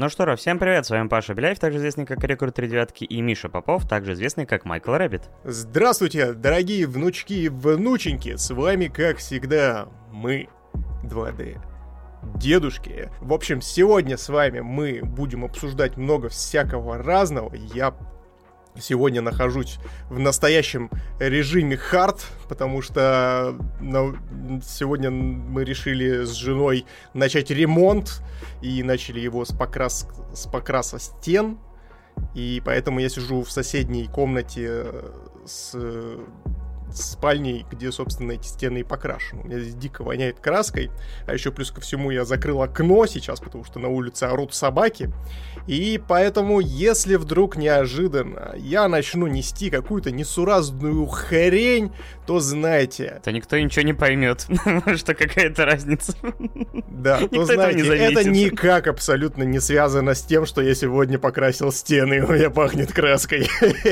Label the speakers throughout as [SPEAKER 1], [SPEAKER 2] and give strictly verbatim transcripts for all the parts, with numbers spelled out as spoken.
[SPEAKER 1] Ну что ж, всем привет, с вами Паша Беляев, также известный как Рекорд три девятки, и Миша Попов, также известный как Майкл Рэббит.
[SPEAKER 2] Здравствуйте, дорогие внучки и внученьки, с вами, как всегда, мы, два дэ дедушки. В общем, сегодня с вами мы будем обсуждать много всякого разного. Я сегодня нахожусь в настоящем режиме хард, потому что ну, сегодня мы решили с женой начать ремонт и начали его с, покрас... с покраса стен. И поэтому я сижу в соседней комнате с спальней, где, собственно, эти стены и покрашены. У меня здесь дико воняет краской. А еще плюс ко всему я закрыл окно сейчас, потому что на улице орут собаки. И поэтому, если вдруг неожиданно я начну нести какую-то несуразную хрень, то знайте...
[SPEAKER 1] То никто ничего не поймет, что какая-то разница.
[SPEAKER 2] Да, то знаете, это никак абсолютно не связано с тем, что я сегодня покрасил стены, и у меня пахнет краской.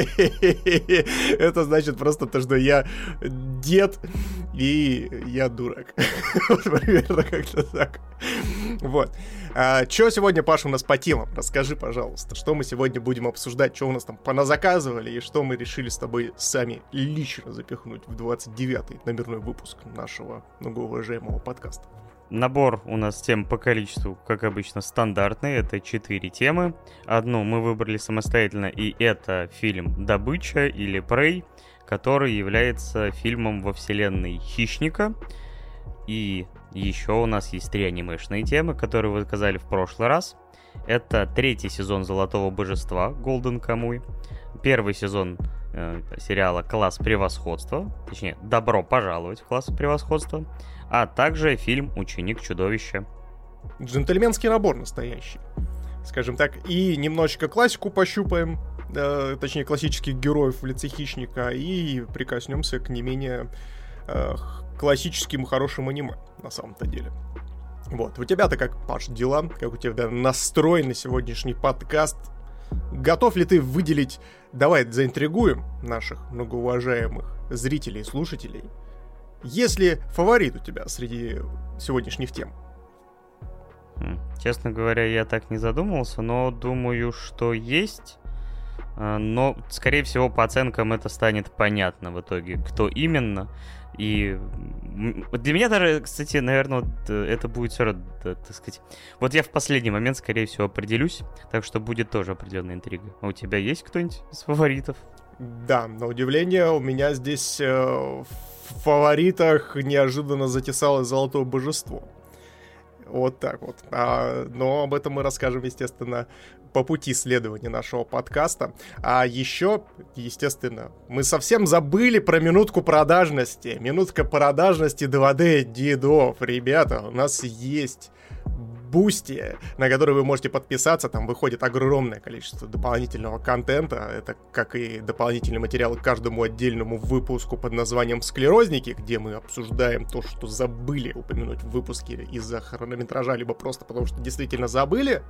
[SPEAKER 2] Это значит просто то, что я дед, и я дурак. Примерно как-то так. Вот. А, что сегодня, Паша, у нас по темам? Расскажи, пожалуйста, что мы сегодня будем обсуждать, что у нас там поназаказывали, и что мы решили с тобой сами лично запихнуть в двадцать девятый номерной выпуск нашего многоуважаемого подкаста.
[SPEAKER 1] Набор у нас тем по количеству, как обычно, стандартный. Это четыре темы. Одну мы выбрали самостоятельно, и это фильм «Добыча» или «Прей», который является фильмом во вселенной «Хищника». И еще у нас есть три анимешные темы, которые вы сказали в прошлый раз. Это третий сезон «Золотого божества» Golden Kamuy, первый сезон э, сериала «Класс превосходства», точнее, «Добро пожаловать в класс превосходства», а также фильм «Ученик чудовища».
[SPEAKER 2] Джентльменский набор настоящий, скажем так. И немножечко классику пощупаем, э, точнее, классических героев в лице Хищника, и прикоснемся к не менее э, классическим хорошим аниме, на самом-то деле. Вот, у тебя-то как, Паш, дела? Как у тебя настрой на сегодняшний подкаст? Готов ли ты выделить... Давай заинтригуем наших многоуважаемых зрителей и слушателей. Есть ли фаворит у тебя среди сегодняшних тем?
[SPEAKER 1] Честно говоря, я так не задумывался, но думаю, что есть. Но, скорее всего, по оценкам это станет понятно в итоге, кто именно. И для меня даже, кстати, наверное, вот это будет все равно, так сказать... Вот я в последний момент, скорее всего, определюсь, так что будет тоже определенная интрига. А у тебя есть кто-нибудь из фаворитов?
[SPEAKER 2] Да, на удивление, у меня здесь э, в фаворитах неожиданно затесалось «Золотое божество». Вот так вот. А, но об этом мы расскажем, естественно, по пути следования нашего подкаста. А еще, естественно, мы совсем забыли про минутку продажности. Минутка продажности два дэ дедов. Ребята, у нас есть Бусти, на который вы можете подписаться. Там выходит огромное количество дополнительного контента. Это как и дополнительные материалы к каждому отдельному выпуску под названием «Склерозники», где мы обсуждаем то, что забыли упомянуть в выпуске из-за хронометража, либо просто потому, что действительно забыли.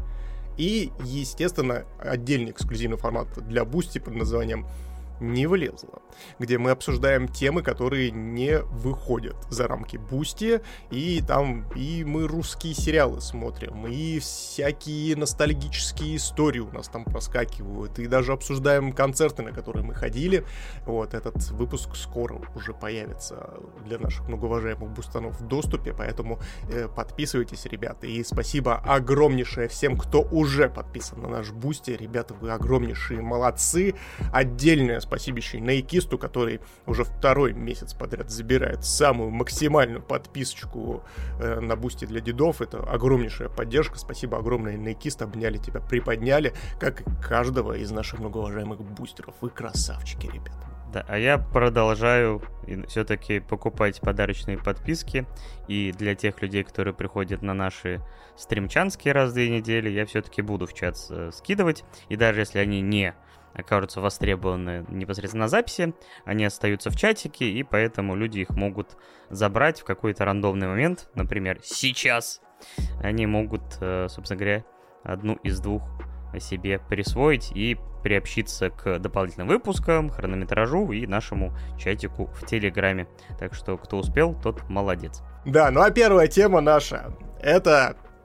[SPEAKER 2] И, естественно, отдельный эксклюзивный формат для Бусти под названием «Не влезло», где мы обсуждаем темы, которые не выходят за рамки Бусти, и там и мы русские сериалы смотрим, и всякие ностальгические истории у нас там проскакивают, и даже обсуждаем концерты, на которые мы ходили. Вот этот выпуск скоро уже появится для наших многоуважаемых бустанов в доступе, поэтому э, подписывайтесь, ребята, и спасибо огромнейшее всем, кто уже подписан на наш Бусти. Ребята, вы огромнейшие молодцы. Отдельное спасибо еще и Найкисту, который уже второй месяц подряд забирает самую максимальную подписочку э, на Бусти для дедов. Это огромнейшая поддержка. Спасибо огромное, Найкист. Обняли тебя, приподняли, как и каждого из наших многоуважаемых бустеров. Вы красавчики, ребята.
[SPEAKER 1] Да, а я продолжаю все-таки покупать подарочные подписки. И для тех людей, которые приходят на наши стримчанские раз в две недели, я все-таки буду в чат скидывать. И даже если они не окажутся востребованы непосредственно на записи, они остаются в чатике, и поэтому люди их могут забрать в какой-то рандомный момент, например, сейчас. Они могут, собственно говоря, одну из двух себе присвоить и приобщиться к дополнительным выпускам, хронометражу и нашему чатику в Телеграме. Так что кто успел, тот молодец.
[SPEAKER 2] Да, ну а первая тема наша — это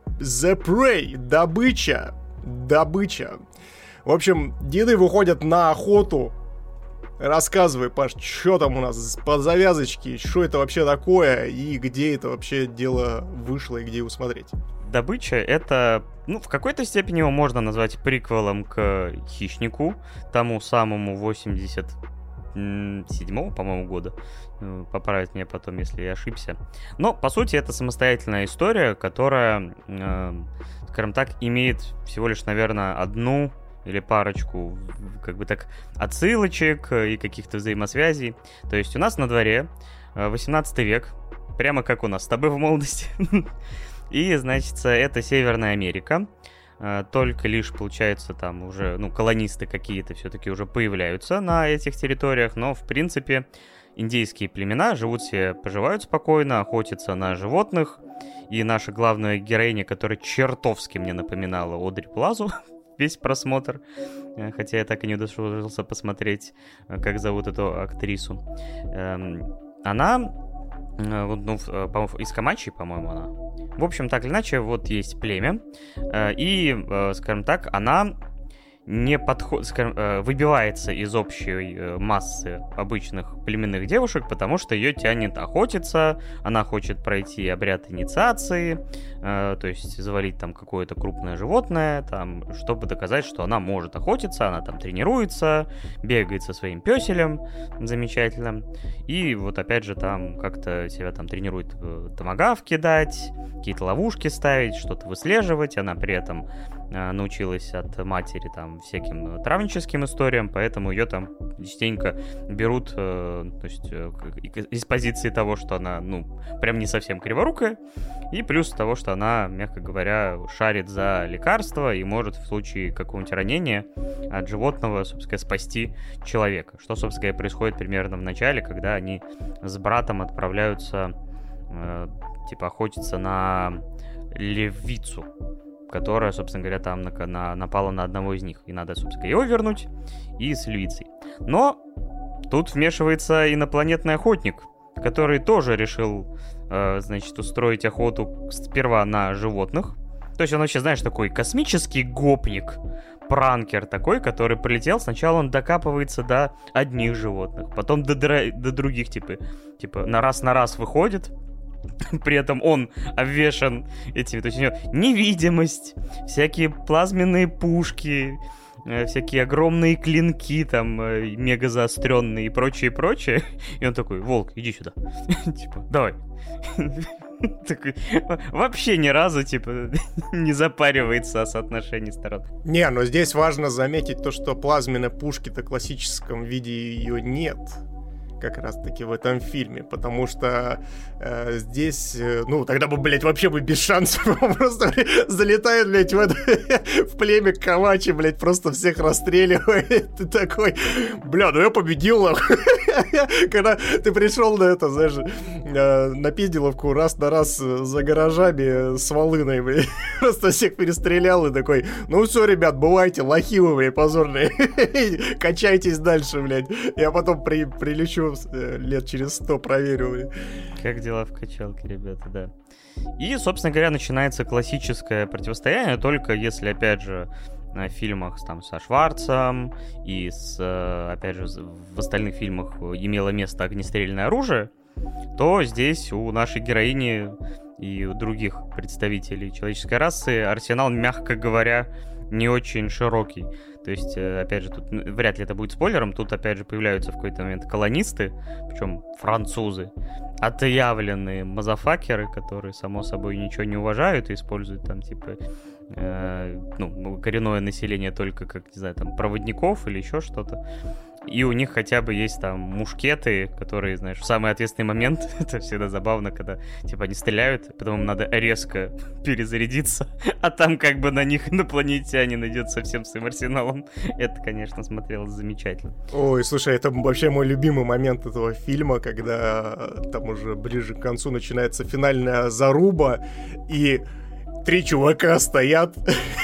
[SPEAKER 2] The Prey, добыча, добыча. В общем, деды выходят на охоту. Рассказывай, Паш, что там у нас по завязочке, что это вообще такое, и где это вообще дело вышло, и где его смотреть?
[SPEAKER 1] Добыча — это, ну, в какой-то степени его можно назвать приквелом к «Хищнику», тому самому восемьдесят седьмого, по-моему, года. Поправить меня потом, если я ошибся. Но, по сути, это самостоятельная история, которая, э, скажем так, имеет всего лишь, наверное, одну или парочку, как бы так, отсылочек и каких-то взаимосвязей. То есть у нас на дворе восемнадцатый век, прямо как у нас с тобой в молодости. И, значит, это Северная Америка. Только лишь, получается, там уже, ну, колонисты какие-то все-таки уже появляются на этих территориях, но, в принципе, индейские племена живут себе, поживают спокойно, охотятся на животных. И наша главная героиня, которая чертовски мне напоминала Одри Плазу, весь просмотр, хотя я так и не удосужился посмотреть, как зовут эту актрису. Она, ну, из Камачи, по-моему, она. В общем, так или иначе, вот есть племя, и, скажем так, она не подходит, скажем, выбивается из общей массы обычных племенных девушек, потому что ее тянет охотиться, она хочет пройти обряд инициации, то есть завалить там какое-то крупное животное, там, чтобы доказать, что она может охотиться, она там тренируется, бегает со своим пёселем замечательным, и вот опять же там как-то себя там тренирует томагавк кидать, какие-то ловушки ставить, что-то выслеживать, она при этом научилась от матери там всяким травническим историям, поэтому ее там частенько берут, э, то есть э, из позиции того, что она, ну, прям не совсем криворукая, и плюс того, что она, мягко говоря, шарит за лекарства и может в случае какого-нибудь ранения от животного, собственно, спасти человека, что, собственно, происходит примерно в начале, когда они с братом отправляются, э, типа, охотиться на левицу, которая, собственно говоря, там на, на, напала на одного из них. И надо, собственно, его вернуть и с львицей. Но тут вмешивается инопланетный охотник, который тоже решил, э, значит, устроить охоту сперва на животных. То есть он вообще, знаешь, такой космический гопник, пранкер такой, который прилетел. Сначала он докапывается до одних животных, потом до, до других, типа, типа на раз на раз выходит. При этом он обвешан этими, то есть у него невидимость, всякие плазменные пушки, всякие огромные клинки там, мега заостренные и прочее, прочее. И он такой: волк, иди сюда. Типа, давай. Такой, вообще ни разу, типа, не запаривается о соотношении сторон.
[SPEAKER 2] Не, но здесь важно заметить то, что плазменной пушки-то в классическом виде ее нет. Как раз-таки в этом фильме, потому что э, здесь, э, ну, тогда бы, блядь, вообще бы без шансов просто залетает, блядь, в, это, в племя Камачи, блядь, просто всех расстреливает. Ты такой, бля, ну я победил. Когда ты пришел на это, знаешь, э, на Пизделовку раз на раз за гаражами с волыной, блядь, просто всех перестрелял и такой: ну все, ребят, бывайте, лохи вы, блядь, позорные, качайтесь дальше, блядь. Я потом при, прилечу лет через сто, проверю.
[SPEAKER 1] Как дела в качалке, ребята, да. И, собственно говоря, начинается классическое противостояние, только если, опять же, в фильмах там со Шварцем и, с, опять же, в остальных фильмах имело место огнестрельное оружие, то здесь у нашей героини и у других представителей человеческой расы арсенал, мягко говоря, не очень широкий. То есть, опять же, тут вряд ли это будет спойлером, тут, опять же, появляются в какой-то момент колонисты, причем французы, отъявленные мазафакеры, которые, само собой, ничего не уважают и используют там, типа, э, ну, коренное население только как, не знаю, там, проводников или еще что-то. И у них хотя бы есть там мушкеты, которые, знаешь, в самый ответственный момент, это всегда забавно, когда, типа, они стреляют, потом им надо резко перезарядиться, а там как бы на них инопланетянин идет со всем своим арсеналом. Это, конечно, смотрелось замечательно.
[SPEAKER 2] Ой, слушай, это вообще мой любимый момент этого фильма, когда там уже ближе к концу начинается финальная заруба, и три чувака стоят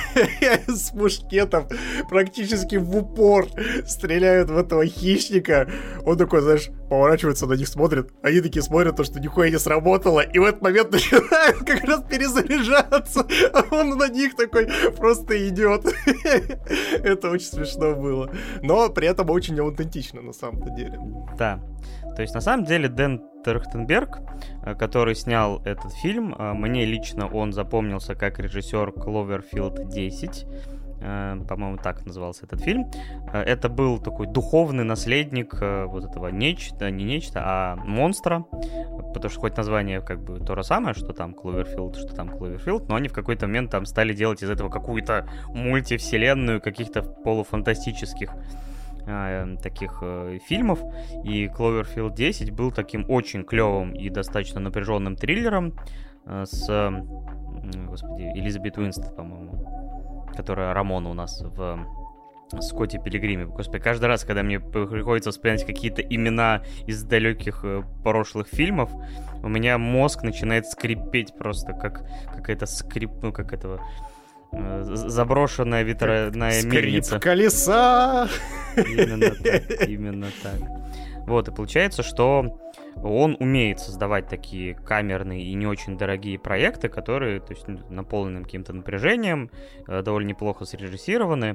[SPEAKER 2] с мушкетом, практически в упор стреляют в этого хищника. Он такой, знаешь, поворачивается на них, смотрит. Они такие смотрят, то, что нихуя не сработало. И в этот момент начинают как раз перезаряжаться. А он на них такой просто идет. Это очень смешно было. Но при этом очень аутентично на самом-то деле.
[SPEAKER 1] Да. То есть, на самом деле, Дэн Трахтенберг, который снял этот фильм, мне лично он запомнился как режиссер Кловерфилд десять. По-моему, так назывался этот фильм. Это был такой духовный наследник вот этого нечто, не нечто, а монстра. Потому что хоть название как бы то же самое, что там Кловерфилд, что там Кловерфилд, но они в какой-то момент там стали делать из этого какую-то мультивселенную каких-то полуфантастических таких э, фильмов, и Cloverfield десять был таким очень клевым и достаточно напряженным триллером э, с э, господи, Элизабет Уинстон, по-моему, которая Рамона у нас в Скотте Пилигриме. Господи, каждый раз, когда мне приходится вспоминать какие-то имена из далеких э, прошлых фильмов, у меня мозг начинает скрипеть просто, как какая-то скрип, ну, как этого заброшенная ветряная мельница.
[SPEAKER 2] Скрип колеса!
[SPEAKER 1] Именно так, именно так. Вот, и получается, что он умеет создавать такие камерные и не очень дорогие проекты, которые, то есть, наполнены каким-то напряжением, довольно неплохо срежиссированы.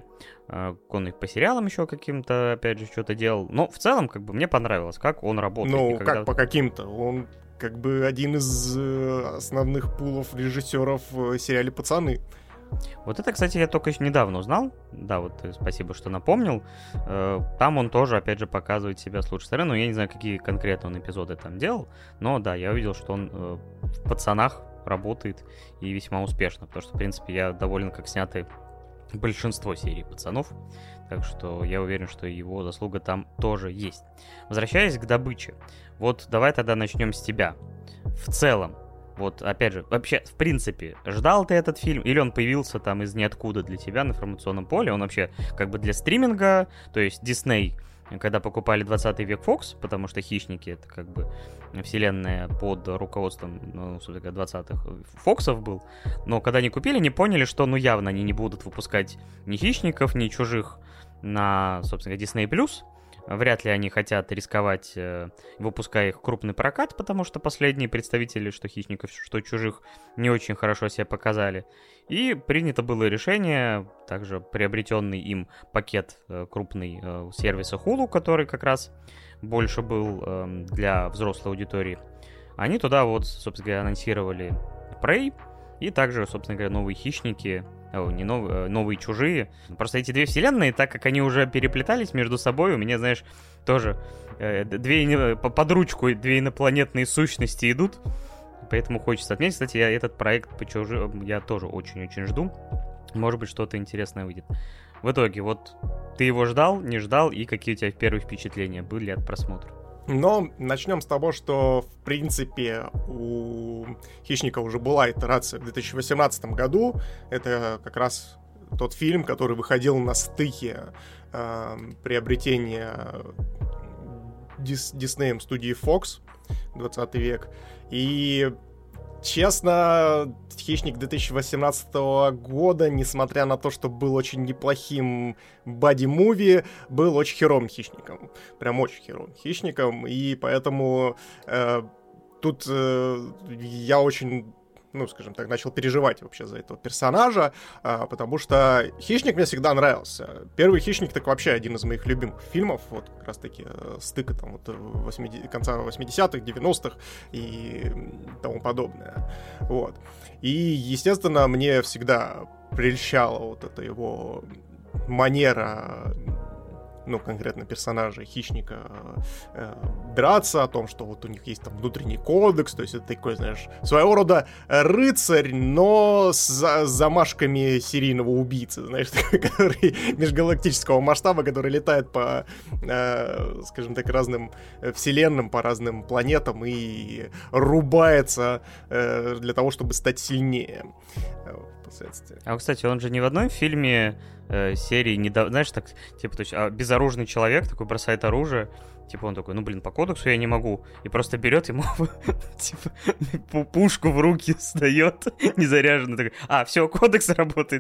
[SPEAKER 1] Он их по сериалам еще каким-то, опять же, что-то делал. Но в целом, как бы, мне понравилось, как он работает.
[SPEAKER 2] Ну,
[SPEAKER 1] когда...
[SPEAKER 2] как по каким-то? Он как бы один из основных пулов режиссеров в сериале «Пацаны».
[SPEAKER 1] Вот это, кстати, я только еще недавно узнал. Да, вот спасибо, что напомнил. Там он тоже, опять же, показывает себя с лучшей стороны. Но я не знаю, какие конкретно он эпизоды там делал. Но да, я увидел, что он в «Пацанах» работает и весьма успешно. Потому что, в принципе, я доволен, как сняты большинство серий «Пацанов». Так что я уверен, что его заслуга там тоже есть. Возвращаясь к добыче. Вот давай тогда начнем с тебя. В целом, вот, опять же, вообще, в принципе, ждал ты этот фильм, или он появился там из ниоткуда для тебя на информационном поле? Он вообще как бы для стриминга, то есть Disney, когда покупали двадцатый век Fox, потому что «Хищники» — это как бы вселенная под руководством, ну, собственно говоря, двадцатых Фоксов был, но когда они купили, не поняли, что, ну, явно они не будут выпускать ни «Хищников», ни «Чужих» на, собственно говоря, Disney+. Вряд ли они хотят рисковать, э, выпуская их в крупный прокат, потому что последние представители, что «Хищников», что «Чужих», не очень хорошо себя показали. И принято было решение, также приобретенный им пакет э, крупный э, сервиса Hulu, который как раз больше был э, для взрослой аудитории. Они туда вот, собственно говоря, анонсировали Prey и также, собственно говоря, новые «Хищники». О, не новые, новые «Чужие». Просто эти две вселенные, так как они уже переплетались между собой, у меня, знаешь, тоже э, две, под ручку две инопланетные сущности идут. Поэтому хочется отметить. Кстати, я этот проект по «Чужим» я тоже очень-очень жду. Может быть, что-то интересное выйдет. В итоге, вот ты его ждал, не ждал, и какие у тебя первые впечатления были от просмотра?
[SPEAKER 2] Но начнем с того, что, в принципе, у «Хищника» уже была итерация в две тысячи восемнадцатом году. Это как раз тот фильм, который выходил на стыке э, приобретения Дис- Диснеем студии Fox, двадцатый век. И, честно, «Хищник» две тысячи восемнадцатого года, несмотря на то, что был очень неплохим бади-муви, был очень херовым «Хищником». Прям очень херовым «Хищником». И поэтому э, тут э, я очень... ну, скажем так, начал переживать вообще за этого персонажа, а, потому что «Хищник» мне всегда нравился. Первый «Хищник» так вообще один из моих любимых фильмов, вот как раз-таки э, стыка там вот восьмидесятых, конца восьмидесятых, девяностых и тому подобное. Вот. И, естественно, мне всегда прельщала вот эта его манера, ну, конкретно персонажа «Хищника», э, драться, о том, что вот у них есть там внутренний кодекс, то есть это такой, знаешь, своего рода рыцарь, но с, с замашками серийного убийцы, знаешь, который межгалактического масштаба, который летает по, э, скажем так, разным вселенным, по разным планетам и рубается э, для того, чтобы стать сильнее.
[SPEAKER 1] А, кстати, он же ни в одном фильме э, серии, не до... знаешь, так, типа, то есть, а, без, безоружный человек такой бросает оружие, типа он такой, ну блин, по кодексу я не могу, и просто берет ему типа пушку в руки сдает, незаряженный, такой, а, все, кодекс работает,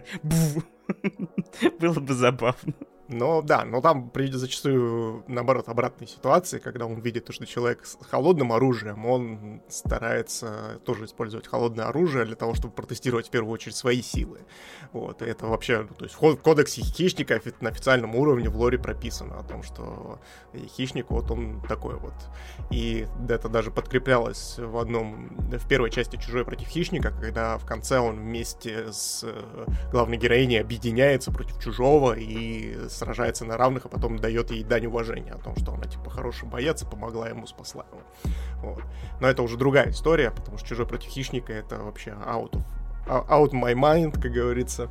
[SPEAKER 1] было бы забавно.
[SPEAKER 2] Но да, но там приведет зачастую, наоборот, обратные ситуации, когда он видит, что человек с холодным оружием, он старается тоже использовать холодное оружие для того, чтобы протестировать в первую очередь свои силы. Вот, и это вообще, ну, то есть в кодексе хищника на официальном уровне в лоре прописано о том, что хищник, вот он такой вот. И это даже подкреплялось в одном, в первой части «Чужой против хищника», когда в конце он вместе с главной героиней объединяется против чужого и сражается на равных, а потом дает ей дань уважения о том, что она, типа, хороший боец и помогла ему, спасла его. Вот. Но это уже другая история, потому что «Чужой против хищника» — это вообще out of, out my mind, как говорится,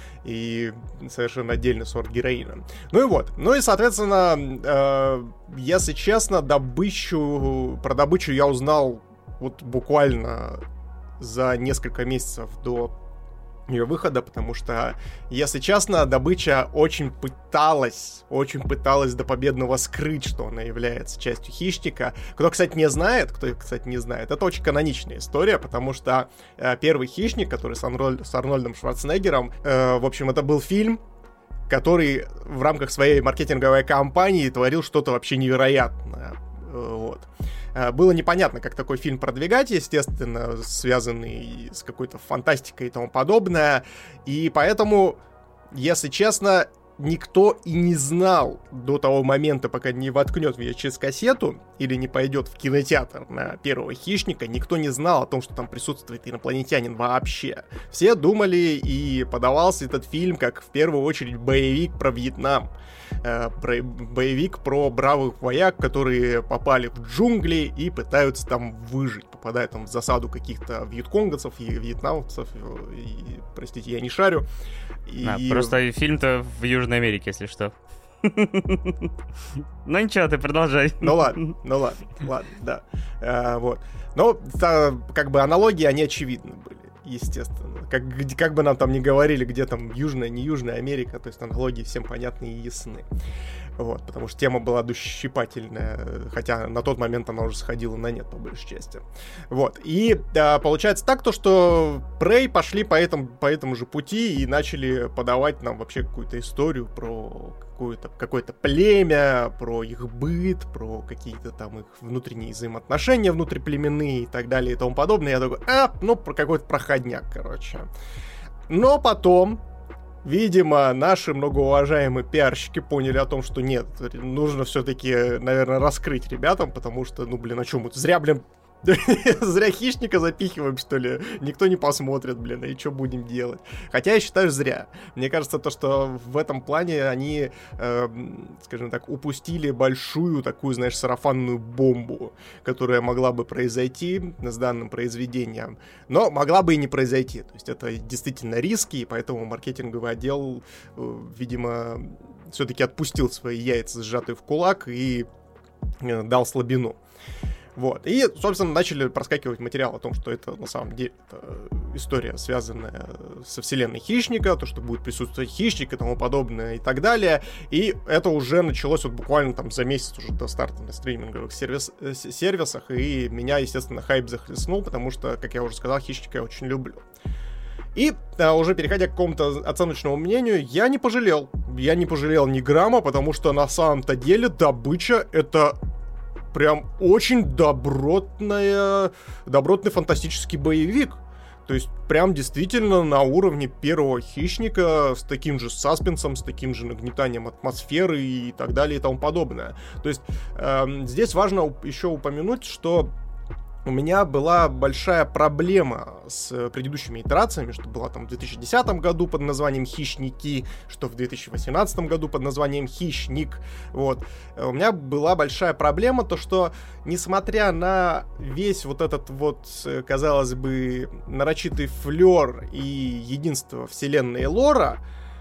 [SPEAKER 2] и совершенно отдельный сорт героина. Ну и вот. Ну и, соответственно, э, если честно, добычу, про добычу я узнал вот буквально за несколько месяцев до ее выхода, потому что, если честно, добыча очень пыталась, очень пыталась до победного скрыть, что она является частью хищника. Кто, кстати, не знает, кто, кстати, не знает, это очень каноничная история, потому что э, первый хищник, который с, Арнольд, с Арнольдом Шварценеггером, э, в общем, это был фильм, который в рамках своей маркетинговой кампании творил что-то вообще невероятное. Вот. Было непонятно, как такой фильм продвигать, естественно, связанный с какой-то фантастикой и тому подобное. И поэтому, если честно, никто и не знал до того момента, пока не воткнет в ви эйч эс-кассету или не пойдет в кинотеатр на первого хищника, никто не знал о том, что там присутствует инопланетянин вообще. Все думали, и подавался этот фильм как в первую очередь боевик про Вьетнам. Э, про, боевик про бравых вояк, которые попали в джунгли и пытаются там выжить, попадая там в засаду каких-то вьетконгцев и вьетнамцев, и, и, простите, я не шарю. И...
[SPEAKER 1] А, просто фильм-то в Южной Америке, если что. Ну ничего, ты продолжай.
[SPEAKER 2] Ну ладно, ну ладно, ладно, да. А, вот. Но как бы аналогии, они очевидны были, естественно. Как, как бы нам там ни говорили, где там Южная, не Южная Америка, то есть аналогии всем понятны и ясны. Вот, потому что тема была душещипательная, хотя на тот момент она уже сходила на нет, по большей части. Вот, и а, получается так, то, что Prey пошли по этому, по этому же пути и начали подавать нам вообще какую-то историю про какое-то, какое-то племя, про их быт, про какие-то там их внутренние взаимоотношения внутриплеменные и так далее и тому подобное. Я такой, а, ну, про какой-то проходняк, короче. Но потом... Видимо, наши многоуважаемые пиарщики поняли о том, что нет, нужно все-таки, наверное, раскрыть ребятам, потому что, ну, блин, а что мы зря, блин, зря хищника запихиваем, что ли? Никто не посмотрит, блин, и что будем делать? Хотя я считаю, зря. Мне кажется, то, что в этом плане они, э, скажем так, упустили большую такую, знаешь, сарафанную бомбу, которая могла бы произойти с данным произведением, но могла бы и не произойти. То есть это действительно риски, и поэтому маркетинговый отдел, э, видимо, все-таки отпустил свои яйца, сжатые в кулак, и э, дал слабину. Вот. И, собственно, начали проскакивать материал о том, что это на самом деле это история, связанная со вселенной Хищника, то, что будет присутствовать Хищник и тому подобное и так далее. И это уже началось вот буквально там за месяц уже до старта на стриминговых сервис, сервисах, и меня, естественно, хайп захлестнул, потому что, как я уже сказал, Хищника я очень люблю. И а, уже переходя к какому-то оценочному мнению, я не пожалел. Я не пожалел ни грамма, потому что на самом-то деле добыча — это... прям очень добротная, добротный фантастический боевик. То есть прям действительно на уровне первого Хищника, с таким же саспенсом, с таким же нагнетанием атмосферы и так далее и тому подобное. То есть э, здесь важно еще упомянуть, что у меня была большая проблема с предыдущими итерациями, что было там в две тысячи десятом году под названием «Хищники», что в две тысячи восемнадцатом году под названием «Хищник». Вот. У меня была большая проблема, то что, несмотря на весь вот этот вот, казалось бы, нарочитый флёр и единство вселенной лора,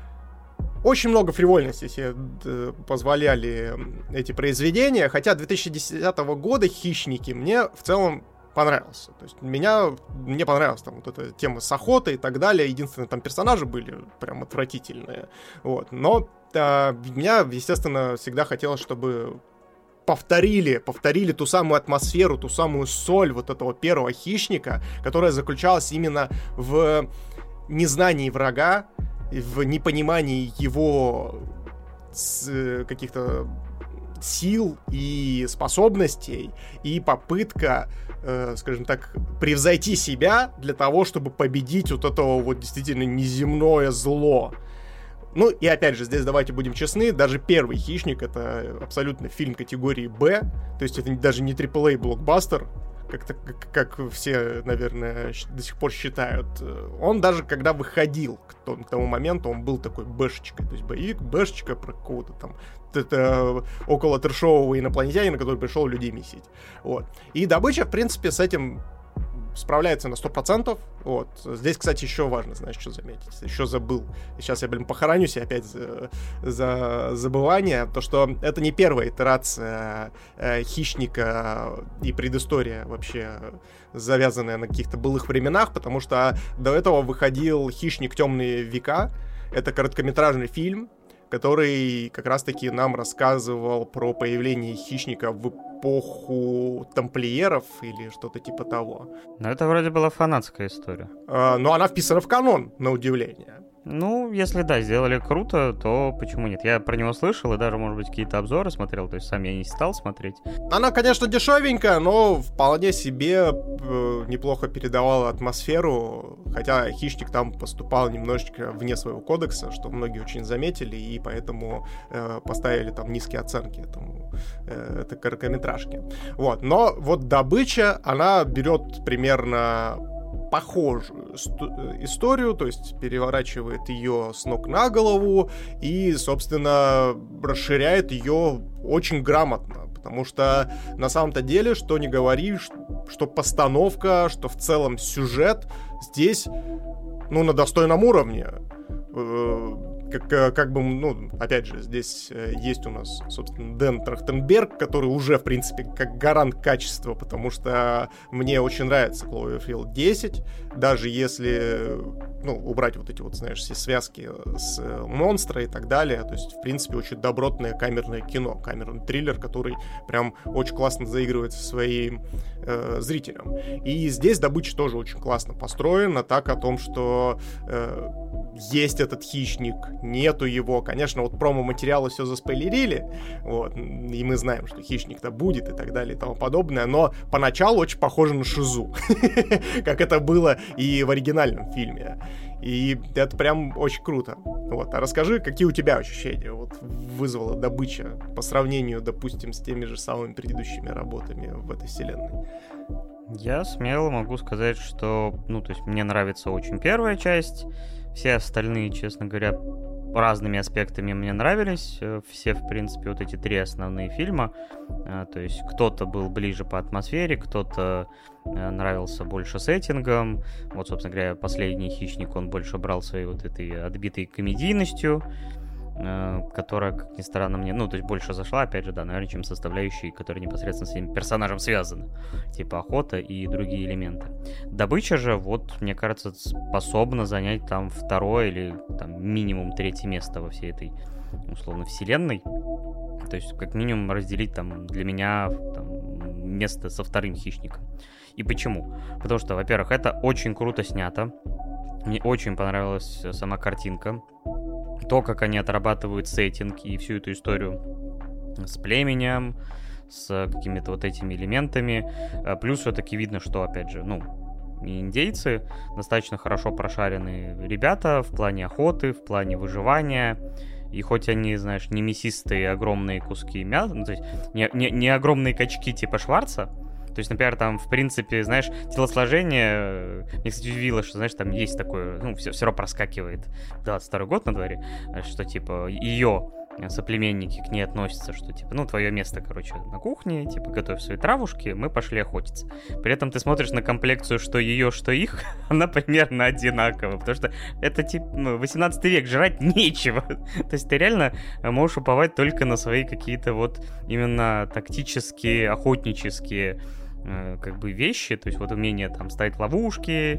[SPEAKER 2] очень много фривольности себе позволяли эти произведения, хотя две тысячи десятого года «Хищники» мне в целом понравился. То есть меня, мне понравилась там вот эта тема с охотой и так далее. Единственное, там персонажи были прям отвратительные. Вот. Но а, меня, естественно, всегда хотелось, чтобы повторили, повторили ту самую атмосферу, ту самую соль вот этого первого хищника, которая заключалась именно в незнании врага, в непонимании его каких-то сил и способностей, и попытка, э, скажем так, превзойти себя для того, чтобы победить вот этого вот действительно неземное зло. Ну, и опять же, здесь давайте будем честны, даже первый «Хищник» — это абсолютно фильм категории «Б», то есть это даже не трипл эй-блокбастер, как, как, как все, наверное, до сих пор считают. Он даже, когда выходил к, тому, к тому моменту, он был такой бэшечкой, то есть боевик, бэшечка про какого-то там это около трэшового инопланетянина, который пришел людей месить. Вот. И «Добыча», в принципе, с этим справляется на сто процентов. Вот. Здесь, кстати, еще важно, знаешь, что заметить. Еще забыл. Сейчас я, блин, похоронюсь опять за, за забывание. То, что это не первая итерация э, «Хищника» и предыстория вообще завязанная на каких-то былых временах, потому что до этого выходил «Хищник. Темные века». Это короткометражный фильм, который как раз-таки нам рассказывал про появление хищника в эпоху тамплиеров или что-то типа того.
[SPEAKER 1] Но это вроде была фанатская история.
[SPEAKER 2] А, но она вписана в канон, на удивление.
[SPEAKER 1] Ну, если да, сделали круто, то почему нет? Я про него слышал и даже, может быть, какие-то обзоры смотрел, то есть сам я не стал смотреть.
[SPEAKER 2] Она, конечно, дешевенькая, но вполне себе э, неплохо передавала атмосферу, хотя «Хищник» там поступал немножечко вне своего кодекса, что многие очень заметили, и поэтому э, поставили там низкие оценки этому, э, этой короткометражке. Вот. Но вот «Добыча», она берет примерно похожую историю, то есть переворачивает ее с ног на голову и, собственно, расширяет ее очень грамотно, потому что на самом-то деле, что ни говори, что постановка, что в целом сюжет здесь, ну, на достойном уровне. Как, как бы, ну, опять же, здесь есть у нас, собственно, Дэн Трахтенберг, который уже, в принципе, как гарант качества, потому что мне очень нравится Cloverfield десять, даже если, ну, убрать вот эти вот, знаешь, все связки с монстра и так далее, то есть, в принципе, очень добротное камерное кино, камерный триллер, который прям очень классно заигрывает со своим э, зрителем. И здесь «Добыча» тоже очень классно построена, так о том, что э, есть этот хищник, нету его. Конечно, вот промо-материалы все заспойлерили, вот, и мы знаем, что хищник-то будет и так далее и тому подобное, но поначалу очень похоже на шизу, как это было и в оригинальном фильме. И это прям очень круто. Вот. А расскажи, какие у тебя ощущения вот, вызвала «Добыча» по сравнению, допустим, с теми же самыми предыдущими работами в этой вселенной?
[SPEAKER 1] Я смело могу сказать, что, ну, то есть мне нравится очень первая часть. Все остальные, честно говоря, разными аспектами мне нравились. Все, в принципе, вот эти три основные фильма. То есть кто-то был ближе по атмосфере, кто-то нравился больше сеттингом. Вот, собственно говоря, последний «Хищник», он больше брал своей вот этой отбитой комедийностью, которая, как ни странно, мне, ну, то есть больше зашла, опять же, да, наверное, чем составляющие, которые непосредственно с этим персонажем связаны, типа охота и другие элементы. «Добыча» же, вот, мне кажется, способна занять там второе или там минимум третье место во всей этой, условно, вселенной. То есть, как минимум, разделить там для меня там, место со вторым «Хищником». И почему? Потому что, во-первых, это очень круто снято. Мне очень понравилась сама картинка. То, как они отрабатывают сеттинг и всю эту историю с племенем, с какими-то вот этими элементами. Плюс все-таки видно, что, опять же, ну, индейцы достаточно хорошо прошаренные ребята в плане охоты, в плане выживания. И хоть они, знаешь, не мясистые огромные куски мяса, ну, то есть не, не, не огромные качки типа Шварца. То есть, например, там, в принципе, знаешь, телосложение... Мне, кстати, удивило, что, знаешь, там есть такое... Ну, все, все равно проскакивает двадцать второй год на дворе, что, типа, ее соплеменники к ней относятся, что, типа, ну, твое место, короче, на кухне, типа, готовь свои травушки, мы пошли охотиться. При этом ты смотришь на комплекцию, что ее, что их, она примерно одинакова, потому что это, типа, ну, восемнадцатый век, жрать нечего. То есть ты реально можешь уповать только на свои какие-то вот именно тактические, охотнические как бы вещи, то есть вот умение там ставить ловушки,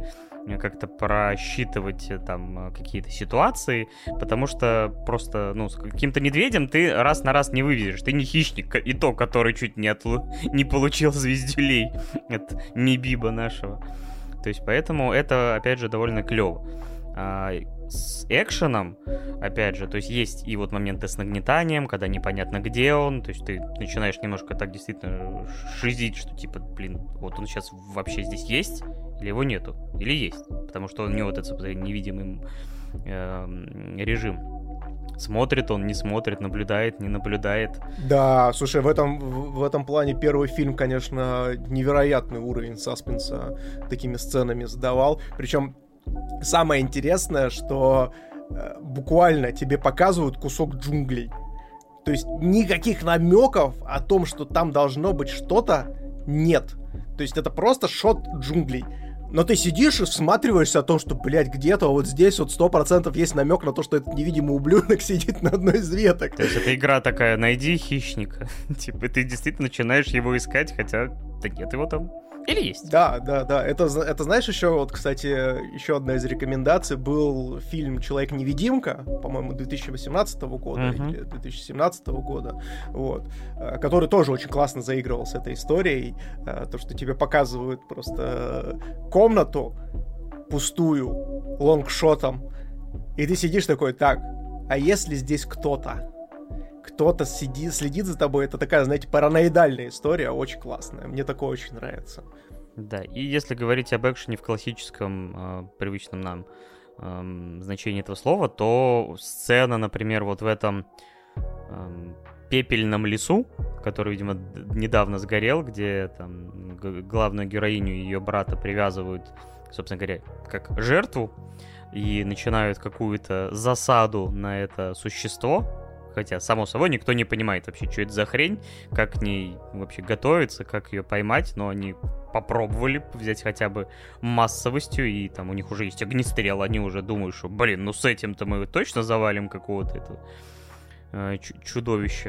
[SPEAKER 1] как-то просчитывать там какие-то ситуации, потому что просто, ну, с каким-то медведем ты раз на раз не вывезешь. Ты не хищник, и то, который чуть не, отлу... не получил звездюлей от Мибиба нашего. То есть поэтому это, опять же, довольно клево. А с экшеном, опять же, то есть есть и вот моменты с нагнетанием, когда непонятно, где он, то есть ты начинаешь немножко так действительно шизить, что типа, блин, вот он сейчас вообще здесь есть, или его нету, или есть, потому что у него вот этот невидимый э, режим. Смотрит он, не смотрит, наблюдает, не наблюдает.
[SPEAKER 2] Да, слушай, в этом, в этом плане первый фильм, конечно, невероятный уровень саспенса такими сценами задавал. Причем самое интересное, что э, буквально тебе показывают кусок джунглей. То есть никаких намеков о том, что там должно быть что-то, нет. То есть это просто шот джунглей. Но ты сидишь и всматриваешься о том, что, блядь, где-то вот здесь вот сто процентов есть намек на то, что этот невидимый ублюдок сидит на одной из веток.
[SPEAKER 1] То есть это игра такая, найди хищника. Типа ты действительно начинаешь его искать, хотя да нет его там. Или есть?
[SPEAKER 2] Да, да, да. Это, это знаешь, еще вот, кстати, еще одна из рекомендаций был фильм «Человек-невидимка», по-моему, две тысячи восемнадцатого года uh-huh. или две тысячи семнадцатого года, вот, который тоже очень классно заигрывал с этой историей. То, что тебе показывают просто комнату пустую, лонгшотом, и ты сидишь такой, так, а если здесь кто-то? Кто-то сидит, следит за тобой. Это такая, знаете, параноидальная история, очень классная. Мне такое очень нравится.
[SPEAKER 1] Да, и если говорить об экшене в классическом, э, привычном нам э, значении этого слова, то сцена, например, вот в этом э, пепельном лесу, который, видимо, недавно сгорел, где там г- главную героиню и ее брата привязывают, собственно говоря, как жертву, и начинают какую-то засаду на это существо. Хотя, само собой, никто не понимает вообще, что это за хрень, как к ней вообще готовиться, как ее поймать, но они попробовали взять хотя бы массовостью, и там у них уже есть огнестрел, они уже думают, что, блин, ну с этим-то мы точно завалим какого-то этого э, чудовища.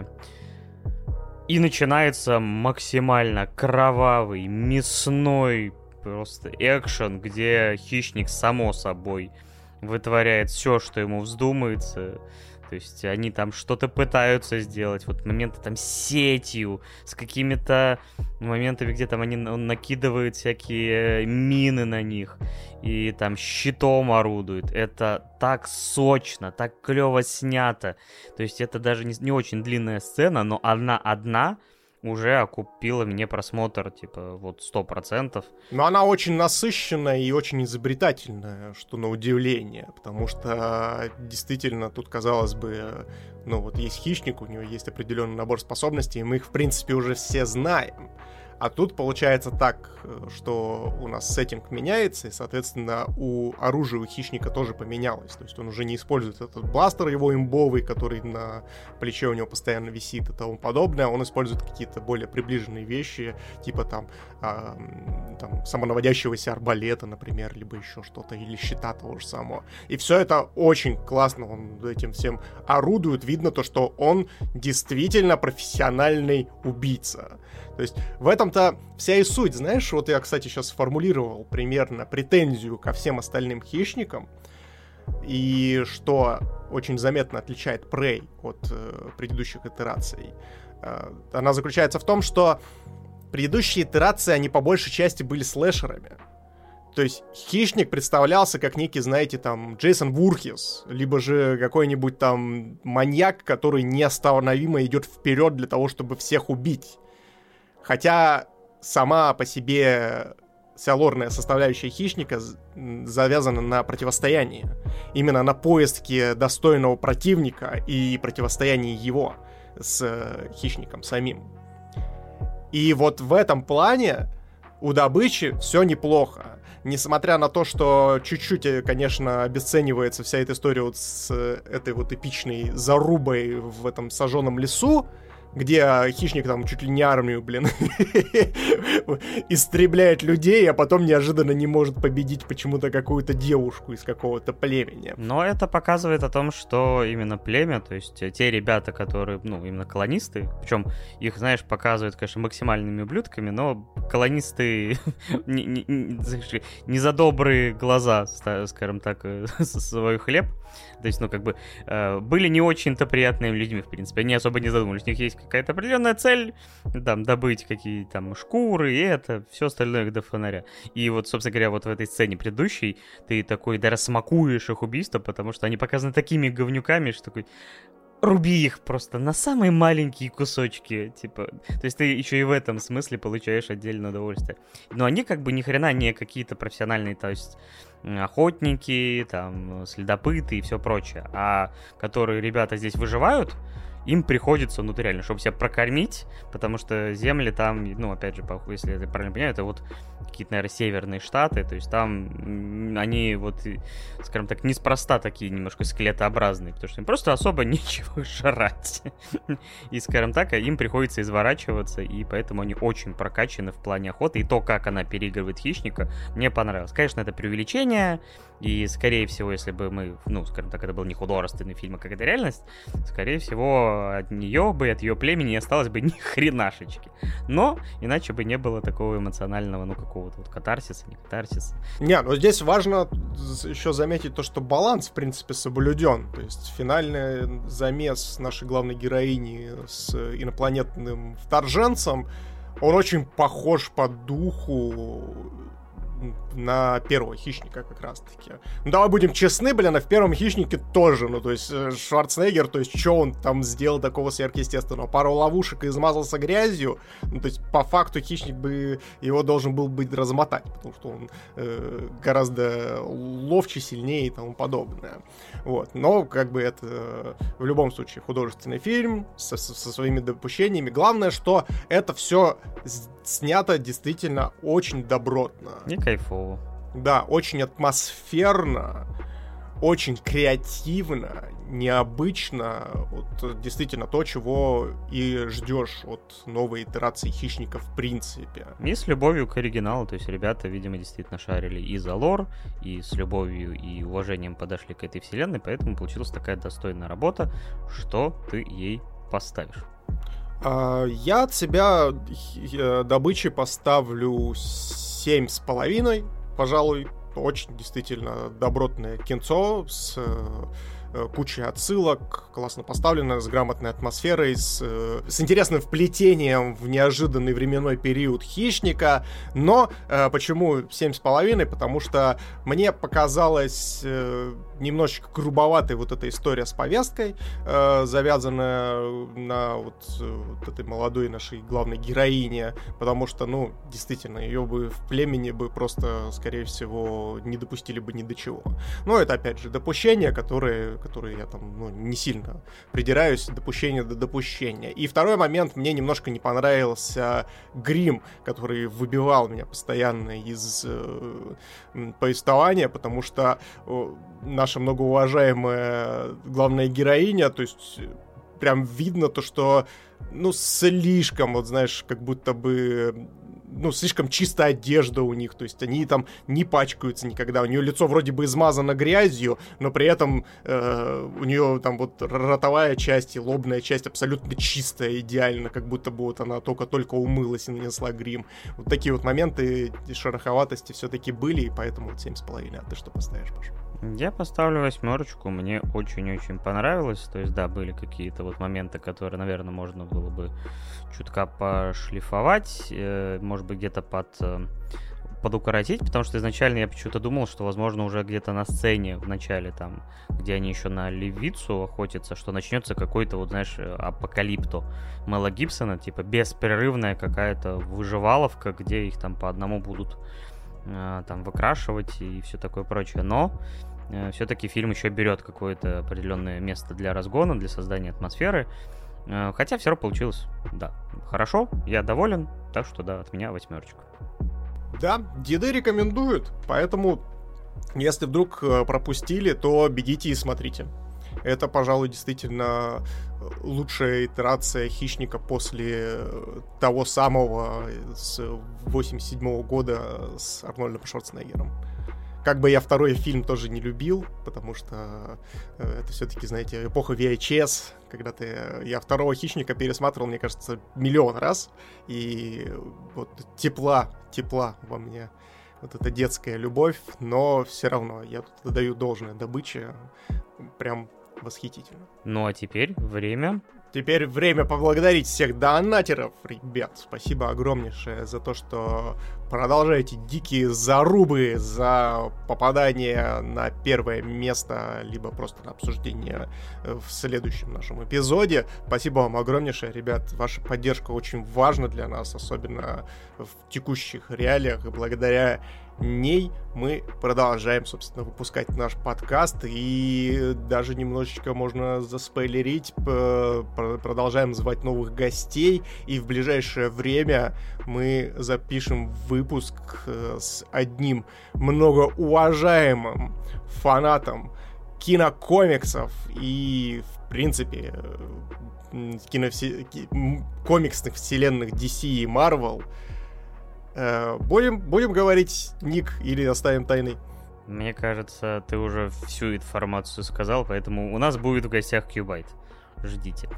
[SPEAKER 1] И начинается максимально кровавый, мясной просто экшен, где хищник, само собой, вытворяет все, что ему вздумается. То есть они там что-то пытаются сделать, вот моменты там с сетью, с какими-то моментами, где там они, он накидывает всякие мины на них, и там щитом орудует. Это так сочно, так клево снято. То есть это даже не, не очень длинная сцена, но она одна уже окупила мне просмотр, типа, вот сто процентов.
[SPEAKER 2] Но она очень насыщенная и очень изобретательная, что на удивление, потому что действительно тут, казалось бы, ну вот есть хищник, у него есть определенный набор способностей, и мы их, в принципе, уже все знаем. А тут получается так, что у нас сеттинг меняется, и, соответственно, у оружия у хищника тоже поменялось. То есть он уже не использует этот бластер его имбовый, который на плече у него постоянно висит и тому подобное. Он использует какие-то более приближенные вещи, типа там, э, там самонаводящегося арбалета, например, либо еще что-то, или щита того же самого. И все это очень классно, он этим всем орудует. Видно то, что он действительно профессиональный убийца. То есть в этом-то вся и суть, знаешь, вот я, кстати, сейчас сформулировал примерно претензию ко всем остальным хищникам, и что очень заметно отличает Prey от э, предыдущих итераций. Э, она заключается в том, что предыдущие итерации, они по большей части были слэшерами. То есть хищник представлялся как некий, знаете, там, Джейсон Вурхис, либо же какой-нибудь там маньяк, который неостановимо идет вперед для того, чтобы всех убить. Хотя сама по себе вся лорная составляющая хищника завязана на противостоянии. Именно на поиске достойного противника и противостоянии его с хищником самим. И вот в этом плане у добычи все неплохо. Несмотря на то, что чуть-чуть, конечно, обесценивается вся эта история вот с этой вот эпичной зарубой в этом сожженном лесу, где хищник там чуть ли не армию, блин, истребляет людей, а потом неожиданно не может победить почему-то какую-то девушку из какого-то племени.
[SPEAKER 1] Но это показывает о том, что именно племя, то есть те ребята, которые, ну, именно колонисты, причем их, знаешь, показывают, конечно, максимальными ублюдками, но колонисты не, не, не за добрые глаза, скажем так, свой хлеб. То есть, ну, как бы, э, были не очень-то приятными людьми, в принципе. Они особо не задумывались. У них есть какая-то определенная цель, там, добыть какие-то там шкуры, и это, все остальное их до фонаря. И вот, собственно говоря, вот в этой сцене предыдущей ты такой, да, рассмакуешь их убийство, потому что они показаны такими говнюками, что такой... Руби их просто на самые маленькие кусочки, типа, то есть ты еще и в этом смысле получаешь отдельное удовольствие. Но они как бы ни хрена не какие-то профессиональные, то есть охотники, там, следопыты и все прочее, а которые ребята здесь выживают, им приходится, ну, реально, чтобы себя прокормить, потому что земли там, ну, опять же, если я правильно понимаю, это вот какие-то, наверное, северные штаты, то есть там они вот, скажем так, неспроста такие немножко скелетообразные, потому что им просто особо нечего жрать. И, скажем так, им приходится изворачиваться, и поэтому они очень прокачаны в плане охоты, и то, как она переигрывает хищника, мне понравилось. Конечно, это преувеличение, и, скорее всего, если бы мы, ну, скажем так, это был не художественный фильм, а какая-то реальность, скорее всего, от нее бы, от ее племени не осталось бы ни хренашечки. Но иначе бы не было такого эмоционального, ну, какого-то вот катарсиса, не катарсиса.
[SPEAKER 2] Не, ну здесь важно еще заметить то, что баланс, в принципе, соблюден. То есть финальный замес нашей главной героини с инопланетным вторженцем, он очень похож по духу на первого хищника как раз-таки. Ну, давай будем честны, блин, а в первом хищнике тоже, ну, то есть Шварценеггер, то есть что он там сделал такого сверхъестественного? Пару ловушек и измазался грязью, ну, то есть по факту хищник бы его должен был быть размотать, потому что он э, гораздо ловче, сильнее и тому подобное. Вот, но как бы это э, в любом случае художественный фильм со, со, со своими допущениями. Главное, что это все снято действительно очень добротно.
[SPEAKER 1] И кайфово.
[SPEAKER 2] Да, очень атмосферно, очень креативно, необычно. Вот действительно то, чего и ждешь от новой итерации хищников в принципе.
[SPEAKER 1] И с любовью к оригиналу, то есть ребята, видимо, действительно шарили и за лор, и с любовью и уважением подошли к этой вселенной, поэтому получилась такая достойная работа, что ты ей поставишь.
[SPEAKER 2] Я от себя добычи поставлю семь с половиной, пожалуй. Очень действительно добротное кинцо с кучей отсылок, классно поставлено, с грамотной атмосферой, с, с интересным вплетением в неожиданный временной период хищника. Но э, почему семь с половиной? Потому что мне показалось э, немножечко грубоватой вот эта история с повесткой, э, завязанная на вот, вот этой молодой нашей главной героине, потому что, ну, действительно, ее бы в племени бы просто, скорее всего, не допустили бы ни до чего. Но это, опять же, допущения, которые которые я там, ну, не сильно придираюсь, допущение до допущения. И второй момент, мне немножко не понравился грим, который выбивал меня постоянно из э, повествования, потому что э, наша многоуважаемая главная героиня, то есть прям видно то, что, ну, слишком, вот знаешь, как будто бы, ну, слишком чистая одежда у них, то есть они там не пачкаются никогда, у нее лицо вроде бы измазано грязью, но при этом э, у нее там вот ротовая часть и лобная часть абсолютно чистая, идеально, как будто бы вот она только-только умылась и нанесла грим. Вот такие вот моменты шероховатости все-таки были, и поэтому вот семь с половиной. А ты что поставишь, Паша?
[SPEAKER 1] Я поставлю восьмерочку, мне очень-очень понравилось, то есть, да, были какие-то вот моменты, которые, наверное, можно было бы чутка пошлифовать, э, может быть, где-то под, э, подукоротить, потому что изначально я почему-то думал, что, возможно, уже где-то на сцене в начале, там, где они еще на левицу охотятся, что начнется какой-то, вот, знаешь, апокалипто Мэла Гибсона, типа беспрерывная какая-то выживаловка, где их там по одному будут э, там выкрашивать и все такое прочее, но э, все-таки фильм еще берет какое-то определенное место для разгона, для создания атмосферы. Хотя все равно получилось, да, хорошо, я доволен, так что, да, от меня восьмерочка.
[SPEAKER 2] Да, деды рекомендуют, поэтому, если вдруг пропустили, то бегите и смотрите. это, пожалуй, действительно лучшая итерация Хищника после того самого с восемьдесят седьмого года с Арнольдом Шварценеггером. Как бы я второй фильм тоже не любил, потому что это все-таки, знаете, эпоха ви эйч эс, когда ты... Я второго Хищника пересматривал, мне кажется, миллион раз, и вот тепла, тепла во мне вот эта детская любовь, но все равно я тут даю должное добыче, прям восхитительно.
[SPEAKER 1] Ну а теперь время...
[SPEAKER 2] Теперь время поблагодарить всех донатеров, ребят. Спасибо огромнейшее за то, что продолжаете дикие зарубы за попадание на первое место, либо просто на обсуждение в следующем нашем эпизоде. Спасибо вам огромнейшее, ребят. Ваша поддержка очень важна для нас, особенно в текущих реалиях. И благодаря ней мы продолжаем, собственно, выпускать наш подкаст, и даже немножечко можно заспойлерить, продолжаем звать новых гостей, и в ближайшее время мы запишем выпуск с одним многоуважаемым фанатом кинокомиксов и, в принципе, киновсе... комиксных вселенных ди си и Marvel. Будем, будем говорить ник или оставим тайной?
[SPEAKER 1] Мне кажется, ты уже всю информацию сказал, поэтому у нас будет в гостях Кьюбайт. Ждите.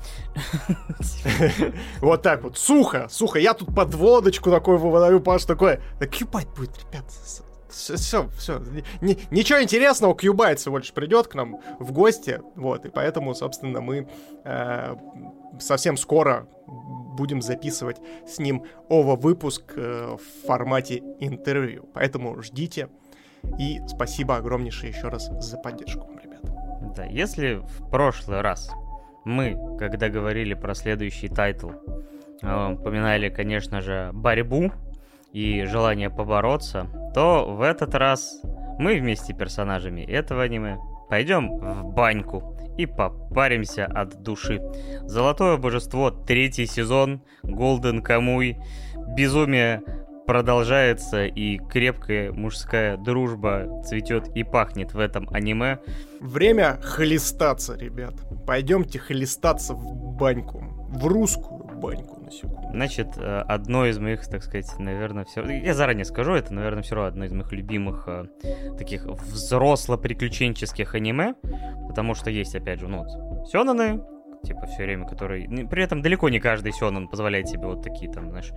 [SPEAKER 2] Вот так вот, сухо, сухо. Я тут подводочку такой выдаю, Паш, такое. Да Кьюбайт будет, ребят. Все, все, все. Ничего интересного, Кьюбайт всего лишь придет к нам в гости. Вот, и поэтому, собственно, мы э, совсем скоро будем записывать с ним ОВА-выпуск э, в формате интервью. Поэтому ждите. И спасибо огромнейшее еще раз за поддержку, ребят.
[SPEAKER 1] Да, если в прошлый раз мы, когда говорили про следующий тайтл, э, упоминали, конечно же, борьбу и желание побороться, то в этот раз мы вместе с персонажами этого аниме пойдем в баньку и попаримся от души. Золотое божество, третий сезон, Golden Kamuy. Безумие продолжается, и крепкая мужская дружба цветет и пахнет в этом аниме.
[SPEAKER 2] Время хлестаться, ребят. Пойдемте хлестаться в баньку. В русскую баньку, на секунду.
[SPEAKER 1] Значит, одно из моих, так сказать, наверное, все... Я заранее скажу, это, наверное, все равно одно из моих любимых таких взросло-приключенческих аниме, потому что есть, опять же, ну, вот, сёнэны, типа, все время, которые... При этом далеко не каждый сёнэн позволяет себе вот такие, там, знаешь...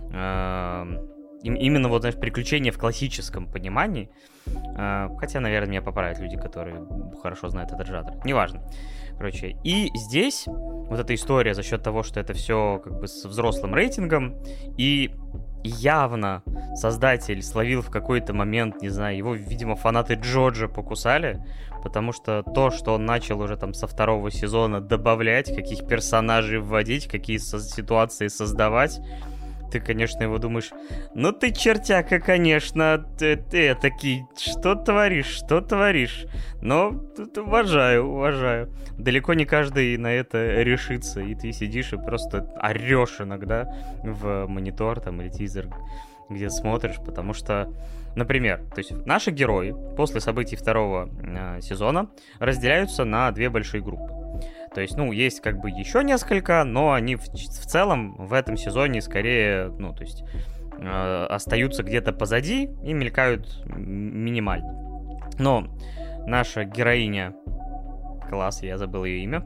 [SPEAKER 1] Именно вот, знаешь, приключения в классическом понимании. Хотя, наверное, меня поправят люди, которые хорошо знают этот жанр. Неважно. Короче, и здесь вот эта история за счет того, что это все как бы с взрослым рейтингом, и явно создатель словил в какой-то момент, не знаю, его, видимо, фанаты Джоджо покусали, потому что то, что он начал уже там со второго сезона добавлять, каких персонажей вводить, какие со- ситуации создавать, ты, конечно, его думаешь, ну ты чертяка, конечно, ты, ты таки, что творишь, что творишь. Но тут уважаю, уважаю. Далеко не каждый на это решится, и ты сидишь и просто орешь иногда в монитор там или тизер, где смотришь, потому что, например, то есть наши герои после событий второго э, сезона разделяются на две большие группы. То есть, ну, есть как бы еще несколько, но они в, в целом в этом сезоне скорее, ну, то есть, э, остаются где-то позади и мелькают минимально. Но наша героиня... Класс, я забыл ее имя.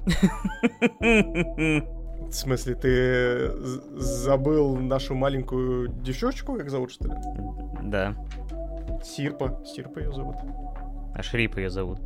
[SPEAKER 2] В смысле, ты забыл нашу маленькую девчоночку, как зовут, что ли?
[SPEAKER 1] Да.
[SPEAKER 2] Сирпа. Сирпа ее зовут.
[SPEAKER 1] А Шрип ее зовут.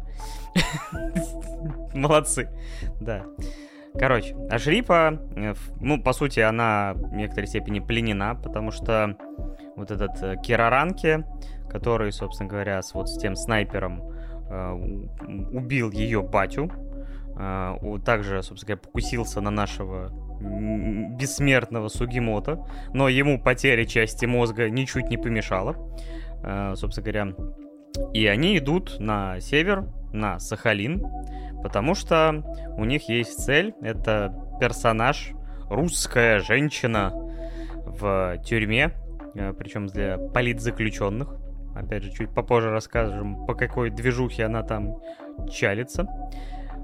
[SPEAKER 1] Молодцы. Да. Короче, Ашрипа, ну, по сути, она в некоторой степени пленена, потому что вот этот Кираранки, который, собственно говоря, с, вот с тем снайпером э, убил ее батю, э, также, собственно говоря, покусился на нашего бессмертного Сугимото, но ему потеря части мозга ничуть не помешала, э, собственно говоря. И они идут на север, на Сахалин, потому что у них есть цель. Это персонаж, русская женщина в тюрьме, причем для политзаключенных. Опять же, чуть попозже расскажем, по какой движухе она там чалится.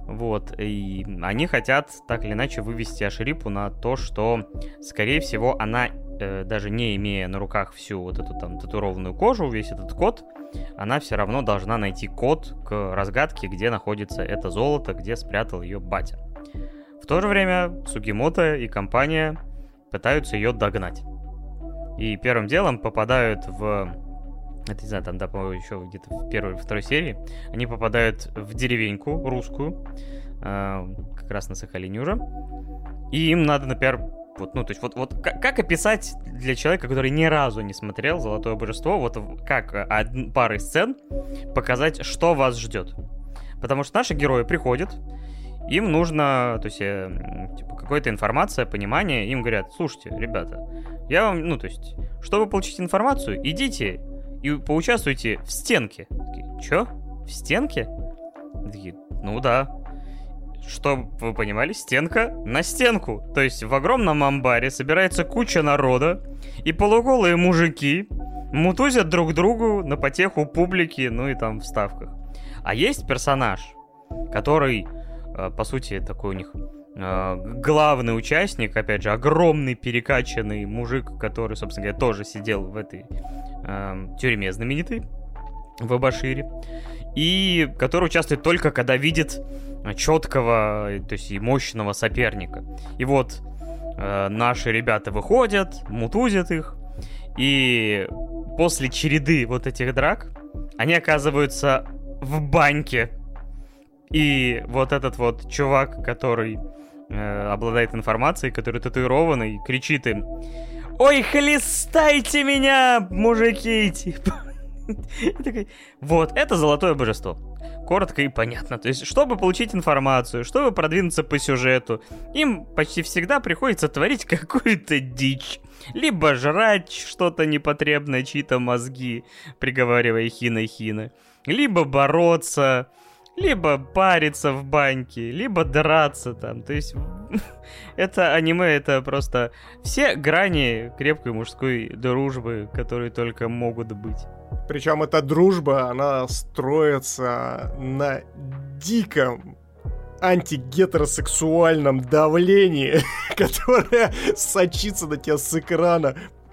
[SPEAKER 1] Вот, и они хотят так или иначе вывести Аширипу на то, что, скорее всего, она, э, даже не имея на руках всю вот эту там татуированную кожу, весь этот код, она все равно должна найти код к разгадке, где находится это золото, где спрятал ее батя. В то же время Сугимото и компания пытаются ее догнать. И первым делом попадают в... Это, не знаю, там, да, по-моему, еще где-то в первой или второй серии. Они попадают в деревеньку русскую, э, как раз на Сахалине уже. И им надо, например, вот, ну, то есть, вот, вот как, как описать для человека, который ни разу не смотрел «Золотое божество», вот как од... парой сцен показать, что вас ждет. Потому что наши герои приходят, им нужно, то есть, э, типа, какая-то информация, понимание, им говорят: слушайте, ребята, я вам, ну, то есть, чтобы получить информацию, идите и поучаствуйте в стенке. Такие: чё? В стенке? Такие: ну да. Чтобы вы понимали, стенка на стенку. То есть в огромном амбаре собирается куча народа, и полуголые мужики мутузят друг другу на потеху публики, ну и там в ставках. А есть персонаж, который, по сути, такой у них главный участник, опять же, огромный перекачанный мужик, который, собственно говоря, тоже сидел в этой э, тюрьме знаменитой, в Абашире, и который участвует только когда видит четкого, то есть и мощного соперника. И вот э, наши ребята выходят, мутузят их, и после череды вот этих драк они оказываются в баньке. И вот этот вот чувак, который э, обладает информацией, который татуированный, кричит им: ой, хлестайте меня, мужики! Типа. Вот, это золотое божество. Коротко и понятно. То есть, чтобы получить информацию, чтобы продвинуться по сюжету, им почти всегда приходится творить какую-то дичь. Либо жрать что-то непотребное, чьи-то мозги, приговаривая хина-хина. Либо бороться, либо париться в баньке, либо драться там. То есть, это аниме, это просто все грани крепкой мужской дружбы, которые только могут быть.
[SPEAKER 2] Причем эта дружба, она строится на диком антигетеросексуальном давлении, которое сочится на тебя с экрана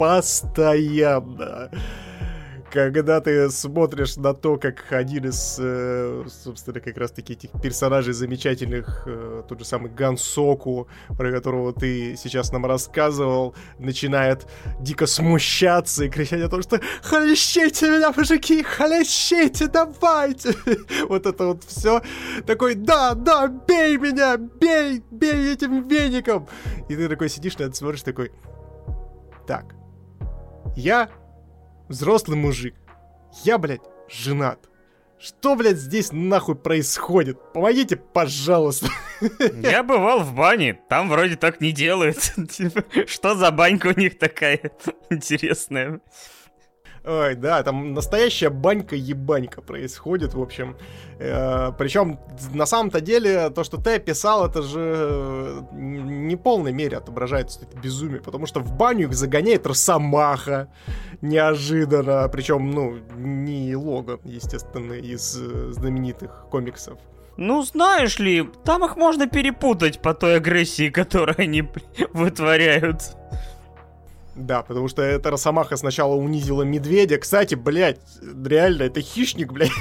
[SPEAKER 2] постоянно. Когда ты смотришь на то, как один из, собственно, как раз-таки этих персонажей замечательных, тот же самый Гансоку, про которого ты сейчас нам рассказывал, начинает дико смущаться и кричать о том, что «Хлещите меня, мужики! Хлещите! Давайте!» Вот это вот все. Такой: «Да, да, бей меня! Бей! Бей этим веником!» И ты такой сидишь на это, смотришь, такой: «Так, я взрослый мужик. Я, блядь, женат. Что, блядь, здесь нахуй происходит? Помогите, пожалуйста».
[SPEAKER 1] Я бывал в бане, там вроде так не делают. Что за банька у них такая интересная?
[SPEAKER 2] Ой, да, там настоящая банька-ебанька происходит, в общем. Э, причем, на самом-то деле, то, что ты описал, это же не в полной мере отображает это безумие, потому что в баню их загоняет Росомаха неожиданно, причем, ну, не Логан, естественно, из знаменитых комиксов.
[SPEAKER 1] Ну, знаешь ли, там их можно перепутать по той агрессии, которую они вытворяют.
[SPEAKER 2] Да, потому что эта Росомаха сначала унизила медведя. Кстати, блядь, реально, это хищник, блядь.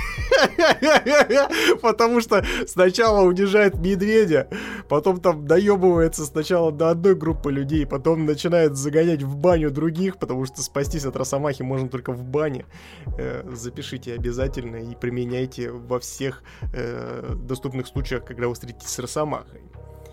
[SPEAKER 2] Потому что сначала унижает медведя, потом там доебывается сначала до одной группы людей, потом начинает загонять в баню других, потому что спастись от Росомахи можно только в бане. Э, запишите обязательно и применяйте во всех э, доступных случаях, когда вы встретитесь с Росомахой.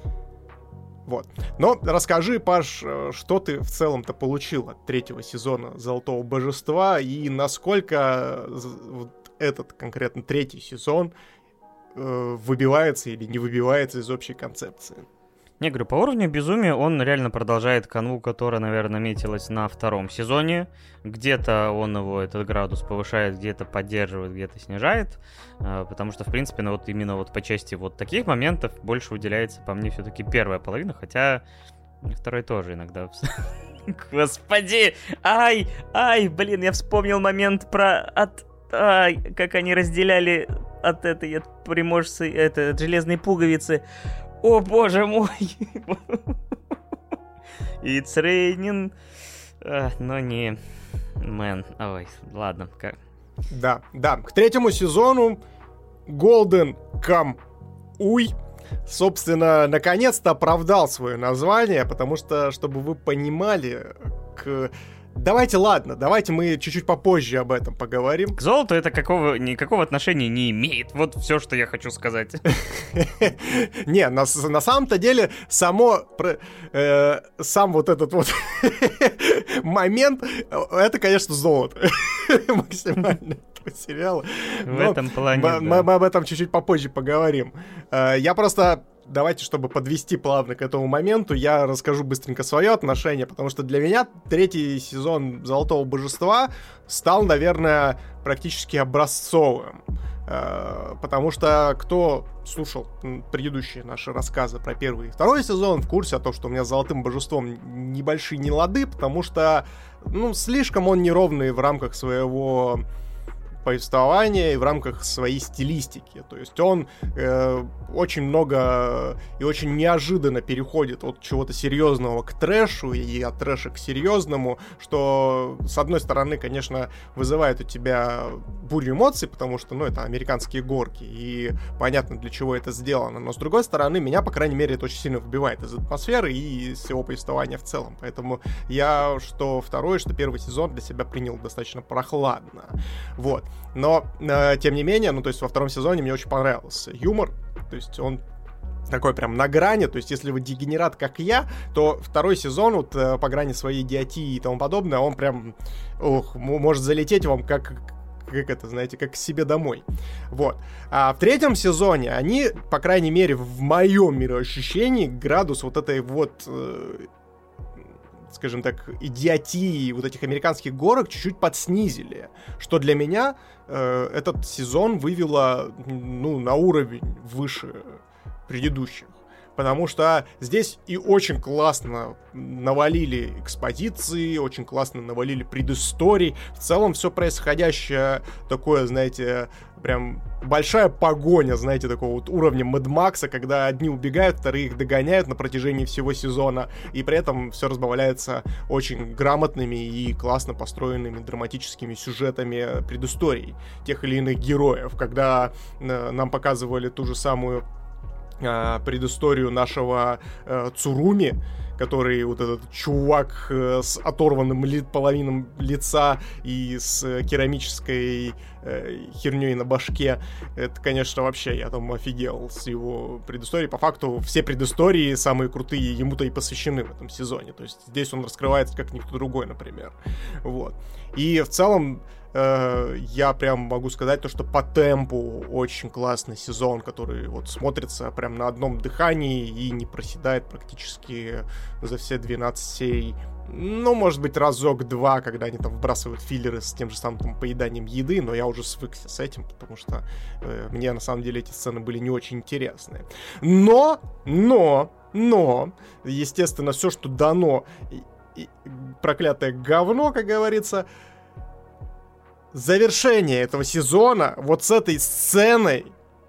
[SPEAKER 2] Вот. Но расскажи, Паш, что ты в целом-то получил от третьего сезона «Золотого божества» и насколько вот этот конкретно третий сезон э, выбивается или не выбивается из общей концепции?
[SPEAKER 1] Не, говорю, по уровню безумия он реально продолжает канву, которая, наверное, наметилась на втором сезоне. Где-то он его, этот градус, повышает, где-то поддерживает, где-то снижает. Потому что, в принципе, ну, вот именно вот по части вот таких моментов больше уделяется, по мне, все-таки первая половина. Хотя второй тоже иногда... Господи! Ай! Ай! Блин, я вспомнил момент про... От... Ай, как они разделяли от этой, от приморской, это, от железной пуговицы. О, боже мой! It's raining. А, но не... Мэн, ой, ладно. Как...
[SPEAKER 2] Да, да. К третьему сезону Golden Kamuy, собственно, наконец-то оправдал свое название, потому что, чтобы вы понимали, к... Давайте, ладно, давайте мы чуть-чуть попозже об этом поговорим.
[SPEAKER 1] К золоту это какого, никакого отношения не имеет. Вот все, что я хочу сказать.
[SPEAKER 2] Не, на, на самом-то деле само, э, сам вот этот вот момент, это, конечно, золото максимально этого сериала.
[SPEAKER 1] В этом плане,
[SPEAKER 2] мы об этом чуть-чуть попозже поговорим. Я просто... Давайте, чтобы подвести плавно к этому моменту, я расскажу быстренько свое отношение, потому что для меня третий сезон «Золотого божества» стал, наверное, практически образцовым. Потому что кто слушал предыдущие наши рассказы про первый и второй сезон, в курсе о том, что у меня с «Золотым божеством» небольшие нелады, потому что, ну, слишком он неровный в рамках своего... повествования и в рамках своей стилистики. То есть он э, очень много и очень неожиданно переходит от чего-то серьезного к трэшу и от трэша к серьезному, что, с одной стороны, конечно, вызывает у тебя бурю эмоций, потому что, ну, это американские горки, и понятно, для чего это сделано. Но, с другой стороны, меня, по крайней мере, это очень сильно выбивает из атмосферы и из всего повествования в целом. Поэтому я что второй, что первый сезон для себя принял достаточно прохладно. Вот. Но, э, тем не менее, ну, то есть во втором сезоне мне очень понравился юмор, то есть он такой прям на грани, то есть если вы дегенерат, как я, то второй сезон вот э, по грани своей идиотии и тому подобное, он прям, ох, может залететь вам как... как это, знаете, как к себе домой. Вот. А в третьем сезоне они, по крайней мере, в моем мироощущении, градус вот этой вот... Э, скажем так, идиотии вот этих американских горок чуть-чуть подснизили, что для меня э, этот сезон вывело, ну, на уровень выше предыдущих. Потому что здесь и очень классно навалили экспозиции, очень классно навалили предысторий. В целом все происходящее такое, знаете, прям большая погоня, знаете, такого вот уровня Мэд Макса, когда одни убегают, вторые их догоняют на протяжении всего сезона, и при этом все разбавляется очень грамотными и классно построенными драматическими сюжетами предысторий тех или иных героев. Когда э, нам показывали ту же самую предысторию нашего э, Цуруми, который вот этот чувак э, с оторванным ли, половином лица и с э, керамической э, херней на башке. Это, конечно, вообще я там офигел с его предысторией. По факту все предыстории самые крутые ему-то и посвящены в этом сезоне. То есть здесь он раскрывается как никто другой, например. Вот. И в целом я прям могу сказать то, что по темпу очень классный сезон, который вот смотрится прям на одном дыхании и не проседает практически за все двенадцать серий. Ну, может быть, разок-два, когда они там вбрасывают филлеры с тем же самым там, поеданием еды, но я уже свыкся с этим, потому что э, мне, на самом деле, эти сцены были не очень интересные. Но, но, но, естественно, все, что дано, и, и, проклятое говно, как говорится, завершение этого сезона вот с этой сценой,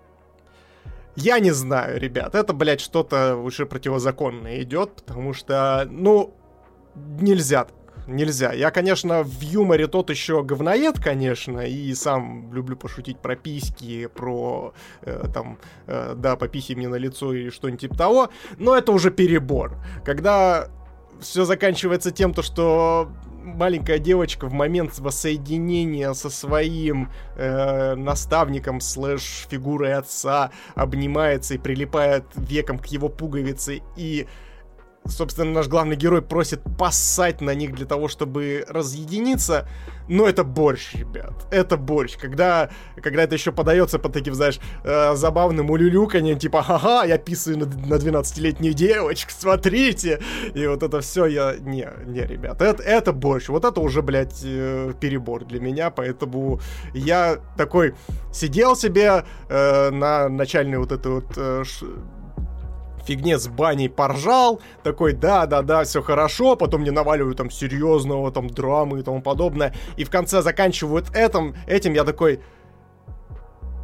[SPEAKER 2] я не знаю, ребят, это, блядь, что-то уже противозаконное идет, потому что, ну, нельзя так, нельзя. Я, конечно, в юморе тот еще говноед, конечно, и сам люблю пошутить про письки, про, э, там, э, да, пописи мне на лицо и что-нибудь типа того, но это уже перебор. Когда все заканчивается тем, то, что маленькая девочка в момент воссоединения со своим э, наставником слэш фигурой отца обнимается и прилипает веком к его пуговице, и, собственно, наш главный герой просит поссать на них для того, чтобы разъединиться. Но это борщ, ребят. Это борщ. Когда, когда это еще подается под таким, знаешь, э, забавным улюлюканьем, типа, ха-ха, я писаю на, на двенадцатилетнюю девочку, смотрите. И вот это все я... Не, не, ребят, это, это борщ. Вот это уже, блядь, э, перебор для меня, поэтому я такой сидел себе э, на начальной вот этой вот... Э, ш... фигне с баней поржал, такой, да-да-да, все хорошо, потом мне наваливают там серьезного, там, драмы и тому подобное, и в конце заканчивают этим, этим я такой,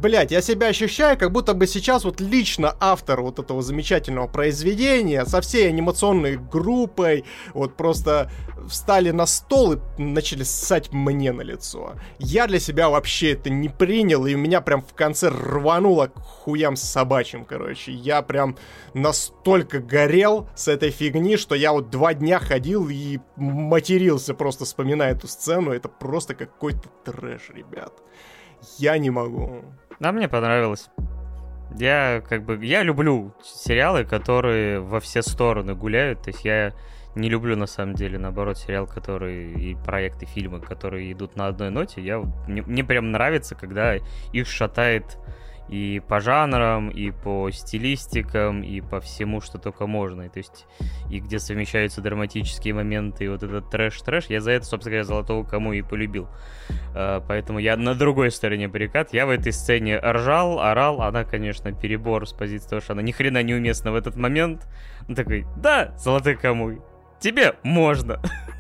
[SPEAKER 2] блядь, я себя ощущаю, как будто бы сейчас вот лично автор вот этого замечательного произведения со всей анимационной группой вот просто встали на стол и начали ссать мне на лицо. Я для себя вообще это не принял, и меня прям в конце рвануло к хуям собачьим, короче. Я прям настолько горел с этой фигни, что я вот два дня ходил и матерился, просто вспоминая эту сцену. Это просто какой-то трэш, ребят. Я не могу.
[SPEAKER 1] Да, мне понравилось. Я как бы... Я люблю сериалы, которые во все стороны гуляют. То есть я не люблю, на самом деле, наоборот, сериал, который... И проекты, фильмы, которые идут на одной ноте. Я... Мне, мне прям нравится, когда их шатает и по жанрам, и по стилистикам, и по всему, что только можно. И, то есть, и где совмещаются драматические моменты, и вот этот трэш-трэш. Я за это, собственно говоря, «Золотого Каму» и полюбил. Uh, поэтому я на другой стороне баррикад. Я в этой сцене ржал, орал. Она, конечно, перебор с позиции того, что она ни хрена неуместна в этот момент. Он такой: да, «Золотой Каму», тебе можно.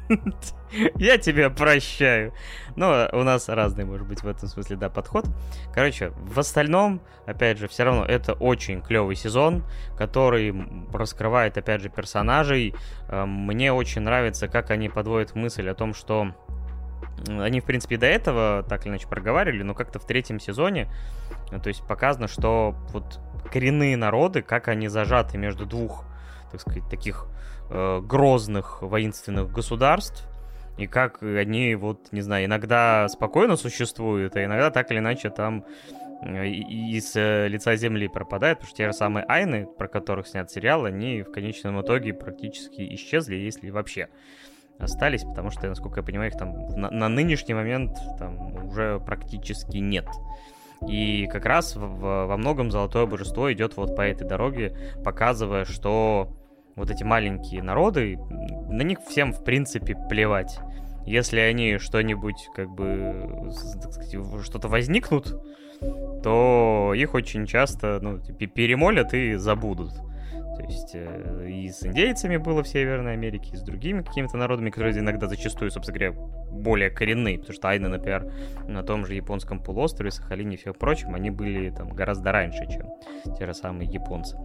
[SPEAKER 1] Я тебя прощаю. Но у нас разный, может быть, в этом смысле, да, подход. Короче, в остальном, опять же, все равно это очень клевый сезон, который раскрывает, опять же, персонажей. Мне очень нравится, как они подводят мысль о том, что они, в принципе, до этого так или иначе проговаривали, но как-то в третьем сезоне, то есть показано, что вот коренные народы, как они зажаты между двух, так сказать, таких э, грозных воинственных государств, и как они, вот, не знаю, иногда спокойно существуют, а иногда так или иначе там из лица земли пропадают, потому что те же самые айны, про которых снят сериал, они в конечном итоге практически исчезли, если вообще остались, потому что, насколько я понимаю, их там на, на нынешний момент там уже практически нет. И как раз в, в, во многом «Золотое Божество» идет вот по этой дороге, показывая, что вот эти маленькие народы, на них всем, в принципе, плевать. Если они что-нибудь, как бы, так сказать, что-то возникнут, то их очень часто, ну, перемолят и забудут. То есть э, и с индейцами было в Северной Америке, и с другими какими-то народами, которые иногда зачастую, собственно говоря, более коренные, потому что айны, например, на том же японском полуострове, Сахалине и всем прочем, они были там гораздо раньше, чем те же самые японцы.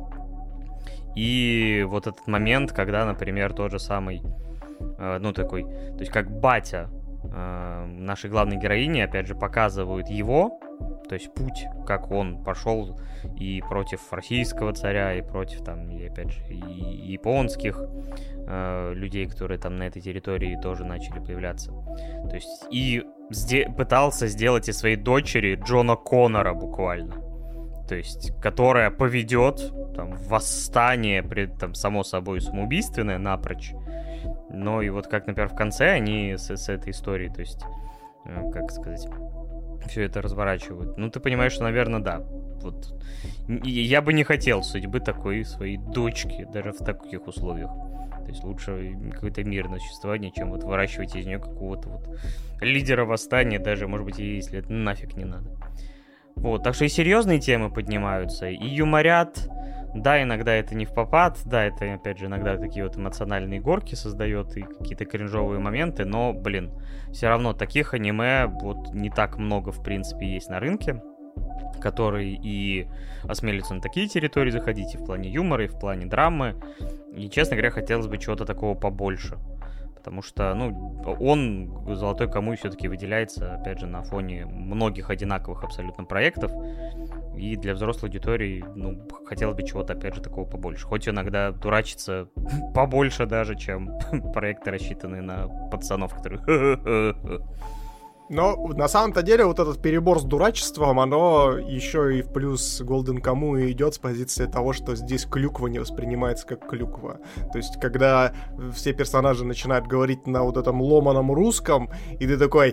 [SPEAKER 1] И вот этот момент, когда, например, тот же самый, э, ну, такой, то есть как батя э, нашей главной героини, опять же, показывают его, то есть путь, как он пошел и против российского царя, и против, там, и, опять же, и японских э, людей, которые там на этой территории тоже начали появляться. То есть и сде- пытался сделать из своей дочери Джона Коннора буквально. То есть, которая поведет там восстание, при, там, само собой, самоубийственное напрочь. Но и вот как, например, в конце они с, с этой историей, то есть, э, как сказать, все это разворачивают. Ну, ты понимаешь, что, наверное, да. Вот. Я бы не хотел судьбы такой своей дочки, даже в таких условиях. То есть лучше какое-то мирное существование, чем вот выращивать из нее какого-то вот лидера восстания, даже, может быть, если это нафиг не надо. Вот, так что и серьезные темы поднимаются, и юморят. Да, иногда это не впопад, да, это, опять же, иногда такие вот эмоциональные горки создает и какие-то кринжовые моменты, но, блин, все равно таких аниме вот не так много, в принципе, есть на рынке, которые и осмелятся на такие территории заходить, и в плане юмора, и в плане драмы, и, честно говоря, хотелось бы чего-то такого побольше. Потому что, ну, он, «Золотой Каму», все-таки выделяется, опять же, на фоне многих одинаковых абсолютно проектов. И для взрослой аудитории, ну, хотелось бы чего-то, опять же, такого побольше. Хоть иногда дурачиться побольше даже, чем проекты, рассчитанные на пацанов, которые...
[SPEAKER 2] Но на самом-то деле вот этот перебор с дурачеством, оно еще и в плюс Golden Kamuy идет с позиции того, что здесь клюква не воспринимается как клюква. То есть, когда все персонажи начинают говорить на вот этом ломаном русском, и ты такой...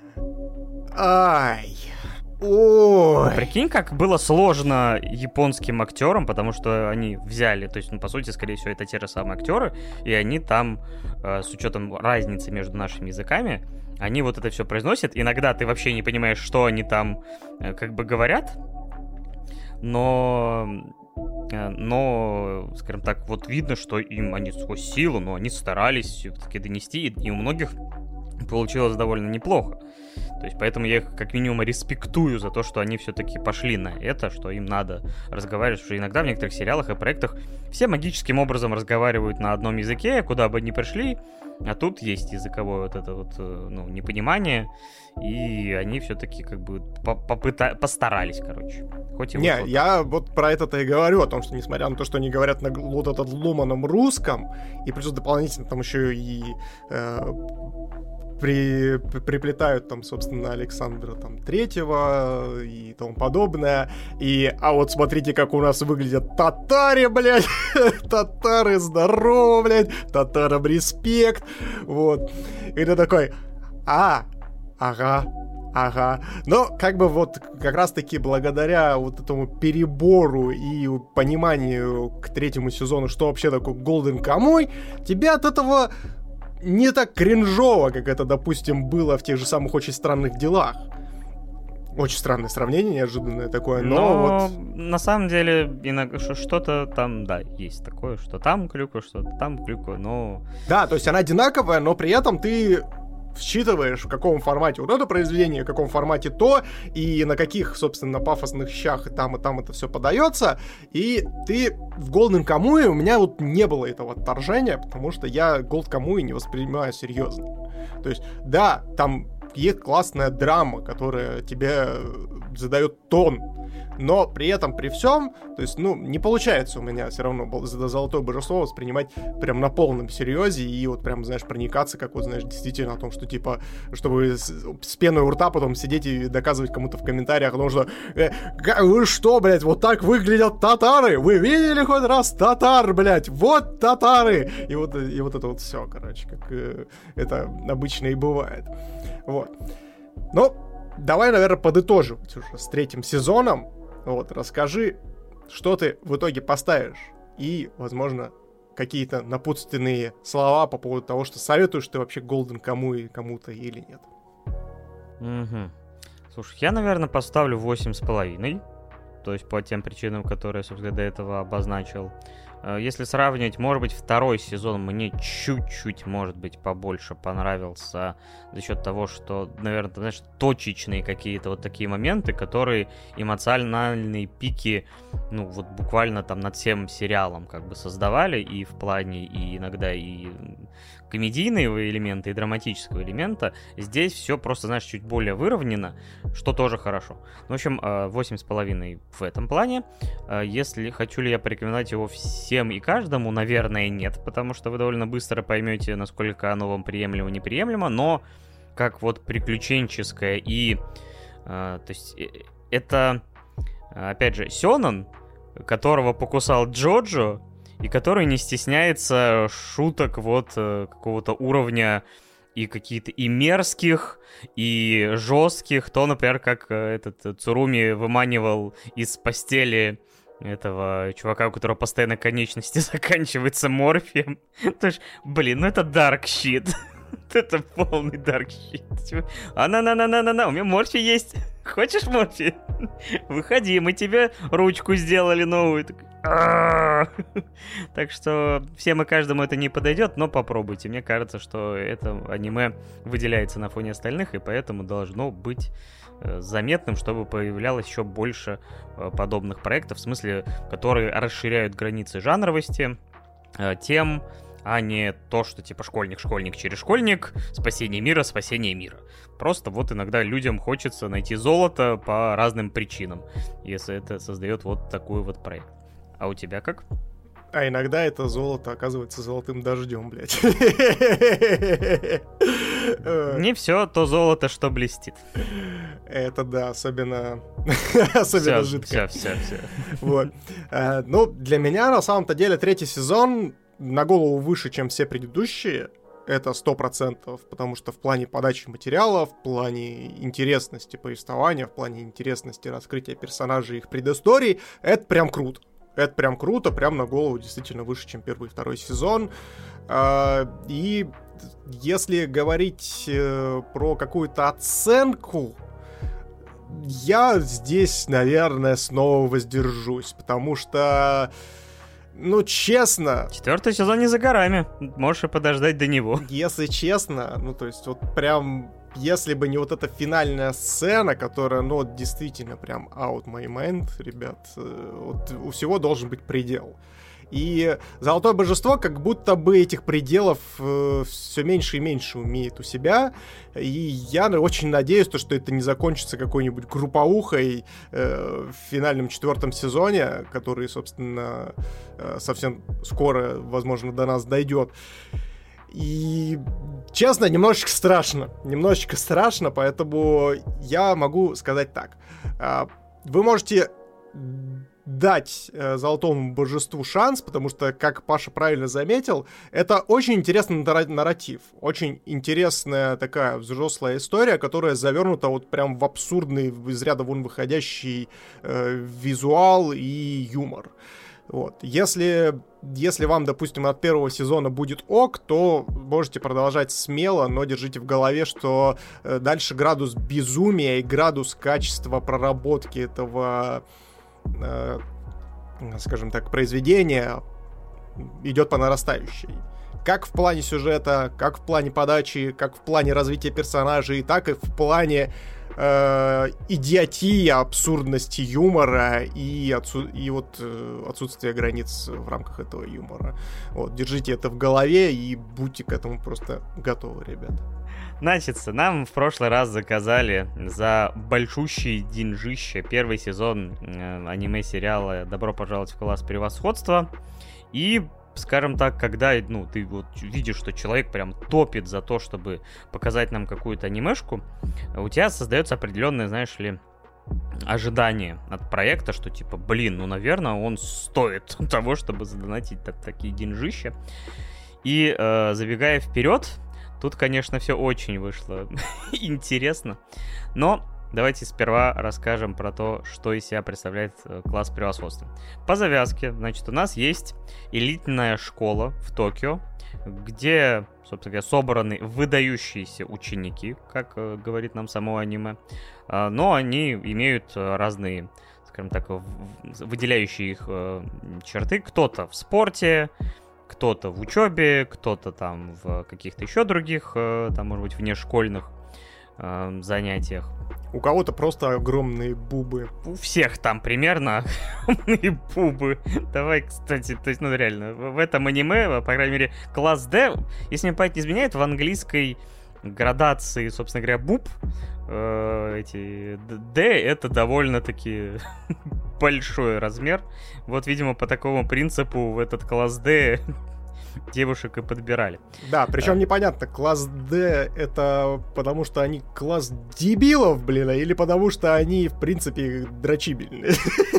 [SPEAKER 2] Ай... Ой.
[SPEAKER 1] Прикинь, как было сложно японским актерам, потому что они взяли, то есть, ну, по сути, скорее всего, это те же самые актеры, и они там, э, с учетом разницы между нашими языками, они вот это все произносят. Иногда ты вообще не понимаешь, что они там э, как бы говорят, но, э, но, скажем так, вот видно, что им они сквозь силу, но они старались все-таки донести, и, и у многих получилось довольно неплохо. То есть поэтому я их как минимум респектую за то, что они все-таки пошли на это, что им надо разговаривать, что иногда в некоторых сериалах и проектах все магическим образом разговаривают на одном языке, куда бы ни пришли, а тут есть языковое вот это вот, ну, непонимание, и они все-таки как бы попыта- постарались, короче. Хоть и
[SPEAKER 2] Не,
[SPEAKER 1] вот
[SPEAKER 2] я вот про это-то и говорю, о том, что несмотря на то, что они говорят на вот этот ломаном русском, и плюс дополнительно там еще и э, при, приплетают там, собственно, Александра там Третьего и тому подобное. И, а вот смотрите, как у нас выглядят татари, блядь. Татары, здорово, блядь. Татарам респект. Вот. И ты такой, а, ага, ага. Но как бы вот как раз-таки благодаря вот этому перебору и пониманию к третьему сезону, что вообще такое Golden Kamuy, тебя от этого не так кринжово, как это, допустим, было в тех же самых «Очень странных делах». Очень странное сравнение, неожиданное такое, но, но
[SPEAKER 1] вот... на самом деле иногда что-то там, да, есть такое, что там клюква, что там клюква, но...
[SPEAKER 2] Да, то есть она одинаковая, но при этом ты считываешь, в каком формате вот это произведение, в каком формате то, и на каких, собственно, пафосных щах и там, и там это все подается, и ты в Golden Kamuy у меня вот не было этого отторжения, потому что я Gold Kamuy не воспринимаю серьезно. То есть, да, там есть классная драма, которая тебе задает тон, но при этом, при всем, то есть, ну, не получается у меня все равно «Золотое божество» воспринимать прям на полном серьезе и вот прям, знаешь, проникаться, как вот, знаешь, действительно о том, что, типа, чтобы с, с пеной у рта потом сидеть и доказывать кому-то в комментариях о том, что э, вы что, блядь, вот так выглядят татары? Вы видели хоть раз татар, блядь? Вот татары! И вот, и вот это вот все, короче, как э, это обычно и бывает. Вот. Ну, давай, наверное, подытоживать уже с третьим сезоном. Вот, расскажи, что ты в итоге поставишь. И, возможно, какие-то напутственные слова по поводу того, что советуешь ты вообще Golden Kamuy кому-то или нет.
[SPEAKER 1] Угу. Слушай, я, наверное, поставлю восемь с половиной. То есть по тем причинам, которые я, собственно, до этого обозначил. Если сравнивать, может быть, второй сезон мне чуть-чуть, может быть, побольше понравился за счет того, что, наверное, знаешь, точечные какие-то вот такие моменты, которые эмоциональные пики, ну, вот буквально там над всем сериалом как бы создавали, и в плане, и иногда и комедийного элемента, и драматического элемента. Здесь все просто, знаешь, чуть более выровнено, что тоже хорошо. В общем, восемь с половиной в этом плане. Если хочу ли я порекомендовать его всем и каждому, наверное, нет, потому что вы довольно быстро поймете, насколько оно вам приемлемо, неприемлемо, но как вот приключенческое и... То есть это, опять же, сёнэн, которого покусал Джоджо, и который не стесняется шуток вот какого-то уровня и какие-то и мерзких, и жестких. То, например, как этот Цуруми выманивал из постели этого чувака, у которого постоянно конечности заканчиваются морфием. То есть, блин, ну это dark shit. Это полный dark shit. А на-на-на-на-на-на, у меня морфий есть. Хочешь морфий? Выходи, мы тебе ручку сделали новую. Так что всем и каждому это не подойдет, но попробуйте. Мне кажется, что это аниме выделяется на фоне остальных, и поэтому должно быть заметным, чтобы появлялось еще больше подобных проектов, в смысле, которые расширяют границы жанровости, тем, а не то, что типа школьник-школьник через школьник, спасение мира, спасение мира. Просто вот иногда людям хочется найти золото по разным причинам, если это создает вот такой вот проект. А у тебя как?
[SPEAKER 2] А иногда это золото оказывается золотым дождем, блядь.
[SPEAKER 1] Не все то золото, что блестит.
[SPEAKER 2] Это да, особенно особенно жидко.
[SPEAKER 1] Все, все, все.
[SPEAKER 2] Вот. Ну, для меня, на самом-то деле, третий сезон на голову выше, чем все предыдущие. Это сто процентов, потому что в плане подачи материала, в плане интересности повествования, в плане интересности раскрытия персонажей и их предысторий, это прям круто. Это прям круто, прям на голову действительно выше, чем первый и второй сезон. И если говорить про какую-то оценку, я здесь, наверное, снова воздержусь, потому что Ну, честно...
[SPEAKER 1] Четвертый сезон не за горами. Можешь и подождать до него.
[SPEAKER 2] Если честно, ну, то есть, вот прям... Если бы не вот эта финальная сцена, которая, ну, вот действительно прям out my mind, ребят, вот у всего должен быть предел. И Золотое Божество как будто бы этих пределов э, все меньше и меньше умеет у себя. И я очень надеюсь, то, что это не закончится какой-нибудь групповухой э, в финальном четвертом сезоне, который, собственно, э, совсем скоро, возможно, до нас дойдет. И, честно, немножечко страшно. Немножечко страшно, поэтому я могу сказать так. Вы можете дать э, Золотому Божеству шанс, потому что, как Паша правильно заметил, это очень интересный нарратив. Очень интересная такая взрослая история, которая завернута вот прям в абсурдный, из ряда вон выходящий э, визуал и юмор. Вот. Если, если вам, допустим, от первого сезона будет ок, то можете продолжать смело, но держите в голове, что э, дальше градус безумия и градус качества проработки этого, э, скажем так, произведения идет по нарастающей. Как в плане сюжета, как в плане подачи, как в плане развития персонажей, так и в плане э, идиотии, абсурдности юмора и, отсу- и вот э, отсутствия границ в рамках этого юмора. Вот, держите это в голове и будьте к этому просто готовы, ребят.
[SPEAKER 1] Значит, нам в прошлый раз заказали за большущие деньжища первый сезон э, аниме-сериала «Добро пожаловать в класс превосходства». И, скажем так, когда, ну, ты вот видишь, что человек прям топит за то, чтобы показать нам какую-то анимешку, у тебя создается определенное, знаешь ли, ожидание от проекта, что типа, блин, ну, наверное, он стоит того, чтобы задонатить так, такие деньжища. И, э, забегая вперед, тут, конечно, все очень вышло интересно, но давайте сперва расскажем про то, что из себя представляет класс превосходства. По завязке, значит, у нас есть элитная школа в Токио, где, собственно говоря, собраны выдающиеся ученики, как э, говорит нам само аниме, э, но они имеют разные, скажем так, выделяющие их э, черты. Кто-то в спорте, кто-то в учебе, кто-то там в каких-то еще других, э, там, может быть, внешкольных э, занятиях.
[SPEAKER 2] У кого-то просто огромные бубы.
[SPEAKER 1] У всех там примерно огромные бубы. Давай, кстати, то есть, ну реально, в этом аниме, по крайней мере, класс D, если мне память не изменяет, в английской градации, собственно говоря, буб, э, эти D, это довольно-таки большой размер. Вот, видимо, по такому принципу в этот класс D девушек и подбирали.
[SPEAKER 2] Да, причем а. непонятно, класс D это потому что они класс дебилов, блин, или потому что они, в принципе, дрочибельные.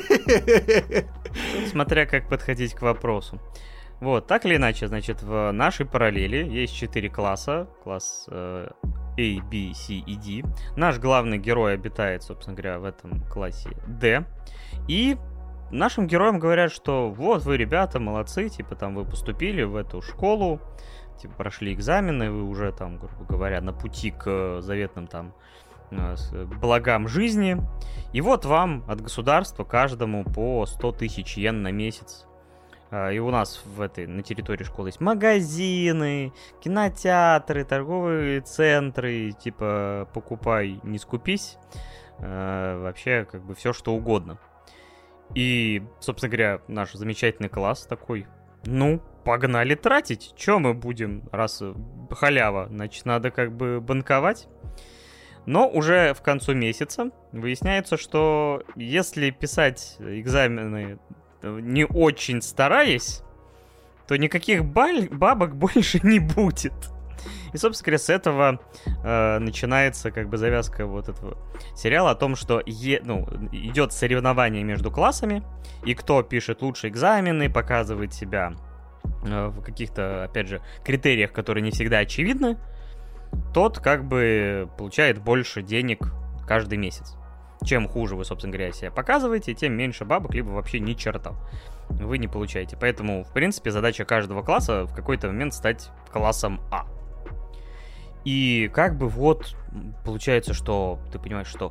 [SPEAKER 1] Смотря как подходить к вопросу. Вот, так или иначе, значит, в нашей параллели есть четыре класса. Класс э, A, B, C и D. Наш главный герой обитает, собственно говоря, в этом классе D. И нашим героям говорят, что вот вы, ребята, молодцы, типа там вы поступили в эту школу, типа прошли экзамены, вы уже там, грубо говоря, на пути к заветным там благам жизни. И вот вам от государства каждому по сто тысяч йен на месяц. И у нас в этой, на территории школы есть магазины, кинотеатры, торговые центры, типа покупай, не скупись. Вообще, как бы все что угодно. И, собственно говоря, наш замечательный класс такой, ну, погнали тратить. Чё мы будем, раз халява, значит, надо как бы банковать. Но уже в концу месяца выясняется, что если писать экзамены не очень стараясь, то никаких баль- бабок больше не будет. И, собственно говоря, с этого э, начинается как бы завязка вот этого сериала о том, что е- ну, идет соревнование между классами, и кто пишет лучшие экзамены, показывает себя э, в каких-то, опять же, критериях, которые не всегда очевидны, тот как бы получает больше денег каждый месяц. Чем хуже вы, собственно говоря, себя показываете, тем меньше бабок, либо вообще ни черта вы не получаете. Поэтому, в принципе, задача каждого класса в какой-то момент стать классом А. И как бы вот получается, что ты понимаешь, что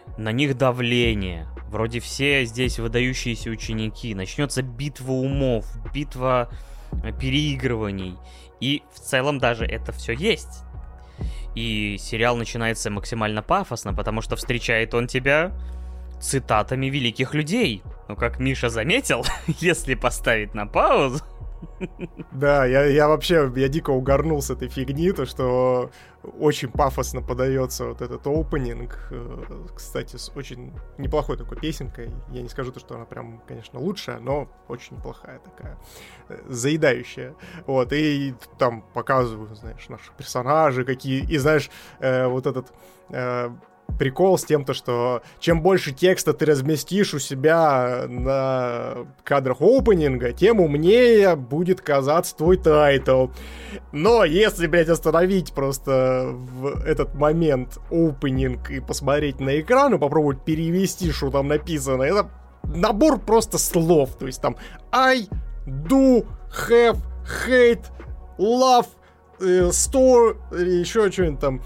[SPEAKER 1] на них давление, вроде все здесь выдающиеся ученики, начнется битва умов, битва переигрываний, и в целом даже это все есть. И сериал начинается максимально пафосно, потому что встречает он тебя цитатами великих людей. Ну, как Миша заметил, если поставить на паузу...
[SPEAKER 2] Да, я, я вообще, я дико угорнул с этой фигни, то, что очень пафосно подается вот этот опенинг. Кстати, с очень неплохой такой песенкой. Я не скажу то, что она прям, конечно, лучшая, но очень неплохая такая, заедающая. Вот, и там показывают, знаешь, наших персонажей, какие... И, знаешь, э, вот этот... Э, прикол с тем, то, что чем больше текста ты разместишь у себя на кадрах опенинга, тем умнее будет казаться твой тайтл. Но если, блядь, остановить просто в этот момент опенинг и посмотреть на экран и попробовать перевести, что там написано, это набор просто слов. То есть там I do have hate love uh, store или еще что-нибудь там.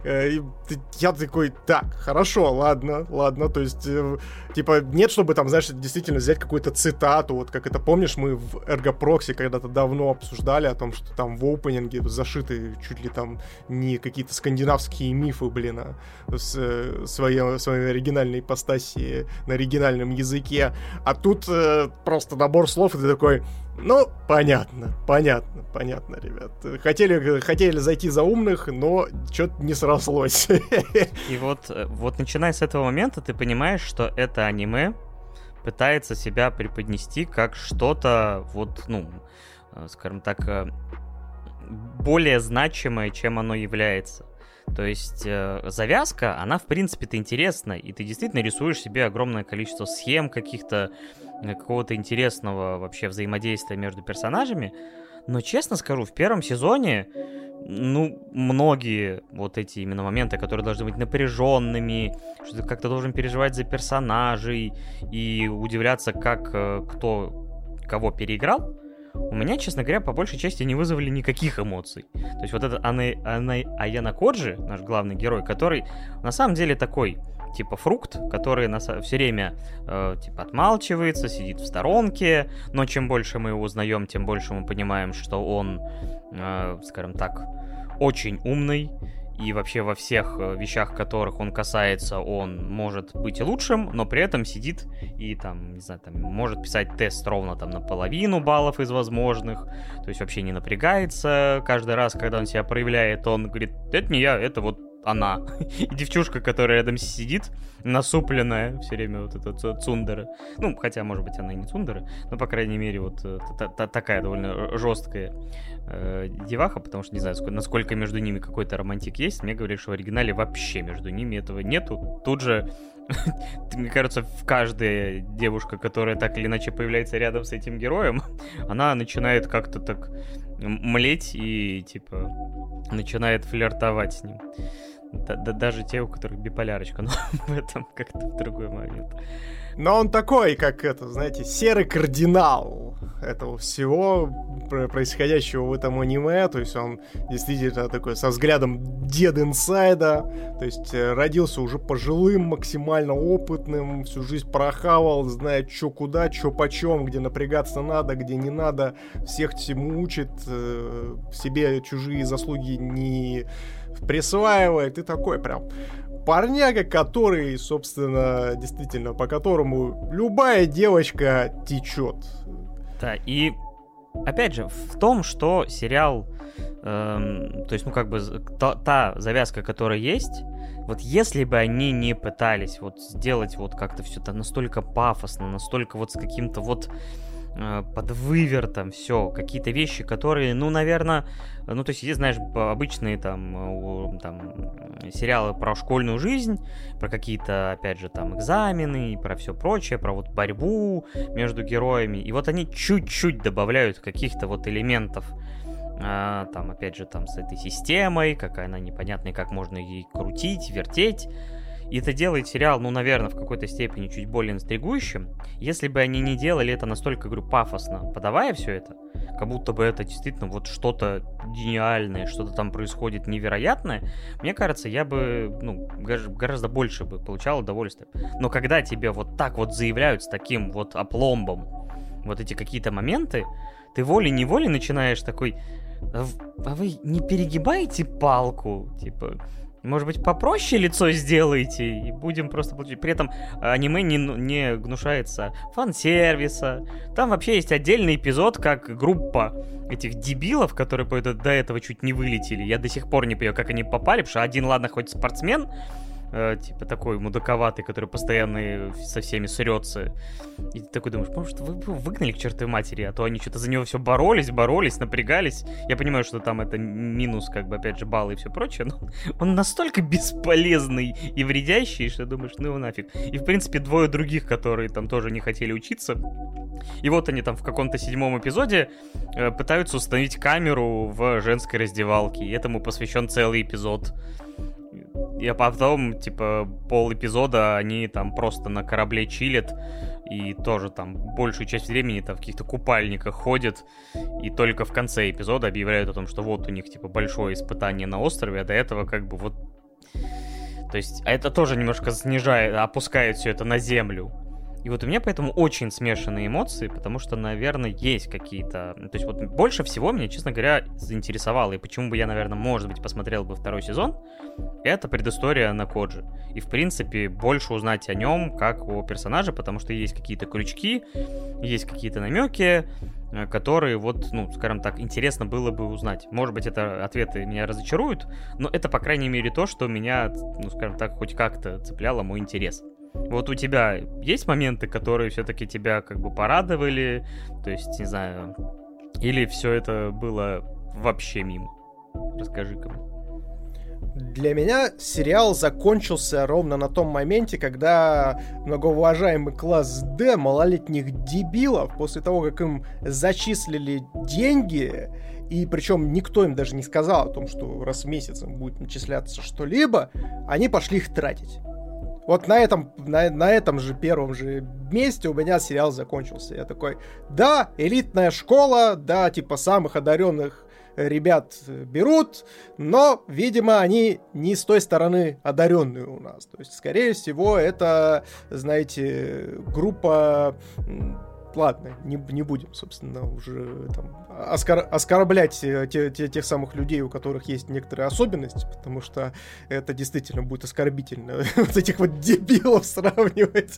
[SPEAKER 2] Я такой, так, хорошо, ладно, ладно, то есть, э, типа, нет, чтобы там, знаешь, действительно взять какую-то цитату, вот как это, помнишь, мы в Ergoproxy когда-то давно обсуждали о том, что там в опенинге зашиты чуть ли там не какие-то скандинавские мифы, блин, а, с э, своей, своей оригинальной ипостаси на оригинальном языке, а тут э, просто набор слов, и ты такой, ну, понятно, понятно, понятно, ребят. Хотели, хотели зайти за умных, но что-то не срослось.
[SPEAKER 1] И вот, вот начиная с этого момента, ты понимаешь, что это аниме пытается себя преподнести как что-то, вот, ну, скажем так, более значимое, чем оно является. То есть э, завязка, она в принципе-то интересна, и ты действительно рисуешь себе огромное количество схем каких-то, какого-то интересного вообще взаимодействия между персонажами. Но, честно скажу, в первом сезоне, ну, многие вот эти именно моменты, которые должны быть напряженными, что ты как-то должен переживать за персонажей и удивляться, как э, кто кого переиграл, у меня, честно говоря, по большей части не вызвали никаких эмоций. То есть вот этот Ана, Ана, Аяна Коджи, наш главный герой, который на самом деле такой, типа фрукт, который на, все время э, типа отмалчивается, сидит в сторонке, но чем больше мы его узнаем, тем больше мы понимаем, что он, э, скажем так, очень умный, и вообще во всех вещах, которых он касается, он может быть лучшим, но при этом сидит и там, не знаю, там может писать тест ровно там наполовину баллов из возможных, то есть вообще не напрягается каждый раз, когда он себя проявляет, он говорит, это не я, это вот она. И девчушка, которая рядом сидит, насупленная, все время вот эта цундера. Ну, хотя, может быть, она и не цундера, но, по крайней мере, вот такая довольно жесткая э, деваха, потому что не знаю, насколько между ними какой-то романтик есть. Мне говорили, что в оригинале вообще между ними этого нету. Тут же, мне кажется, в каждая девушка, которая так или иначе появляется рядом с этим героем, она начинает как-то так млеть и, типа, начинает флиртовать с ним. Да, да, даже те, у которых биполярочка, но в этом как-то в другой момент.
[SPEAKER 2] Но он такой, как это, знаете, серый кардинал этого всего происходящего в этом аниме. То есть он действительно такой со взглядом дед инсайда. То есть родился уже пожилым, максимально опытным, всю жизнь прохавал, знает, что куда, что почем, где напрягаться надо, где не надо. Всех всему учит, себе чужие заслуги не присваивает. И такой прям парняга, который, собственно, действительно, по которому любая девочка течет.
[SPEAKER 1] Да, и опять же, в том, что сериал, эм, то есть, ну, как бы, та, та завязка, которая есть, вот если бы они не пытались вот сделать вот как-то все это настолько пафосно, настолько вот с каким-то вот под вывертом все, какие-то вещи, которые, ну, наверное, ну, то есть, есть, знаешь, обычные там, там сериалы про школьную жизнь, про какие-то, опять же, там, экзамены и про все прочее, про вот борьбу между героями, и вот они чуть-чуть добавляют каких-то вот элементов, а, там, опять же, там, с этой системой, какая она непонятная, как можно ей крутить, вертеть. И это делает сериал, ну, наверное, в какой-то степени чуть более интригующим. Если бы они не делали это настолько, говорю, пафосно, подавая все это, как будто бы это действительно вот что-то гениальное, что-то там происходит невероятное, мне кажется, я бы, ну, гораздо больше бы получал удовольствие. Но когда тебе вот так вот заявляют с таким вот опломбом вот эти какие-то моменты, ты волей-неволей начинаешь такой: а вы не перегибаете палку? Типа, может быть, попроще лицо сделаете и будем просто получить. При этом аниме не, не гнушается фан-сервиса. Там вообще есть отдельный эпизод, как группа этих дебилов, которые до этого чуть не вылетели. Я до сих пор не понимаю, как они попали, потому что один, ладно, хоть спортсмен, э, типа такой мудаковатый, который постоянно со всеми срется. И ты такой думаешь, может, вы его выгнали к чертовой матери, а то они что-то за него все боролись, боролись, напрягались. Я понимаю, что там это минус, как бы, опять же, баллы и все прочее, но он настолько бесполезный и вредящий, что думаешь, ну его нафиг. И, в принципе, двое других, которые там тоже не хотели учиться. И вот они там в каком-то седьмом эпизоде э, пытаются установить камеру в женской раздевалке, и этому посвящен целый эпизод. И потом, типа, пол эпизода они там просто на корабле чилят, и тоже там большую часть времени там в каких-то купальниках ходят, и только в конце эпизода объявляют о том, что вот у них, типа, большое испытание на острове, а до этого как бы вот... То есть, а это тоже немножко снижает, опускает все это на землю. И вот у меня поэтому очень смешанные эмоции, потому что, наверное, есть какие-то... То есть вот больше всего меня, честно говоря, заинтересовало, и почему бы я, наверное, может быть, посмотрел бы второй сезон, это предыстория Накоджи. И, в принципе, больше узнать о нем, как о персонаже, потому что есть какие-то крючки, есть какие-то намеки, которые вот, ну, скажем так, интересно было бы узнать. Может быть, это ответы меня разочаруют, но это, по крайней мере, то, что меня, ну, скажем так, хоть как-то цепляло мой интерес. Вот у тебя есть моменты, которые все-таки тебя как бы порадовали? То есть, не знаю, или все это было вообще мимо? Расскажи-ка мне.
[SPEAKER 2] Для меня сериал закончился ровно на том моменте, когда многоуважаемый класс Д малолетних дебилов, после того, как им зачислили деньги, и причем никто им даже не сказал о том, что раз в месяц им будет начисляться что-либо, они пошли их тратить. Вот на этом, на, на этом же первом же месте у меня сериал закончился. Я такой, да, элитная школа, да, типа самых одаренных ребят берут, но, видимо, они не с той стороны одаренные у нас. То есть, скорее всего, это, знаете, группа... Ладно, не, не будем, собственно, уже там, оскор, оскорблять те, те, тех самых людей, у которых есть некоторые особенности, потому что это действительно будет оскорбительно вот этих вот дебилов сравнивать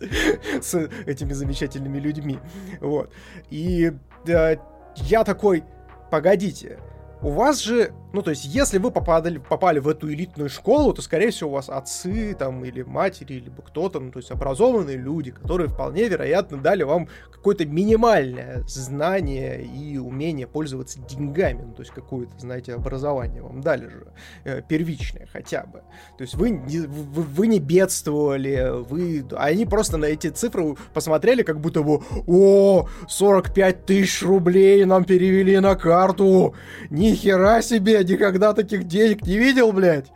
[SPEAKER 2] с этими замечательными людьми. Вот. И да, я такой, погодите, у вас же, ну, то есть, если вы попали, попали в эту элитную школу, то, скорее всего, у вас отцы, там, или матери, либо кто-то, ну, то есть, образованные люди, которые вполне вероятно дали вам какое-то минимальное знание и умение пользоваться деньгами, ну, то есть, какое-то, знаете, образование вам дали же, э, первичное хотя бы. То есть, вы не, вы, вы не бедствовали, вы... Они просто на эти цифры посмотрели, как будто бы, о, сорок пять тысяч рублей нам перевели на карту, ни хера себе, никогда таких денег не видел, блядь.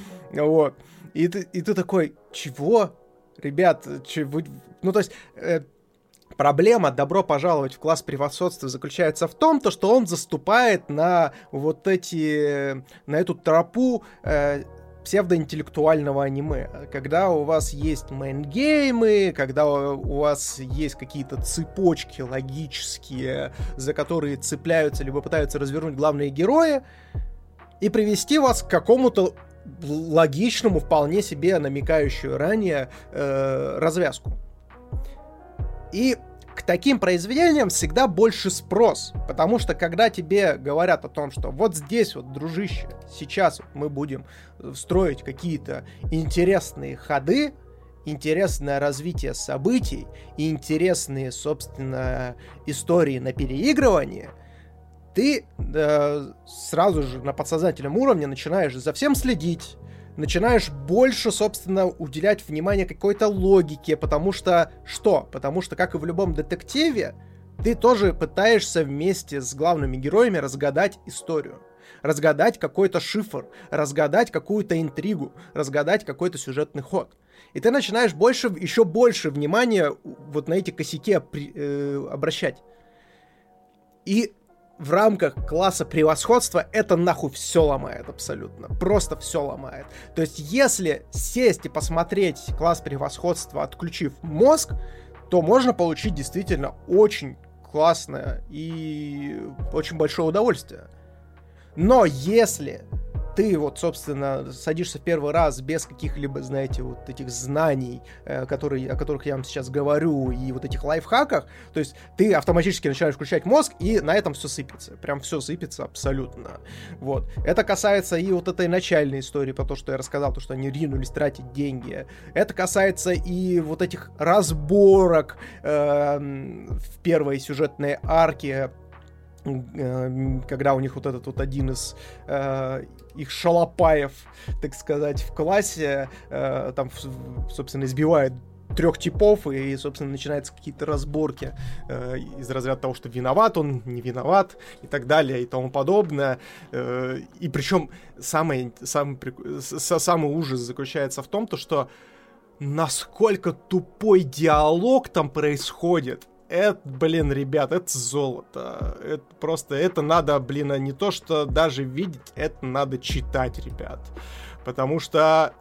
[SPEAKER 2] Вот. И ты, и ты такой, чего? Ребят, че, вы... ну то есть... Э, проблема «добро пожаловать в класс превосходства» заключается в том, то, что он заступает на вот эти... на эту тропу... Э, псевдоинтеллектуального аниме, когда у вас есть мейнгеймы, когда у вас есть какие-то цепочки логические, за которые цепляются либо пытаются развернуть главные герои, и привести вас к какому-то логичному, вполне себе намекающую ранее э, развязку. И к таким произведениям всегда больше спрос, потому что когда тебе говорят о том, что вот здесь вот, дружище, сейчас вот мы будем строить какие-то интересные ходы, интересное развитие событий и интересные, собственно, истории на переигрывание, ты э, сразу же на подсознательном уровне начинаешь за всем следить, начинаешь больше, собственно, уделять внимание какой-то логике, потому что... Что? Потому что, как и в любом детективе, ты тоже пытаешься вместе с главными героями разгадать историю. Разгадать какой-то шифр, разгадать какую-то интригу, разгадать какой-то сюжетный ход. И ты начинаешь больше, еще больше внимания вот на эти косяки при, э, обращать. И в рамках класса превосходства это нахуй все ломает абсолютно. Просто все ломает. То есть если сесть и посмотреть класс превосходства, отключив мозг, то можно получить действительно очень классное и очень большое удовольствие. Но если ты вот, собственно, садишься в первый раз без каких-либо, знаете, вот этих знаний, э, которые, о которых я вам сейчас говорю, и вот этих лайфхаках, то есть ты автоматически начинаешь включать мозг, и на этом все сыпется. Прям все сыпется абсолютно. Вот. Это касается и вот этой начальной истории, про то, что я рассказал, то, что они ринулись тратить деньги. Это касается и вот этих разборок э, в первой сюжетной арке, когда у них вот этот вот один из э, их шалопаев, так сказать, в классе, э, там, собственно, избивает трех типов, и, собственно, начинаются какие-то разборки э, из разряда того, что виноват он, не виноват, и так далее, и тому подобное. Э, и причем самый, самый, самый ужас заключается в том, то, что насколько тупой диалог там происходит. Это, блин, ребят, это золото. Это просто, это надо, блин, а не то, что даже видеть, это надо читать, ребят. Потому что,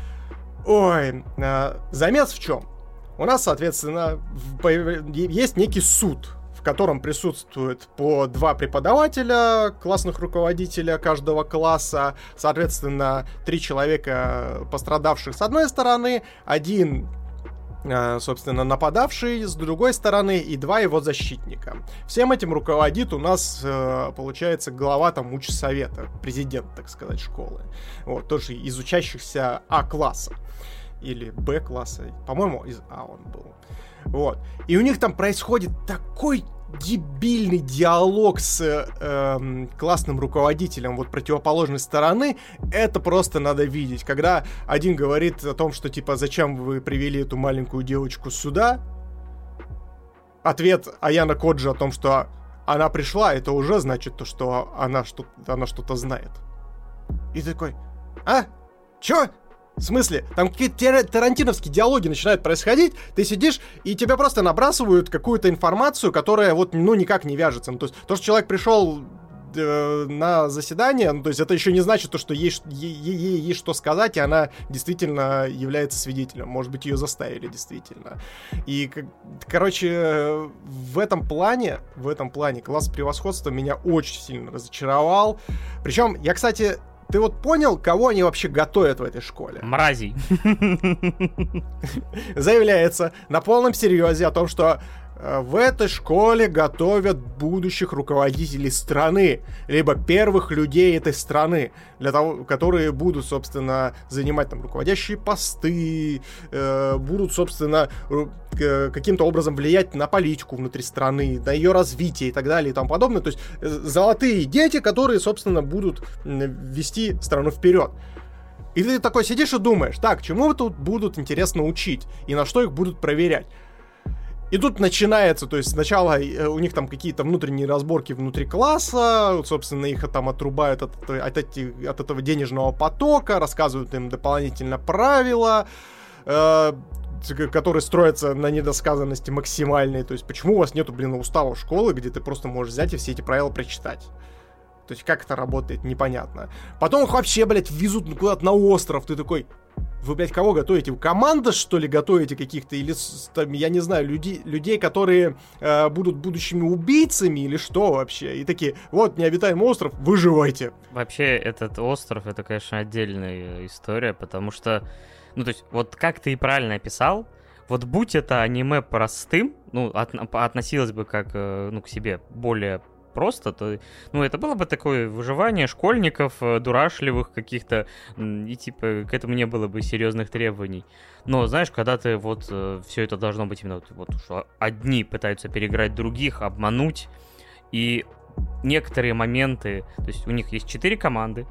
[SPEAKER 2] ой, э, замес в чем? У нас, соответственно, в, есть некий суд, в котором присутствует по два преподавателя, классных руководителя каждого класса, соответственно, три человека, пострадавших с одной стороны, один, собственно, нападавший с другой стороны и два его защитника. Всем этим руководит у нас, получается, глава там учсовета, президент, так сказать, школы. Вот, тоже из учащихся А-класса. Или Б-класса. По-моему, из А он был. Вот. И у них там происходит такой дебильный диалог с э, классным руководителем вот противоположной стороны. Это просто надо видеть. Когда один говорит о том, что типа зачем вы привели эту маленькую девочку сюда, ответ Аяна Коджи о том, что она пришла, это уже значит то, что она что-то, она что-то знает. И такой, а? Чё? В смысле? Там какие-то тарантиновские диалоги начинают происходить, ты сидишь, и тебе просто набрасывают какую-то информацию, которая вот, ну, никак не вяжется. Ну, то есть, то, что человек пришел э, на заседание, ну, то есть, это еще не значит, то, что ей, ей, ей есть что сказать, и она действительно является свидетелем. Может быть, ее заставили действительно. И, короче, в этом плане, в этом плане класс превосходства меня очень сильно разочаровал. Причем, я, кстати... Ты вот понял, кого они вообще готовят в этой школе?
[SPEAKER 1] Мразей.
[SPEAKER 2] Заявляется на полном серьезе о том, что в этой школе готовят будущих руководителей страны, либо первых людей этой страны, для того, которые будут, собственно, занимать там руководящие посты, э, будут, собственно, э, каким-то образом влиять на политику внутри страны, на ее развитие и так далее и тому подобное. То есть э, золотые дети, которые, собственно, будут вести страну вперед. И ты такой сидишь и думаешь, так, чему тут будут интересно учить и на что их будут проверять? И тут начинается, то есть сначала у них там какие-то внутренние разборки внутри класса, собственно, их там отрубают от, от, эти, от этого денежного потока, рассказывают им дополнительно правила, э, которые строятся на недосказанности максимальной. То есть почему у вас нету, блин, устава школы, где ты просто можешь взять и все эти правила прочитать? То есть как это работает, непонятно. Потом их вообще, блядь, везут куда-то на остров, ты такой... Вы, блядь, кого готовите? Вы команда, что ли, готовите каких-то? Или, там, я не знаю, людей, людей которые э, будут будущими убийцами? Или что вообще? И такие, вот, необитаемый остров, выживайте.
[SPEAKER 1] Вообще, этот остров, это, конечно, отдельная история, потому что, ну, то есть, вот как ты и правильно описал, вот будь это аниме простым, ну, от, относилось бы как, ну, к себе более просто, то, ну, это было бы такое выживание школьников, дурашливых каких-то, и, типа, к этому не было бы серьезных требований. Но, знаешь, когда ты вот, все это должно быть именно вот, что одни пытаются переиграть других, обмануть, и некоторые моменты, то есть у них есть четыре команды,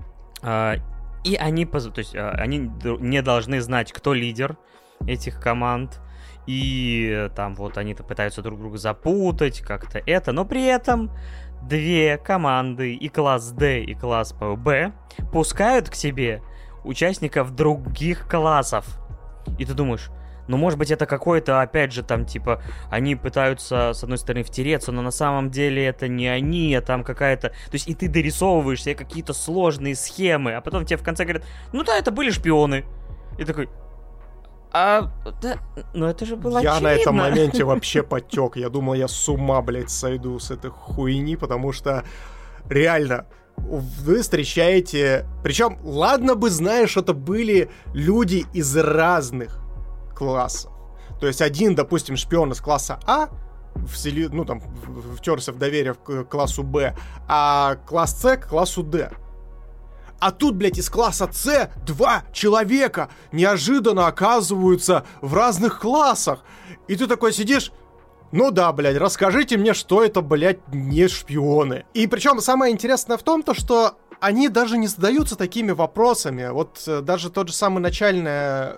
[SPEAKER 1] и они, то есть, они не должны знать, кто лидер этих команд, и там вот они-то пытаются друг друга запутать, как-то это, но при этом две команды, и класс D, и класс Б, пускают к себе участников других классов. И ты думаешь, ну, может быть, это какой-то, опять же, там, типа, они пытаются, с одной стороны, втереться, но на самом деле это не они, а там какая-то... То есть и ты дорисовываешь себе какие-то сложные схемы, а потом тебе в конце говорят, ну да, это были шпионы. И такой... А, да, ну это же было
[SPEAKER 2] Я
[SPEAKER 1] очевидно.
[SPEAKER 2] на этом моменте вообще потек. Я думал, я с ума, блядь, сойду с этой хуйни, потому что реально... Вы встречаете... Причем, ладно бы, знаешь, это были люди из разных классов. То есть один, допустим, шпион из класса А, всели, ну там, втерся в доверие к классу Б, а класс С к классу Д. А тут, блядь, из класса С два человека неожиданно оказываются в разных классах. И ты такой сидишь... Ну да, блядь, расскажите мне, что это, блядь, не шпионы. И причем самое интересное в том, то, что они даже не задаются такими вопросами. Вот даже тот же самый начальный...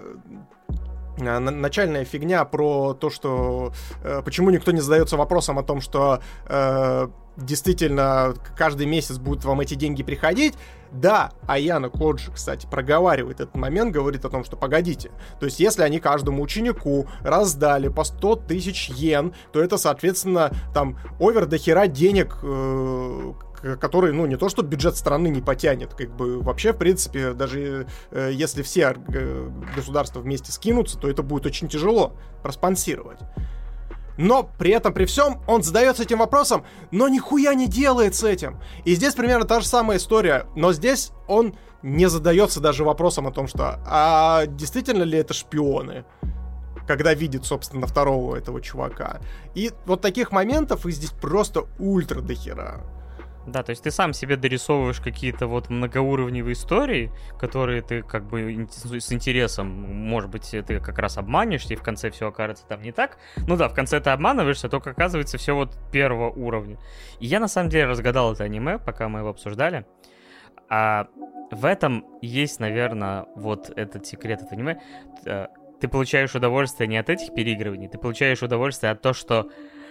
[SPEAKER 2] начальная фигня про то, что э, почему никто не задается вопросом о том, что э, действительно каждый месяц будут вам эти деньги приходить. Да, Аяна Коджи, кстати, проговаривает этот момент, говорит о том, что погодите, то есть если они каждому ученику раздали по сто тысяч йен, то это, соответственно, там овер до хера денег, э, который, ну, не то, что бюджет страны не потянет, как бы вообще, в принципе, даже э, если все э, государства вместе скинутся, то это будет очень тяжело проспонсировать. Но при этом, при всем, он задается этим вопросом, но нихуя не делает с этим. И здесь примерно та же самая история, но здесь он не задается даже вопросом о том, что, а действительно ли это шпионы? Когда видит, собственно, второго этого чувака. И вот таких моментов их здесь просто ультра дохера.
[SPEAKER 1] Да, то есть ты сам себе дорисовываешь какие-то вот многоуровневые истории, которые ты как бы с интересом, может быть, ты как раз обманешься, и в конце все окажется там не так. Ну да, в конце ты обманываешься, только оказывается все вот первого уровня. И я на самом деле разгадал это аниме, пока мы его обсуждали. А в этом есть, наверное, вот этот секрет от аниме. Ты получаешь удовольствие не от этих переигрываний, ты получаешь удовольствие от того, что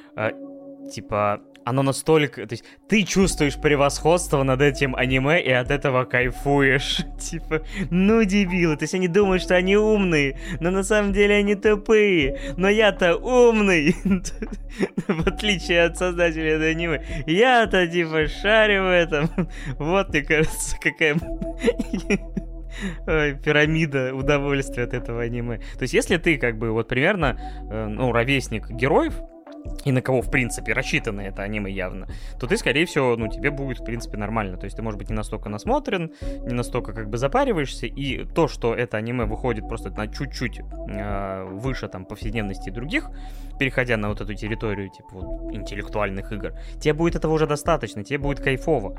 [SPEAKER 1] типа... Оно настолько... То есть ты чувствуешь превосходство над этим аниме и от этого кайфуешь. Типа, ну дебилы. То есть они думают, что они умные, но на самом деле они тупые. Но я-то умный. В отличие от создателей этого аниме. Я-то типа шарю в этом. Вот, мне кажется, какая... Ой, пирамида удовольствия от этого аниме. То есть если ты как бы вот примерно, э, ну, ровесник героев, и на кого, в принципе, рассчитано это аниме явно, то ты, скорее всего, ну, тебе будет, в принципе, нормально. То есть ты, может быть, не настолько насмотрен, не настолько, как бы, запариваешься, и то, что это аниме выходит просто на чуть-чуть э, выше, там, повседневности других, переходя на вот эту территорию, типа, вот, интеллектуальных игр, тебе будет этого уже достаточно, тебе будет кайфово.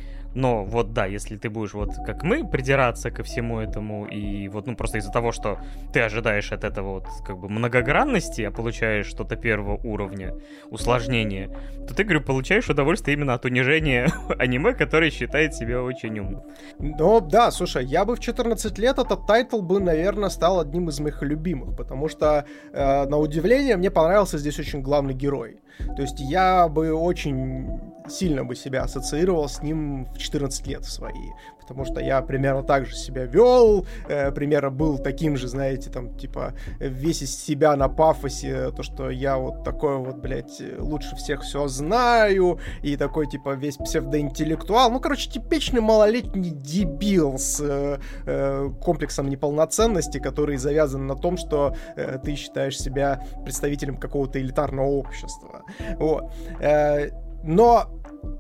[SPEAKER 1] Но вот да, если ты будешь вот как мы придираться ко всему этому, и вот, ну, просто из-за того, что ты ожидаешь от этого вот как бы многогранности, а получаешь что-то первого уровня, усложнения, то ты, говорю, получаешь удовольствие именно от унижения аниме, которое считает себя очень умным.
[SPEAKER 2] Ну да, слушай, я бы в четырнадцать лет этот тайтл бы, наверное, стал одним из моих любимых, потому что, э, на удивление, мне понравился здесь очень главный герой. То есть я бы очень сильно бы себя ассоциировал с ним в четырнадцать лет свои, потому что я примерно так же себя вел, э, примерно был таким же, знаете, там, типа, весь из себя на пафосе, то, что я вот такой вот, блядь, лучше всех все знаю, и такой, типа, весь псевдоинтеллектуал, ну, короче, типичный малолетний дебил с э, э, комплексом неполноценности, который завязан на том, что э, ты считаешь себя представителем какого-то элитарного общества. Вот. Э, но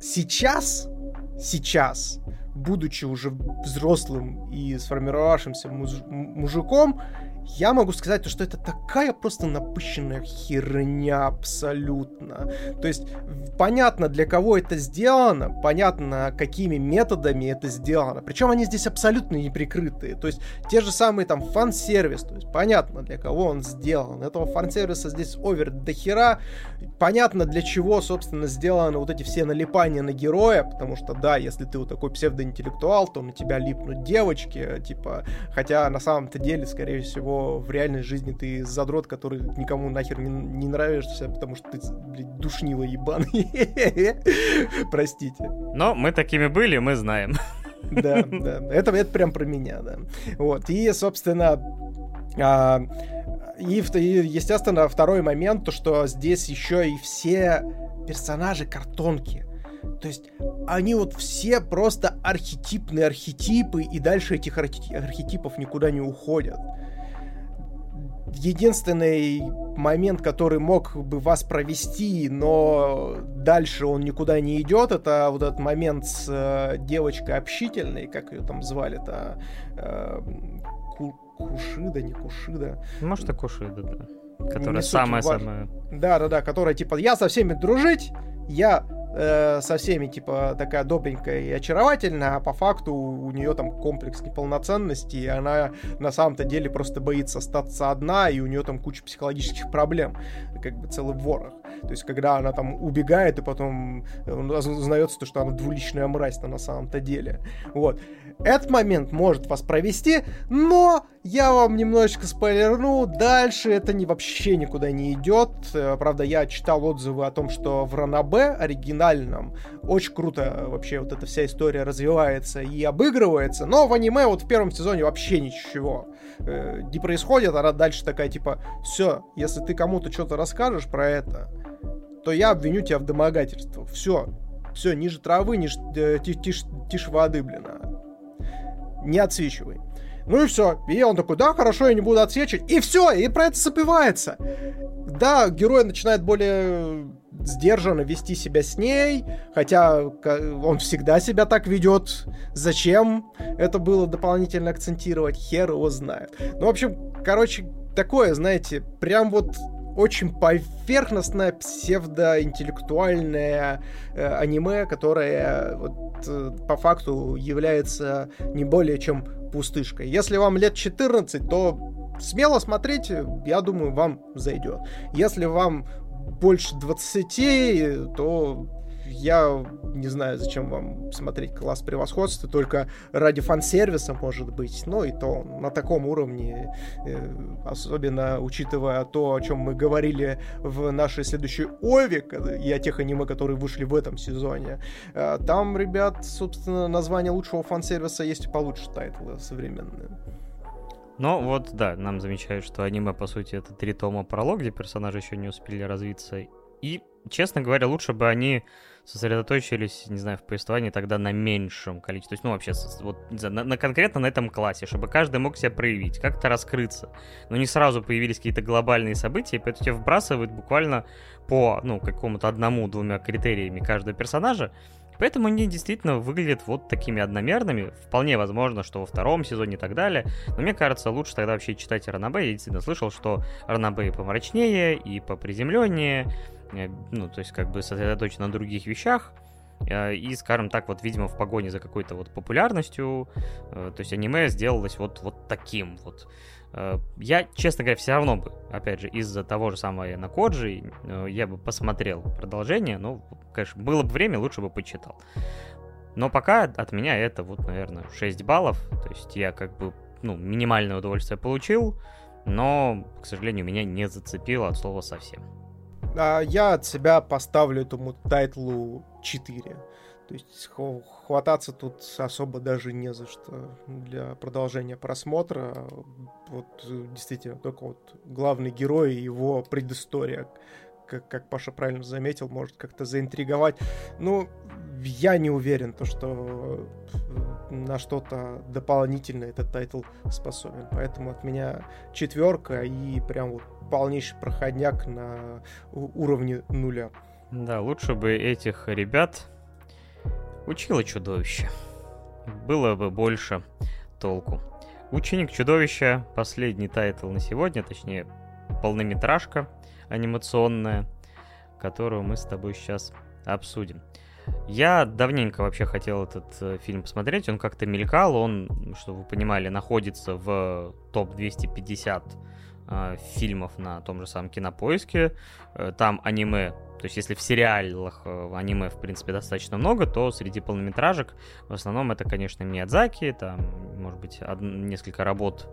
[SPEAKER 2] сейчас, сейчас, будучи уже взрослым и сформировавшимся муж- мужиком, я могу сказать, что это такая просто напыщенная херня абсолютно. То есть понятно, для кого это сделано, понятно, какими методами это сделано. Причем они здесь абсолютно неприкрытые. То есть те же самые там фан-сервис. То есть понятно, для кого он сделан. Этого фан-сервиса здесь овер до хера. Понятно, для чего, собственно, сделаны вот эти все налипания на героя. Потому что, да, если ты вот такой псевдоинтеллектуал, то на тебя липнут девочки. Типа, хотя на самом-то деле, скорее всего, в реальной жизни ты задрот, который никому нахер не, не нравишься, потому что ты, блядь, душнило ебаный. Простите.
[SPEAKER 1] Но мы такими были, мы знаем.
[SPEAKER 2] Да, да. Это, это прям про меня, да. Вот. И, собственно, А, и, и, естественно, второй момент, то, что здесь еще и все персонажи картонки. То есть они вот все просто архетипные архетипы, и дальше этих архи- архетипов никуда не уходят. Единственный момент, который мог бы вас провести, но дальше он никуда не идет, это вот этот момент с э, девочкой общительной, как ее там звали-то, э, Ку- Кушида, не Кушида.
[SPEAKER 1] Может, это Кушида, да. Которая самая-самая...
[SPEAKER 2] Да-да-да, которая типа, я со всеми дружить, я э, со всеми типа такая добренькая и очаровательная, а по факту у нее там комплекс неполноценности, и она на самом-то деле просто боится остаться одна, и у нее там куча психологических проблем, как бы целый ворох. То есть, когда она там убегает, и потом узнается, что она двуличная мразь-то на самом-то деле. Вот. Этот момент может вас провести, но я вам немножечко спойлерну, дальше это не, вообще никуда не идет. Правда, я читал отзывы о том, что в Ранобэ оригинальном очень круто вообще вот эта вся история развивается и обыгрывается, но в аниме вот в первом сезоне вообще ничего э, не происходит. Она дальше такая типа, все, если ты кому-то что-то расскажешь про это, то я обвиню тебя в домогательствах. Все, все, ниже травы, ниже, э, тише, тише воды, блин. Не отсвечивай. Ну и все. И он такой, да, хорошо, я не буду отсвечивать. И все, и про это забывается. Да, герой начинает более сдержанно вести себя с ней, хотя он всегда себя так ведет. Зачем это было дополнительно акцентировать, хер его знает. Ну, в общем, короче, такое, знаете, прям вот очень поверхностное, псевдоинтеллектуальное э, аниме, которое вот, э, по факту является не более чем пустышкой. Если вам лет четырнадцать, то смело смотрите, я думаю, вам зайдет. Если вам больше двадцати, то я не знаю, зачем вам смотреть «Класс превосходства», только ради фан-сервиса, может быть. Ну и то на таком уровне, э, особенно учитывая то, о чем мы говорили в нашей следующей ОВе, и о тех аниме, которые вышли в этом сезоне. Э, там, ребят, собственно, название лучшего фан-сервиса есть и получше тайтлы современные.
[SPEAKER 1] Ну вот, да, нам замечают, что аниме, по сути, это три тома пролог, где персонажи еще не успели развиться. И, честно говоря, лучше бы они сосредоточились, не знаю, в повествовании тогда на меньшем количестве. То есть, ну, вообще, вот, не знаю, на, на конкретно на этом классе, чтобы каждый мог себя проявить, как-то раскрыться. Но не сразу появились какие-то глобальные события, поэтому тебя вбрасывают буквально по, ну, какому-то одному-двумя критериями каждого персонажа. Поэтому они действительно выглядят вот такими одномерными. Вполне возможно, что во втором сезоне и так далее. Но мне кажется, лучше тогда вообще читать Ранобэ. Я действительно слышал, что Ранобэ и помрачнее, и поприземленнее. Ну, то есть как бы сосредоточен на других вещах. И, скажем так, вот, видимо, в погоне за какой-то вот популярностью, то есть аниме сделалось вот, вот таким вот. Я, честно говоря, все равно бы, опять же, из-за того же самого Яна Коджи, я бы посмотрел продолжение, но, конечно, было бы время, лучше бы почитал. Но пока от меня это вот, наверное, шесть баллов, то есть я как бы, ну, минимальное удовольствие получил, но, к сожалению, меня не зацепило от слова совсем.
[SPEAKER 2] Я от себя поставлю этому тайтлу четыре. То есть хвататься тут особо даже не за что для продолжения просмотра. Вот действительно только вот главный герой и его предыстория, как, как Паша правильно заметил, может как-то заинтриговать. Ну, я не уверен, то, что на что-то дополнительное этот тайтл способен. Поэтому от меня четверка и прям вот полнейший проходняк на уровне нуля.
[SPEAKER 1] Да, лучше бы этих ребят учило чудовище. Было бы больше толку. Ученик чудовища, последний тайтл на сегодня, точнее, полнометражка анимационная, которую мы с тобой сейчас обсудим. Я давненько вообще хотел этот э, фильм посмотреть, он как-то мелькал, он, чтобы вы понимали, находится в топ двести пятьдесят э, фильмов на том же самом Кинопоиске, э, там аниме. То есть, если в сериалах в аниме, в принципе, достаточно много, то среди полнометражек в основном это, конечно, Миядзаки, там, может быть, од... несколько работ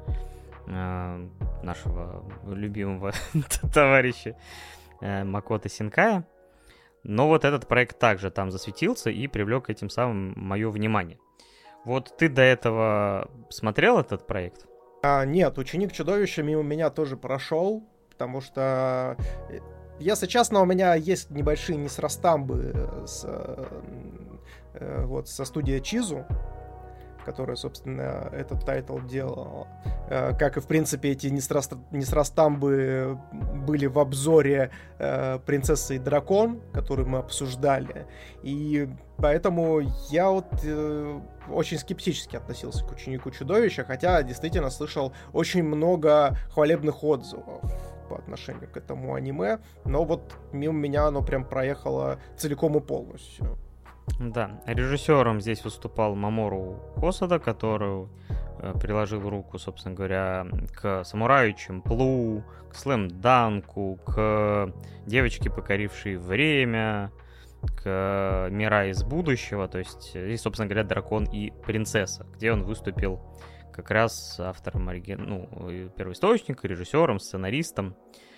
[SPEAKER 1] э, нашего любимого товарища э, Макото Синкая. Но вот этот проект также там засветился и привлек этим самым мое внимание. Вот ты до этого смотрел этот проект?
[SPEAKER 2] А, нет, ученик чудовища мимо меня тоже прошел, потому что, если честно, у меня есть небольшие несрастамбы с, вот, со студией Чизу, которая, собственно, этот тайтл делала. Как и, в принципе, эти несрастамбы были в обзоре «Принцесса и дракон», который мы обсуждали. И поэтому я вот очень скептически относился к ученику чудовища, хотя действительно слышал очень много хвалебных отзывов по отношению к этому аниме, но вот мимо меня оно прям проехало целиком и полностью.
[SPEAKER 1] Да, режиссером здесь выступал Мамору Хосода, который э, приложил руку, собственно говоря, к Самураю Чэмплу, к Слэм-данку, к Девочке, покорившей время, к Мира из будущего, то есть здесь, собственно говоря, Дракон и принцесса, где он выступил как раз автором оригин... ну, первоисточника, режиссером, сценаристом.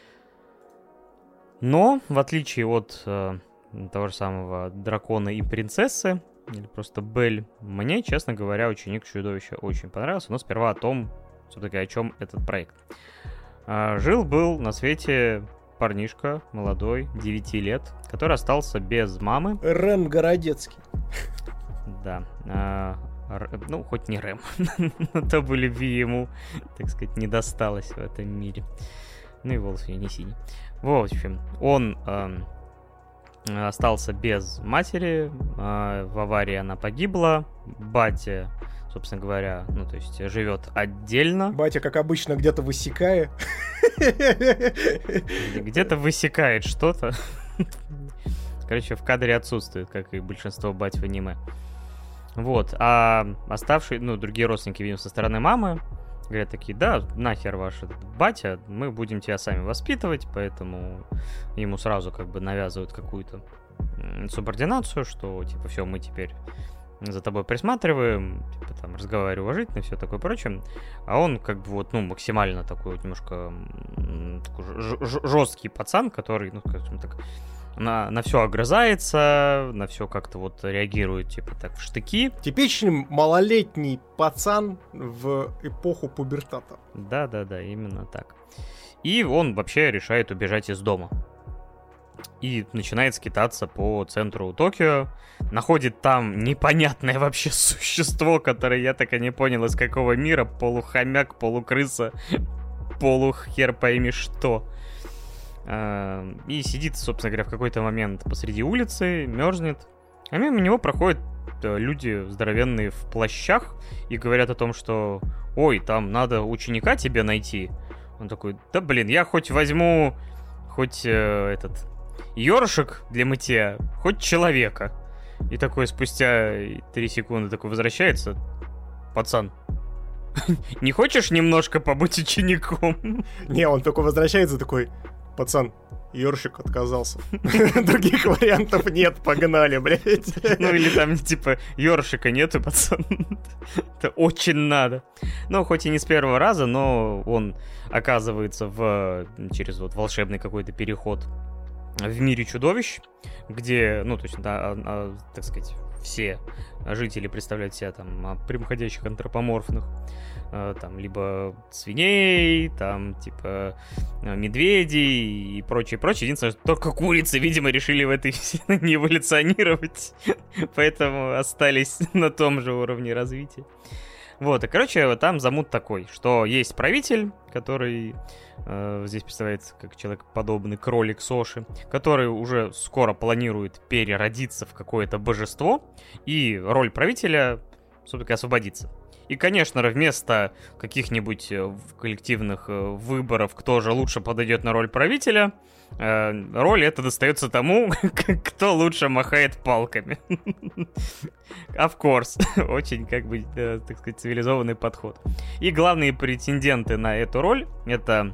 [SPEAKER 1] Но, в отличие от э, того же самого Дракона и принцессы, или просто Бель, мне, честно говоря, ученик чудовища очень понравился, но сперва о том, все-таки о чем этот проект. Э, жил-был на свете парнишка молодой, девяти лет, который остался без мамы.
[SPEAKER 2] Рэм Городецкий.
[SPEAKER 1] Да. Э, ну, хоть не Рэм, но то бы любви ему, так сказать, не досталось в этом мире. Ну и волосы не синие. В общем, он э, остался без матери, э, в аварии она погибла, батя, собственно говоря, ну, то есть живет отдельно.
[SPEAKER 2] Батя, как обычно, где-то высекает.
[SPEAKER 1] Где-то высекает что-то. Короче, в кадре отсутствует, как и большинство бать в аниме. Вот, а оставшие, ну, другие родственники, видимо, со стороны мамы, говорят такие: да, нахер ваш этот батя, мы будем тебя сами воспитывать, поэтому ему сразу как бы навязывают какую-то субординацию, что, типа, все, мы теперь за тобой присматриваем, типа, там, разговаривай уважительно, все такое прочее. А он, как бы, вот, ну, максимально такой вот немножко жесткий пацан, который, ну, скажем так, на, на все огрызается, на все как-то вот реагирует, типа, так, в штыки.
[SPEAKER 2] Типичный малолетний пацан в эпоху пубертата.
[SPEAKER 1] Да-да-да, именно так. И он вообще решает убежать из дома. И начинает скитаться по центру Токио. Находит там непонятное вообще существо, которое я так и не понял, из какого мира. Полухомяк, полукрыса, полухер пойми что. И сидит, собственно говоря, в какой-то момент посреди улицы, мерзнет. А мимо него проходят люди здоровенные в плащах и говорят о том, что: ой, там надо ученика тебе найти. Он такой: да блин, я хоть возьму хоть э, этот ёршик для мытья, хоть человека. И такой спустя три секунды такой возвращается: пацан, не хочешь немножко побыть учеником?
[SPEAKER 2] Не, он такой возвращается, такой: пацан, ёршик отказался. Других вариантов нет, погнали, блядь.
[SPEAKER 1] Ну или там типа: ёршика нету, пацан. Это очень надо. Ну, хоть и не с первого раза, но он оказывается в через вот волшебный какой-то переход в мире чудовищ, где, ну, то есть, да, а, а, так сказать, все жители представляют себя там прямоходящих антропоморфных, а, там, либо свиней, там, типа, медведей и прочее, прочее. Единственное, что только курицы, видимо, решили в этой вселенной эволюционировать, поэтому остались на том же уровне развития. Вот, и, короче, вот там замут такой, что есть правитель, который э, здесь представляется как человекоподобный кролик Соши, который уже скоро планирует переродиться в какое-то божество, и роль правителя, собственно, освободиться. И, конечно же, вместо каких-нибудь коллективных выборов, кто же лучше подойдет на роль правителя, роль эта достается тому, кто лучше махает палками. Of course. Очень, как бы, так сказать, цивилизованный подход. И главные претенденты на эту роль — это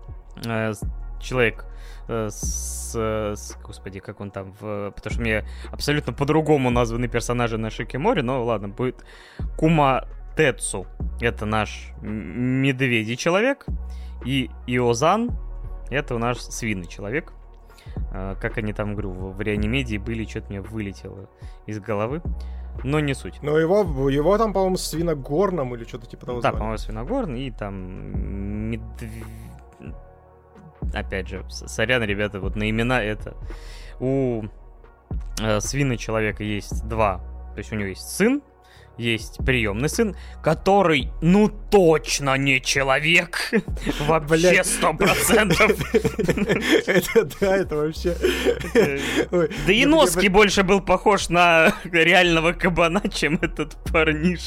[SPEAKER 1] человек с, с... Господи, как он там... В, потому что мне абсолютно по-другому названы персонажи на Шикиморе, но ладно, будет Кума Тецу. Это наш медведий человек. И Иозан — это у нас свиный человек. Как они там, говорю, в реанимедии были, что-то мне вылетело из головы. но не суть.
[SPEAKER 2] Но его, его там, по-моему, Свиногорном или что-то типа того
[SPEAKER 1] Да,
[SPEAKER 2] звали.
[SPEAKER 1] по-моему, Свиногорн и там... Медв... Опять же, сорян, ребята, вот на имена это... У э, свина-человека есть два. То есть у него есть сын, есть приемный сын, который, ну, точно не человек. Вообще сто процентов.
[SPEAKER 2] Это да, это вообще...
[SPEAKER 1] Да и Носки больше был похож на реального кабана, чем этот парниш.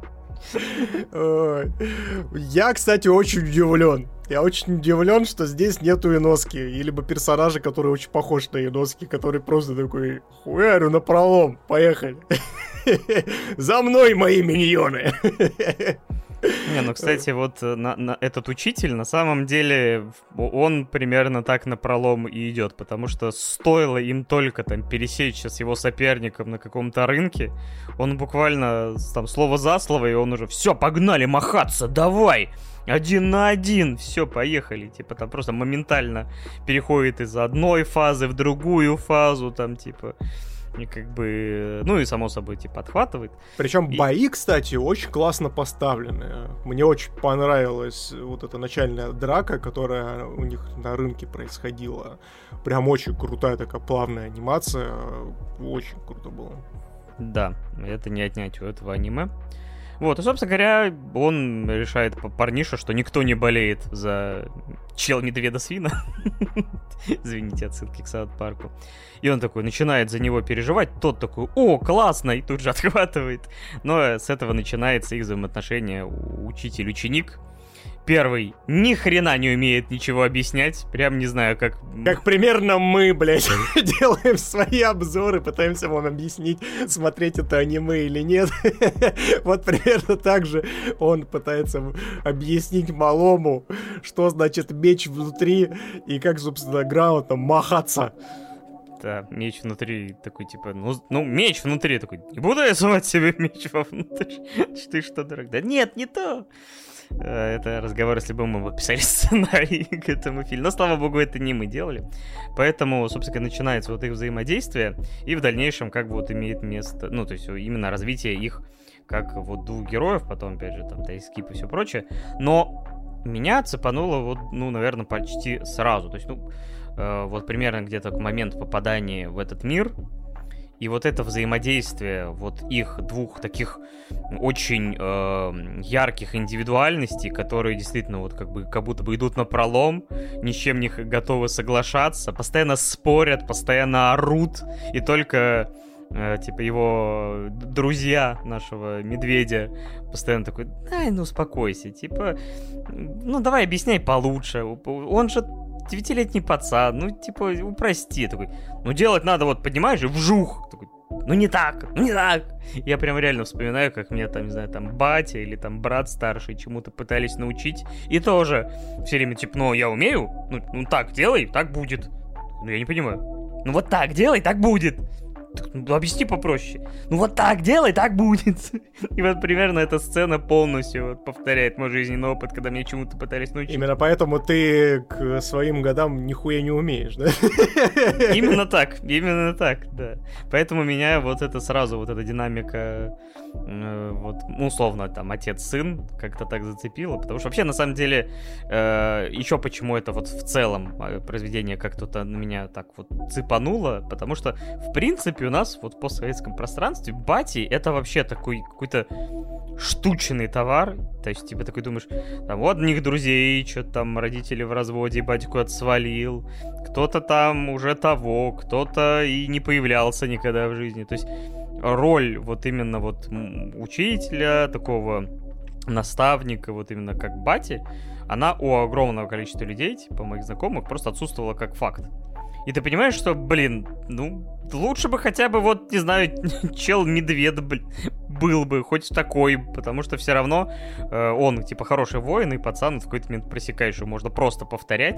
[SPEAKER 2] Я, кстати, очень удивлен. Я очень удивлен, что здесь нету Иноски. Или бы персонажа, который очень похож на Иноски, который просто такой: хуярю напролом, поехали. За мной, мои миньоны.
[SPEAKER 1] Не, ну, кстати, вот на, на, этот учитель, на самом деле, он примерно так напролом и идет, потому что стоило им только там пересечься с его соперником на каком-то рынке, он буквально там слово за слово, и он уже: все, погнали махаться, давай! Один на один, все, поехали. Типа там просто моментально переходит из одной фазы в другую фазу, там типа... И как бы, ну и само собой, типа, отхватывает.
[SPEAKER 2] Причем
[SPEAKER 1] и...
[SPEAKER 2] бои, кстати, очень классно поставлены. Мне очень понравилась вот эта начальная драка, которая у них на рынке происходила. Прям очень крутая такая плавная анимация. Очень круто было.
[SPEAKER 1] Да, это не отнять у этого аниме. Вот, и, собственно говоря, он решает парниша, что никто не болеет за чел-медведа-свина. Извините, отсылки к Саут-парку. И он такой начинает за него переживать. Тот такой: о, классно, и тут же отхватывает. Но с этого начинается их взаимоотношения учитель-ученик. Первый ни хрена не умеет ничего объяснять. Прям не знаю, как...
[SPEAKER 2] Как примерно мы, блядь, делаем свои обзоры, пытаемся вам объяснить, смотреть это аниме или нет. Вот примерно так же он пытается объяснить малому, что значит меч внутри и как, собственно, грамотно махаться.
[SPEAKER 1] Да, меч внутри такой, типа, ну, ну, меч внутри такой: не буду я звать себе меч вовнутрь. Ты что, дурак? Да нет, не то. Это разговор, если бы мы писали сценарий к этому фильму. Но, слава богу, это не мы делали. Поэтому, собственно, начинается вот их взаимодействие. И в дальнейшем как бы вот имеет место, ну, то есть именно развитие их как вот двух героев. Потом, опять же, там, тайскип и все прочее. Но меня цепануло вот, ну, наверное, почти сразу. То есть, ну, э, вот примерно где-то к моменту попадания в этот мир. И вот это взаимодействие вот их двух таких очень э, ярких индивидуальностей, которые действительно вот как бы как будто бы идут напролом, ни с чем не готовы соглашаться, постоянно спорят, постоянно орут, и только э, типа его друзья нашего медведя постоянно такой: ай, ну успокойся, типа, ну давай объясняй получше, он же девятилетний пацан, ну, типа, упрости. Такой: ну, делать надо, вот, понимаешь, и вжух. Такой: ну, не так, ну, не так. Я прям реально вспоминаю, как меня там, не знаю, там, батя или там брат старший чему-то пытались научить. И тоже все время, типа, ну, я умею, ну, ну так делай, так будет. Ну, я не понимаю. Ну, вот так делай, так будет. Ну, объясни попроще. Ну вот так делай, так будет. И вот примерно эта сцена полностью вот повторяет мой жизненный опыт, когда меня чему-то пытались научить.
[SPEAKER 2] Именно поэтому ты к своим годам нихуя не умеешь, да?
[SPEAKER 1] Именно так, именно так, да. Поэтому меня вот это сразу, вот эта динамика, э, вот, ну, условно, там, отец-сын как-то так зацепила. Потому что вообще, на самом деле, э, еще почему это вот в целом произведение как-то на меня так вот цепануло, потому что, в принципе, у нас вот в постсоветском пространстве бати — это вообще такой какой-то штучный товар. То есть, типа, такой думаешь, там, вот у них друзей, что-то там родители в разводе, батя куда-то свалил, кто-то там уже того, кто-то и не появлялся никогда в жизни. То есть роль вот именно вот учителя, такого наставника, вот именно как бати, она у огромного количества людей, типа моих знакомых, просто отсутствовала как факт. И ты понимаешь, что, блин, ну, лучше бы хотя бы, вот, не знаю, чел-медвед, блин, был бы хоть такой, потому что все равно э, он, типа, хороший воин, и пацан в какой-то момент пресекаешь, что можно просто повторять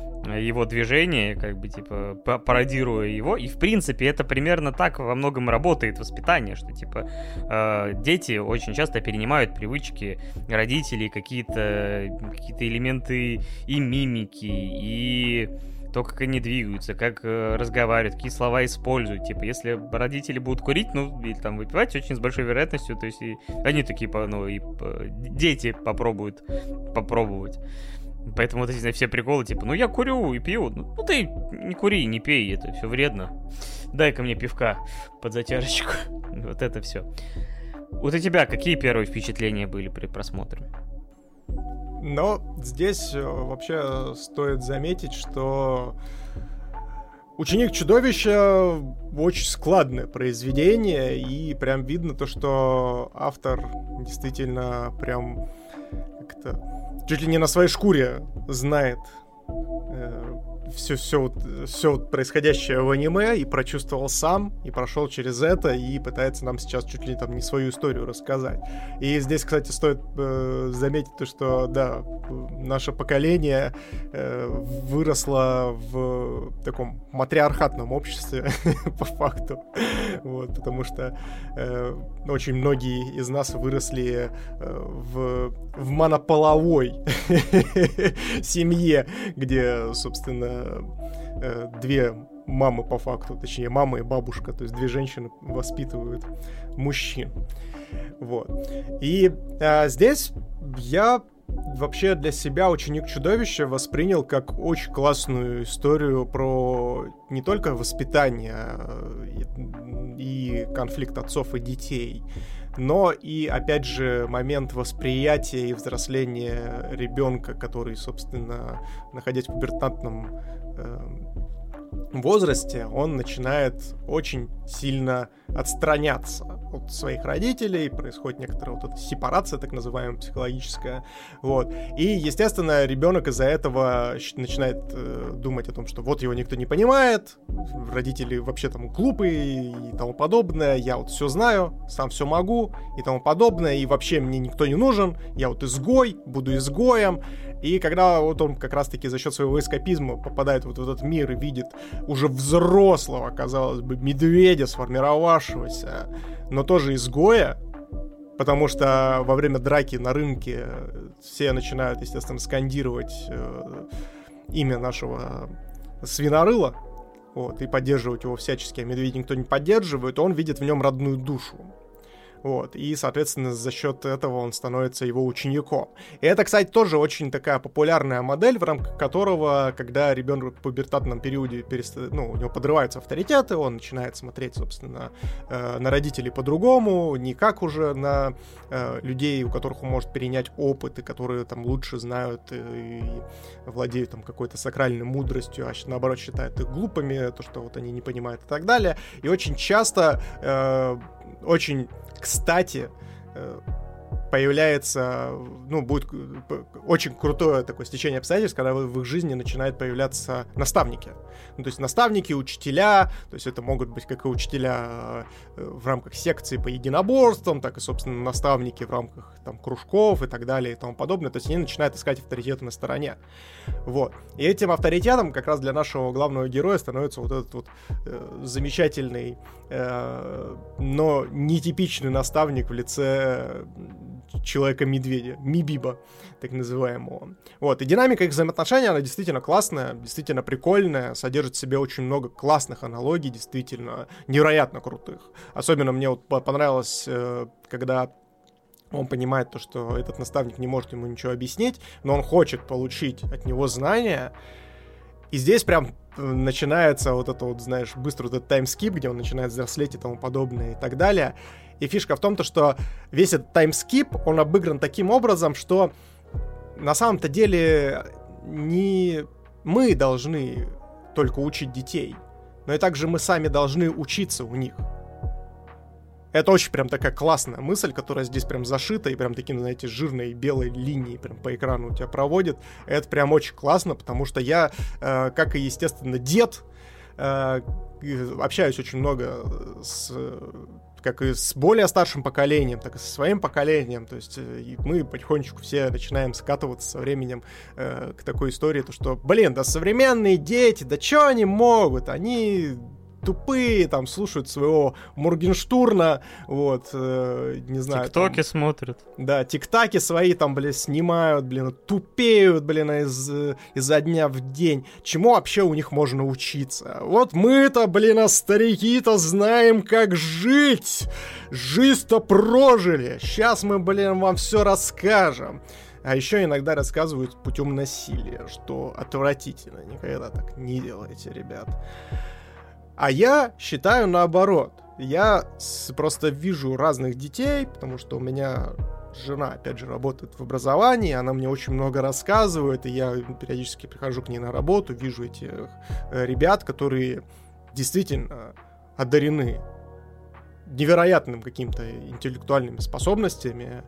[SPEAKER 1] его движения, как бы, типа, пародируя его, и, в принципе, это примерно так во многом работает воспитание, что, типа, э, дети очень часто перенимают привычки родителей, какие-то, какие-то элементы и мимики, и то, как они двигаются, как э, разговаривают, какие слова используют. Типа, если родители будут курить, ну, или там выпивать, очень с большой вероятностью, то есть и они такие, ну, и э, дети попробуют попробовать. Поэтому вот эти, знаете, все приколы, типа, ну, я курю и пью. Ну, ну ты не кури, не пей, это все вредно. Дай-ка мне пивка под затяжечку. Вот это все. Вот у тебя какие первые впечатления были при просмотре?
[SPEAKER 2] Но здесь вообще стоит заметить, что «Ученик чудовища» очень складное произведение, и прям видно то, что автор действительно прям как-то чуть ли не на своей шкуре знает э, все, все, вот, все вот происходящее в аниме, и прочувствовал сам, и прошел через это, и пытается нам сейчас чуть ли там не свою историю рассказать. И здесь, кстати, стоит э, заметить то, что, да, наше поколение э, выросло в таком матриархатном обществе, по факту, вот, потому что э, очень многие из нас выросли э, в, в монополовой семье, где, собственно, две мамы по факту, точнее мама и бабушка, то есть две женщины воспитывают мужчин. Вот. И а, здесь я вообще для себя «Ученик чудовища» воспринял как очень классную историю про не только воспитание и конфликт отцов и детей, но и, опять же, момент восприятия и взросления ребенка, который, собственно, находясь в пубертатном э, возрасте, он начинает очень сильно отстраняться от своих родителей, происходит некоторая вот эта сепарация, так называемая, психологическая, вот, и, естественно, ребенок из-за этого начинает э, думать о том, что вот его никто не понимает, родители вообще там глупые и тому подобное, я вот все знаю, сам все могу и тому подобное, и вообще мне никто не нужен, я вот изгой, буду изгоем. И когда вот он как раз-таки за счет своего эскапизма попадает вот в этот мир и видит уже взрослого, казалось бы, медведя, сформировавшегося, но тоже изгоя, потому что во время драки на рынке все начинают, естественно, скандировать э, имя нашего свинорыла, вот, и поддерживать его всячески, а медведя никто не поддерживает, он видит в нем родную душу. Вот, и, соответственно, за счет этого он становится его учеником. И это, кстати, тоже очень такая популярная модель, в рамках которого, когда ребенок в пубертатном периоде, перест... ну, у него подрываются авторитеты, он начинает смотреть, собственно, э, на родителей по-другому, не как уже на э, людей, у которых он может перенять опыт, и которые там лучше знают и, и владеют там какой-то сакральной мудростью, а наоборот считают их глупыми, то, что вот они не понимают и так далее. И очень часто, э, очень кстати, появляется, ну, будет очень крутое такое стечение обстоятельств, когда в их жизни начинают появляться наставники. Ну, то есть наставники, учителя, то есть это могут быть как и учителя в рамках секции по единоборствам, так и, собственно, наставники в рамках там кружков и так далее и тому подобное. То есть они начинают искать авторитеты на стороне. Вот. И этим авторитетом как раз для нашего главного героя становится вот этот вот э, замечательный, э, но нетипичный наставник в лице Человека-медведя, Мибиба, так называемого. Вот, и динамика их взаимоотношений, она действительно классная, действительно прикольная, содержит в себе очень много классных аналогий, действительно невероятно крутых. Особенно мне вот понравилось, когда он понимает то, что этот наставник не может ему ничего объяснить, но он хочет получить от него знания. И здесь прям начинается вот это вот, знаешь, быстро вот этот таймскип, где он начинает взрослеть и тому подобное и так далее. И фишка в том, то, что весь этот таймскип, он обыгран таким образом, что на самом-то деле не мы должны только учить детей, но и также мы сами должны учиться у них. Это очень прям такая классная мысль, которая здесь прям зашита и прям таким, знаете, жирной белой линией прям по экрану у тебя проводит. Это прям очень классно, потому что я, э, как и, естественно, дед, э, общаюсь очень много с... как и с более старшим поколением, так и со своим поколением. То есть и мы потихонечку все начинаем скатываться со временем э, к такой истории, то что, блин, да современные дети, да что они могут? Они тупые, там, слушают своего Моргенштерна, вот, э, не знаю.
[SPEAKER 1] Тиктоки
[SPEAKER 2] там,
[SPEAKER 1] смотрят.
[SPEAKER 2] Да, тиктаки свои там, блин, снимают, блин, тупеют, блин, из, изо дня в день. Чему вообще у них можно учиться? Вот мы-то, блин, а старики-то знаем, как жить. Жизнь-то прожили. Сейчас мы, блин, вам все расскажем. А еще иногда рассказывают путем насилия, что отвратительно. Никогда так не делайте, ребят. А я считаю наоборот. Я с, просто вижу разных детей, потому что у меня жена, опять же, работает в образовании, она мне очень много рассказывает, и я периодически прихожу к ней на работу, вижу этих ребят, которые действительно одарены невероятным каким-то интеллектуальными способностями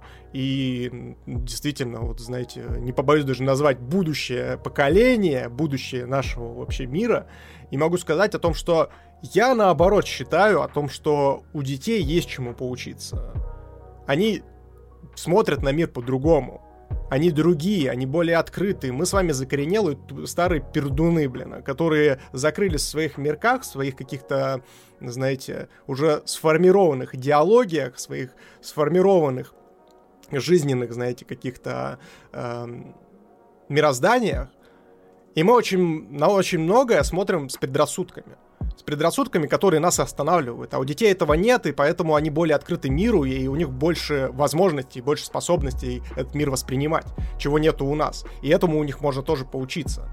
[SPEAKER 2] и действительно, вот знаете, не побоюсь даже назвать будущее поколение, будущее нашего вообще мира, и могу сказать о том, что я наоборот считаю о том, что у детей есть чему поучиться. Они смотрят на мир по-другому. Они другие, они более открытые. Мы с вами закоренелые старые пердуны, блин, которые закрылись в своих мирках, в своих каких-то, знаете, уже сформированных идеологиях, своих сформированных жизненных, знаете, каких-то э, мирозданиях. И мы очень, на очень многое смотрим с предрассудками. С предрассудками, которые нас останавливают. А у детей этого нет, и поэтому они более открыты миру, и у них больше возможностей, больше способностей этот мир воспринимать, чего нету у нас. И этому у них можно тоже поучиться.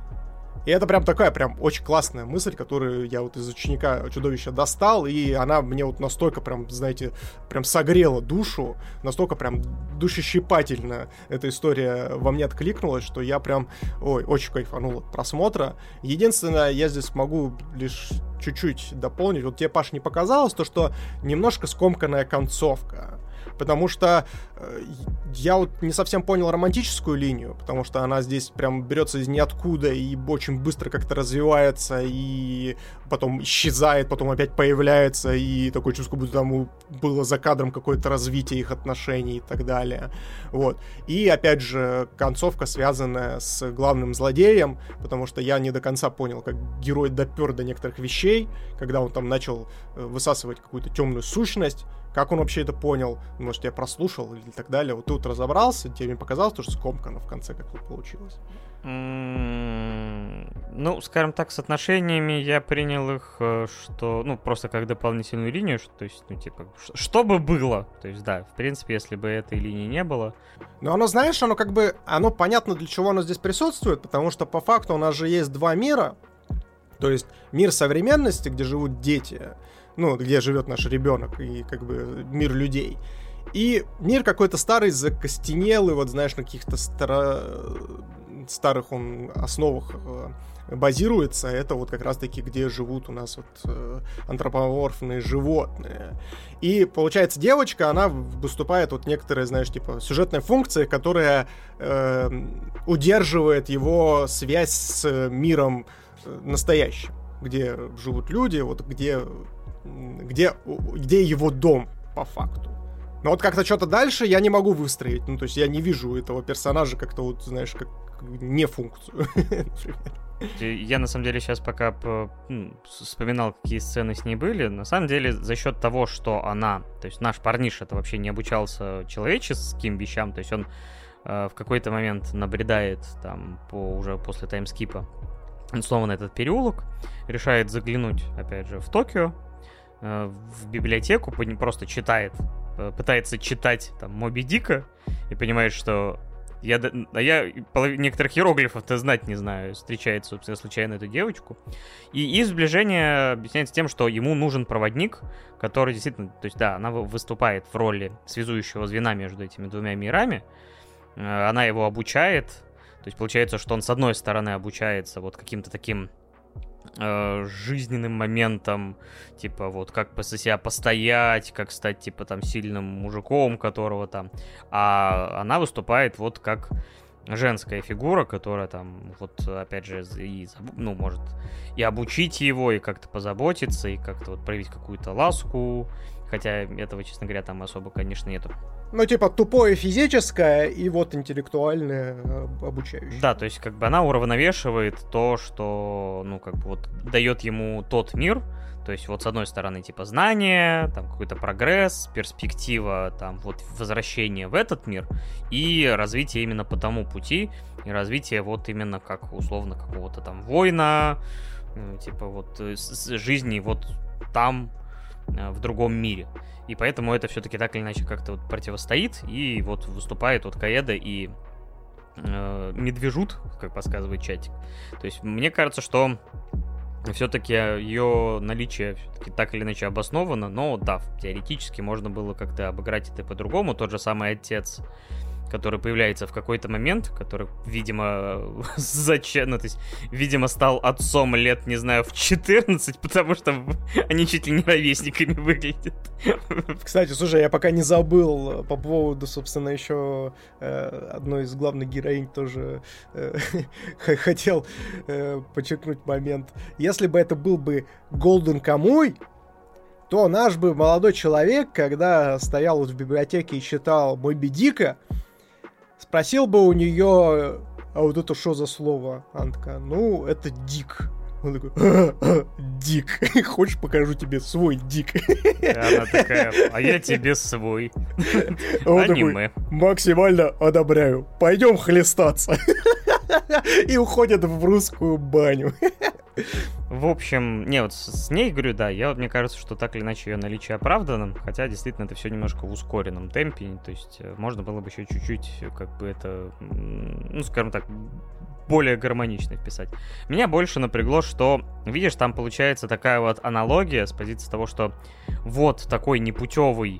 [SPEAKER 2] И это прям такая прям очень классная мысль, которую я вот из ученика чудовища достал, и она мне вот настолько прям, знаете, прям согрела душу, настолько прям душещипательно эта история во мне откликнулась, что я прям, ой, очень кайфанул от просмотра. Единственное, я здесь могу лишь чуть-чуть дополнить. Вот тебе, Паш, не показалось то, что немножко скомканная концовка. Потому что э, я вот не совсем понял романтическую линию, потому что она здесь прям берется из ниоткуда и очень быстро как-то развивается, и потом исчезает, потом опять появляется, и такое чувство, будто там было за кадром какое-то развитие их отношений и так далее. Вот. И опять же, концовка, связанная с главным злодеем, потому что я не до конца понял, как герой допер до некоторых вещей, когда он там начал высасывать какую-то темную сущность. Как он вообще это понял? Может, я прослушал или так далее. Вот ты вот разобрался, тебе не показалось, что скомкано в конце как-то получилось?
[SPEAKER 1] Mm, ну, скажем так, с отношениями я принял их, что, ну, просто как дополнительную линию, что, то есть, ну, типа, что бы было. То есть, да, в принципе, если бы этой линии не было.
[SPEAKER 2] Но оно, знаешь, оно как бы, оно понятно, для чего оно здесь присутствует, потому что по факту у нас же есть два мира. То есть мир современности, где живут дети, ну, где живет наш ребенок, и как бы мир людей. И мир какой-то старый, закостенелый, вот знаешь, на каких-то старо... старых он основах базируется. Это вот как раз-таки, где живут у нас вот антропоморфные животные. И получается, девочка, она выступает вот некоторая, знаешь, типа сюжетная функция, которая э, удерживает его связь с миром настоящим, где живут люди, вот где Где, где его дом, по факту. Но вот как-то что-то дальше я не могу выстроить. Ну, то есть я не вижу этого персонажа как-то вот, знаешь, как не функцию.
[SPEAKER 1] Я, на самом деле, сейчас пока по, ну, вспоминал, какие сцены с ней были. На самом деле, за счет того, что она... То есть наш парниша-то вообще не обучался человеческим вещам. То есть он э, в какой-то момент набредает там по, уже после таймскипа снова на этот переулок. Решает заглянуть, опять же, в Токио. В библиотеку, просто читает, пытается читать там Моби Дика и понимает, что я, а я полов... некоторых иероглифов-то знать не знаю, встречает, собственно, случайно эту девочку. И их сближение объясняется тем, что ему нужен проводник, который действительно, то есть да, она выступает в роли связующего звена между этими двумя мирами, она его обучает, то есть получается, что он с одной стороны обучается вот каким-то таким жизненным моментом, типа вот как по себя постоять, как стать типа там сильным мужиком, которого там, а она выступает вот как женская фигура, которая там вот опять же и, ну, может и обучить его, и как-то позаботиться, и как-то вот проявить какую-то ласку, хотя этого, честно говоря, там особо, конечно, нету.
[SPEAKER 2] Ну, типа, тупое физическое и вот интеллектуальное обучающее.
[SPEAKER 1] Да, то есть, как бы она уравновешивает то, что, ну, как бы вот дает ему тот мир. То есть, вот с одной стороны, типа, знания, там, какой-то прогресс, перспектива, там, вот, возвращение в этот мир и развитие именно по тому пути, и развитие вот именно как, условно, какого-то там воина, типа, вот, жизни вот там, в другом мире. И поэтому это все-таки так или иначе как-то вот противостоит, и вот выступает вот Каэда и э, Медвежут, как подсказывает чатик. То есть мне кажется, что все-таки ее наличие все-таки так или иначе обосновано, но да, теоретически можно было как-то обыграть это по-другому. Тот же самый отец, который появляется в какой-то момент, который, видимо, зачем, ну, то есть, видимо, стал отцом лет, не знаю, в четырнадцать, потому что они чуть ли не ровесниками выглядят.
[SPEAKER 2] Кстати, слушай, я пока не забыл по поводу, собственно, еще э, одной из главных героинь тоже э, хотел э, подчеркнуть момент. Если бы это был бы Голден Камуй, то наш бы молодой человек, когда стоял вот в библиотеке и читал Моби Дика, спросил бы у нее, а вот это что за слово, Антка? Ну, это дик. Он такой, а, а, дик. Хочешь, покажу тебе свой дик?
[SPEAKER 1] Она такая, а я тебе свой.
[SPEAKER 2] Аниме. Максимально одобряю. Пойдем хлестаться. И уходят в русскую баню.
[SPEAKER 1] В общем, не, вот с ней, говорю, да, я вот, мне кажется, что так или иначе ее наличие оправдано, хотя действительно это все немножко в ускоренном темпе, то есть можно было бы еще чуть-чуть, как бы это, ну, скажем так, более гармонично вписать. Меня больше напрягло, что, видишь, там получается такая вот аналогия с позиции того, что вот такой непутевый,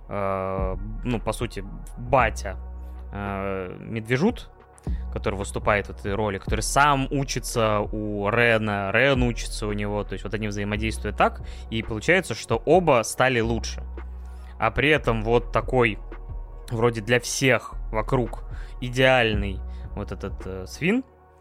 [SPEAKER 1] э, ну, по сути, батя э, Медвежут, который выступает в этой роли, который сам учится у Рена, Рен учится у него, то есть вот они взаимодействуют так, и получается, что оба стали лучше. А при этом вот такой, вроде для всех вокруг, идеальный вот этот э, свин,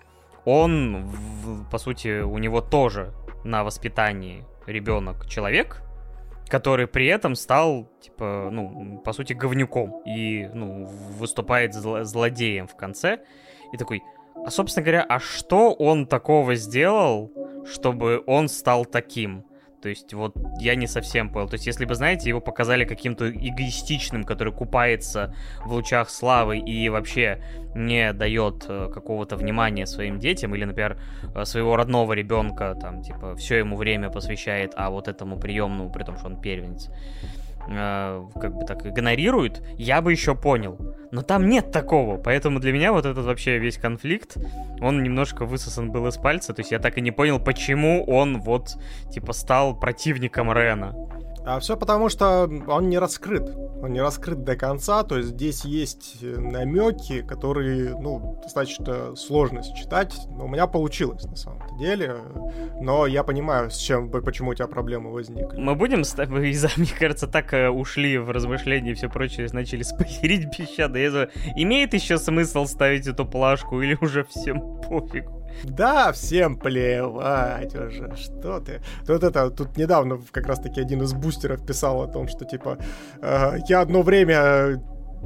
[SPEAKER 1] он, в, по сути, у него тоже на воспитании ребенок-человек, который при этом стал, типа, ну, по сути, говнюком и, ну, выступает зло- злодеем в конце. И такой, а, собственно говоря, а что он такого сделал, чтобы он стал таким? То есть, вот, я не совсем понял. То есть, если бы, знаете, его показали каким-то эгоистичным, который купается в лучах славы и вообще не дает э, какого-то внимания своим детям, или, например, э, своего родного ребенка, там, типа, все ему время посвящает, а вот этому приемному, при том, что он первенец, э, как бы так игнорирует, я бы еще понял. Но там нет такого, поэтому для меня вот этот вообще весь конфликт, он немножко высосан был из пальца, то есть я так и не понял, почему он вот, типа, стал противником Рена.
[SPEAKER 2] А все потому, что он не раскрыт. Он не раскрыт до конца, то есть здесь есть намеки, которые, ну, достаточно сложно считать. Но у меня получилось, на самом деле. Но я понимаю, с чем, почему у тебя проблемы возникли.
[SPEAKER 1] Мы будем, мне кажется, так ушли в размышления и все прочее, начали спойлерить пещады. Имеет еще смысл ставить эту плашку или уже всем пофиг?
[SPEAKER 2] Да, всем плевать уже, что ты. Тут это, тут недавно как раз-таки один из бустеров писал о том, что типа э, я одно время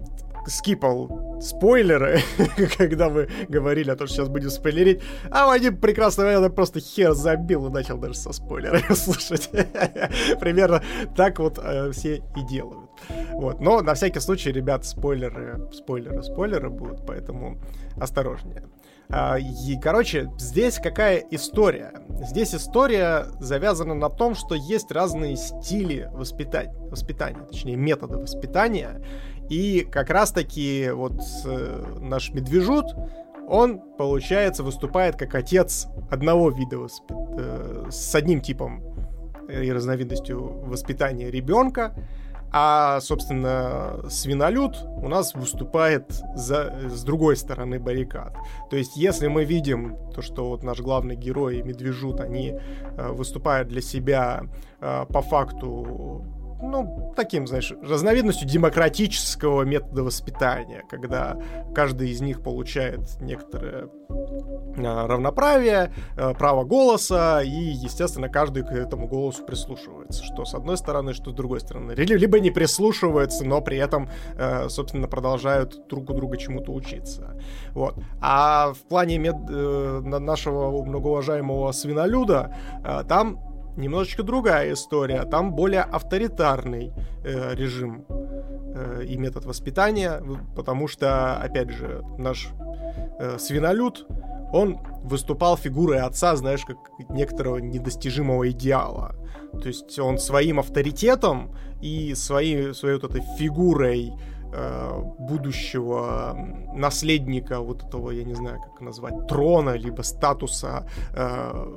[SPEAKER 2] скипал спойлеры, когда мы говорили о том, что сейчас будем спойлерить, а в один прекрасный момент я просто хер забил и начал даже со спойлерами слушать. Примерно так вот э, все и делают. Вот. Но на всякий случай, ребят, спойлеры, спойлеры, спойлеры будут, поэтому осторожнее. И, короче, здесь какая история? Здесь история завязана на том, что есть разные стили воспитания, воспитания, точнее, методы воспитания. И как раз-таки вот э, наш Медвежут, он, получается, выступает как отец одного вида воспи... э, с одним типом и разновидностью воспитания ребенка. А, собственно, свинолюд у нас выступает за, с другой стороны баррикад. То есть, если мы видим то, что вот наш главный герой и Медвежут, они э, выступают для себя э, по факту ну, таким, знаешь, разновидностью демократического метода воспитания, когда каждый из них получает некоторое равноправие, право голоса, и, естественно, каждый к этому голосу прислушивается, что с одной стороны, что с другой стороны. Либо не прислушиваются, но при этом, собственно, продолжают друг у друга чему-то учиться. Вот. А в плане мед... нашего многоуважаемого свинолюда, там немножечко другая история, там более авторитарный э, режим э, и метод воспитания, потому что, опять же, наш э, свинолюд, он выступал фигурой отца, знаешь, как некоторого недостижимого идеала. То есть он своим авторитетом и своей, своей вот этой фигурой э, будущего наследника вот этого, я не знаю, как назвать, трона, либо статуса, э,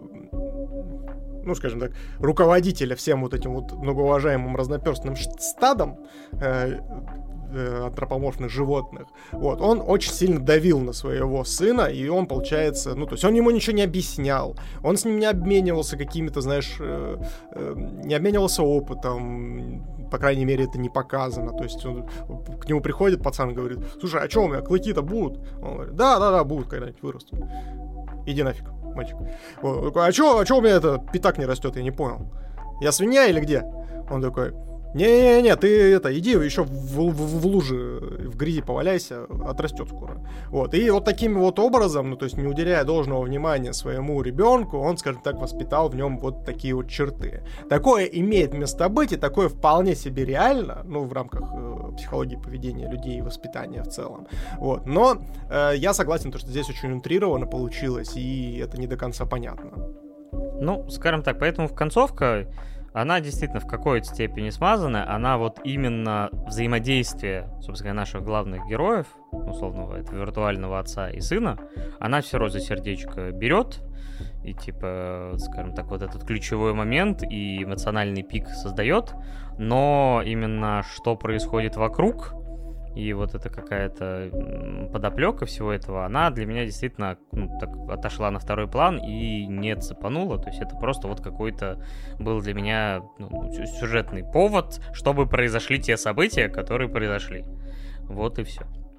[SPEAKER 2] ну, скажем так, руководителя всем вот этим вот многоуважаемым разноперстным стадом э, э, антропоморфных животных, вот, он очень сильно давил на своего сына, и он, получается, ну, то есть он ему ничего не объяснял, он с ним не обменивался какими-то, знаешь, э, э, не обменивался опытом, по крайней мере, это не показано, то есть он, к нему приходит пацан и говорит: слушай, а что у меня, клыки-то будут? Он говорит: да-да-да, будут, когда-нибудь вырастут. Иди нафиг, мальчик. А чё, а чё у меня это пятак не растет, я не понял. Я свинья или где? Он такой: не-не-не, ты это, иди еще в, в, в, в луже, в грязи поваляйся, отрастет скоро. Вот, и вот таким вот образом, ну, то есть не уделяя должного внимания своему ребенку, он, скажем так, воспитал в нем вот такие вот черты. Такое имеет место быть, и такое вполне себе реально, ну, в рамках э, психологии поведения людей и воспитания в целом. Вот, но э, я согласен, то, что здесь очень утрированно получилось, и это не до конца понятно.
[SPEAKER 1] Ну, скажем так, поэтому в концовка... Она действительно в какой-то степени смазанная, она вот именно взаимодействие, собственно, наших главных героев, условного, этого виртуального отца и сына, она все равно за сердечко берет, и типа, скажем так, вот этот ключевой момент и эмоциональный пик создает, но именно что происходит вокруг, и вот эта какая-то подоплека всего этого, она для меня действительно, ну, так отошла на второй план и не цепанула. То есть это просто вот какой-то был для меня, ну, сюжетный повод, чтобы произошли те события, которые произошли. Вот и все.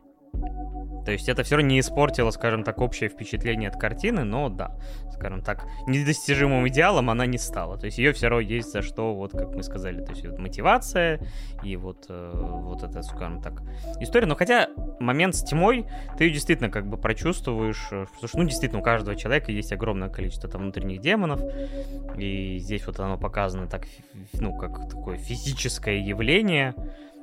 [SPEAKER 1] То есть это все равно не испортило, скажем так, общее впечатление от картины, но да, скажем так, недостижимым идеалом она не стала. То есть ее все равно есть за что, вот как мы сказали, то есть вот мотивация и вот, э, вот это, скажем так, история. Но хотя момент с тьмой, ты ее действительно как бы прочувствуешь, потому что, ну, действительно, у каждого человека есть огромное количество там внутренних демонов, и здесь вот оно показано так, ну, как такое физическое явление.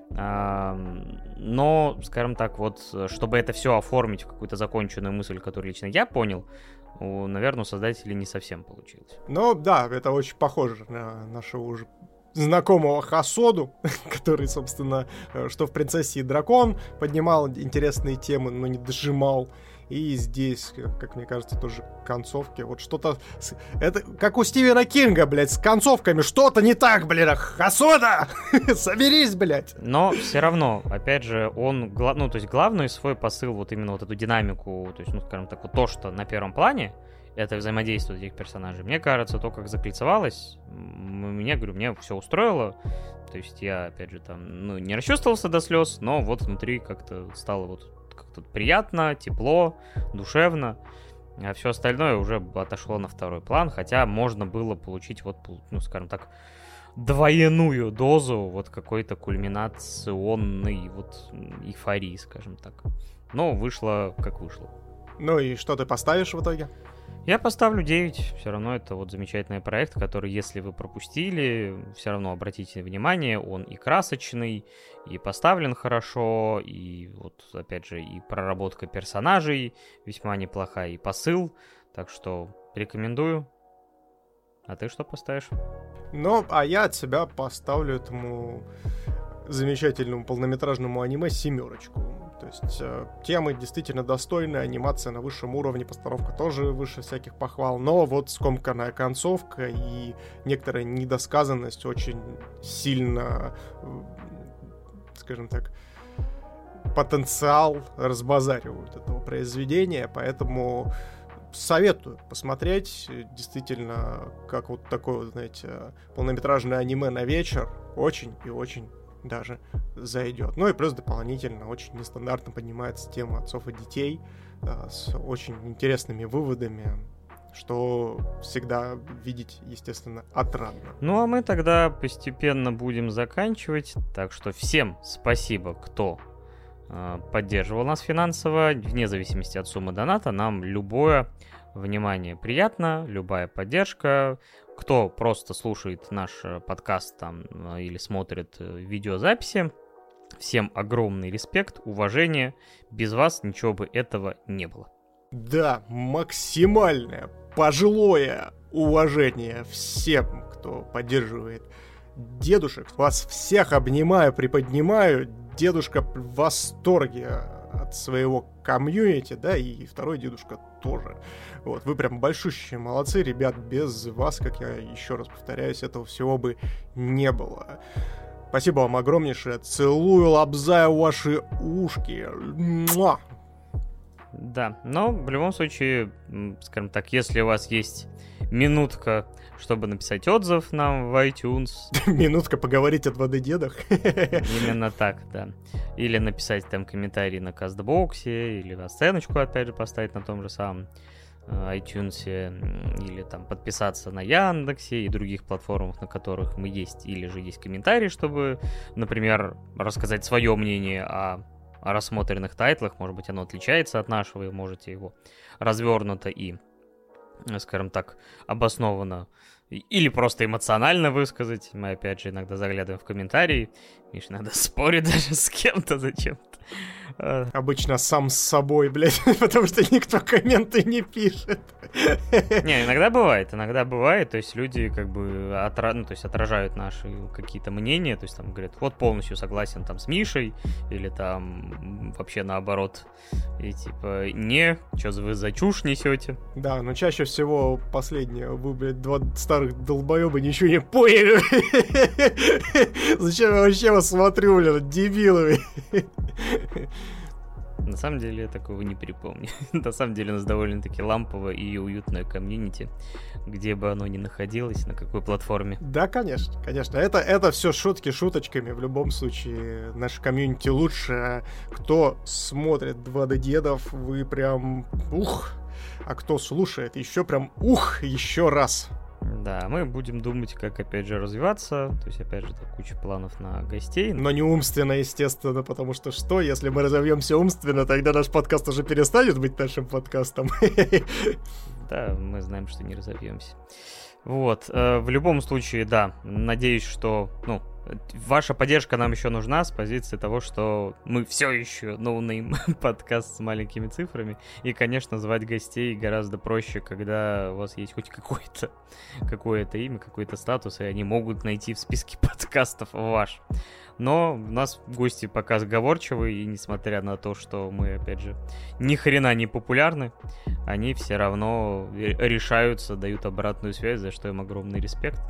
[SPEAKER 1] Но, скажем так, вот, чтобы это все оформить в какую-то законченную мысль, которую лично я понял, у, наверное, у создателей не совсем получилось.
[SPEAKER 2] Ну, да, это очень похоже на нашего уже знакомого Хасоду, который, собственно, что в «Принцессе и дракон» поднимал интересные темы, но не дожимал. И здесь, как мне кажется, тоже концовки. Вот что-то... Это как у Стивена Кинга, блядь, с концовками. Что-то не так, блядь. Хасода! Соберись, блядь!
[SPEAKER 1] Но все равно, опять же, он... Ну, то есть главный свой посыл, вот именно вот эту динамику, то есть, ну, скажем так, вот то, что на первом плане, это взаимодействие этих персонажей. Мне кажется, то, как закольцевалось, мне, говорю, мне все устроило. То есть я, опять же, там, ну, не расчувствовался до слез, но вот внутри как-то стало вот как-то приятно, тепло, душевно, а все остальное уже отошло на второй план, хотя можно было получить вот, ну, скажем так, двойную дозу вот какой-то кульминационной вот эйфории, скажем так. Но вышло как вышло.
[SPEAKER 2] Ну и что ты поставишь в итоге?
[SPEAKER 1] Я поставлю девять. Все равно это вот замечательный проект, который, если вы пропустили, все равно обратите внимание, он и красочный, и поставлен хорошо, и вот, опять же, и проработка персонажей весьма неплохая, и посыл. Так что рекомендую. А ты что поставишь?
[SPEAKER 2] Ну, а я от себя поставлю этому замечательному полнометражному аниме семерочку. То есть э, темы действительно достойные, анимация на высшем уровне, постановка тоже выше всяких похвал, но вот скомканная концовка и некоторая недосказанность очень сильно, э, скажем так, потенциал разбазаривают этого произведения, поэтому советую посмотреть. Действительно, как вот такое, вот, знаете, полнометражное аниме на вечер. очень и очень даже зайдет. Ну и плюс дополнительно очень нестандартно поднимается тема отцов и детей э, с очень интересными выводами, что всегда видеть, естественно, отрадно.
[SPEAKER 1] Ну а мы тогда постепенно будем заканчивать, так что всем спасибо, кто э, поддерживал нас финансово, вне зависимости от суммы доната, нам любое внимание приятно, любая поддержка. Кто просто слушает наш подкаст там или смотрит видеозаписи, всем огромный респект, уважение. Без вас ничего бы этого не было.
[SPEAKER 2] Да, максимальное пожилое уважение всем, кто поддерживает дедушек. Вас всех обнимаю, приподнимаю. Дедушка в восторге от своего комьюнити, да, и второй дедушка тоже. Вот, вы прям большущие молодцы, ребят, без вас, как я еще раз повторяюсь, этого всего бы не было. Спасибо вам огромнейшее, целую, лобзаю ваши ушки. Муа!
[SPEAKER 1] Да, но в любом случае, скажем так, если у вас есть минутка, чтобы написать отзыв нам в iTunes.
[SPEAKER 2] Минутка поговорить о два дэ-дедах.
[SPEAKER 1] Именно так, да. Или написать там комментарий на Кастбоксе, или оценочку, опять же, поставить на том же самом iTunes, или там подписаться на Яндексе и других платформах, на которых мы есть, или же есть комментарии, чтобы, например, рассказать свое мнение о, о рассмотренных тайтлах. Может быть, оно отличается от нашего, и можете его развернуто и, скажем так, обоснованно или просто эмоционально высказать. Мы, опять же, иногда заглядываем в комментарии. Миш, надо спорить даже с кем-то зачем-то.
[SPEAKER 2] Обычно сам с собой, блядь, потому что никто комменты не пишет.
[SPEAKER 1] Не, иногда бывает, иногда бывает, то есть люди как бы отра... ну, то есть отражают наши какие-то мнения, то есть там говорят, вот полностью согласен там с Мишей, или там вообще наоборот, и типа, не, что вы за чушь несете.
[SPEAKER 2] Да, но чаще всего последнее, вы, блядь, два старых долбоеба ничего не поняли. Зачем я вообще вас смотрю, блядь, дебилы?
[SPEAKER 1] На самом деле я такого не припомню. На самом деле у нас довольно-таки ламповое и уютное комьюнити, где бы оно ни находилось, на какой платформе.
[SPEAKER 2] Да, конечно, конечно. Это, это все шутки шуточками. В любом случае, наше комьюнити лучше. Кто смотрит два дэ-дедов, вы прям ух. А кто слушает, еще прям ух, еще раз.
[SPEAKER 1] Да, мы будем думать, как, опять же, развиваться. То есть, опять же, так, куча планов на гостей.
[SPEAKER 2] Но не умственно, естественно, потому что что, если мы разовьемся умственно, тогда наш подкаст уже перестанет быть нашим подкастом.
[SPEAKER 1] Да, мы знаем, что не разовьемся. Вот, в любом случае, да, надеюсь, что, ну, ваша поддержка нам еще нужна с позиции того, что мы все еще ноунейм подкаст с маленькими цифрами. И, конечно, звать гостей гораздо проще, когда у вас есть хоть какое-то, какое-то имя, какой-то статус, и они могут найти в списке подкастов ваш. Но у нас гости пока сговорчивые, и несмотря на то, что мы, опять же, ни хрена не популярны, они все равно решаются, дают обратную связь, за что им огромный респект.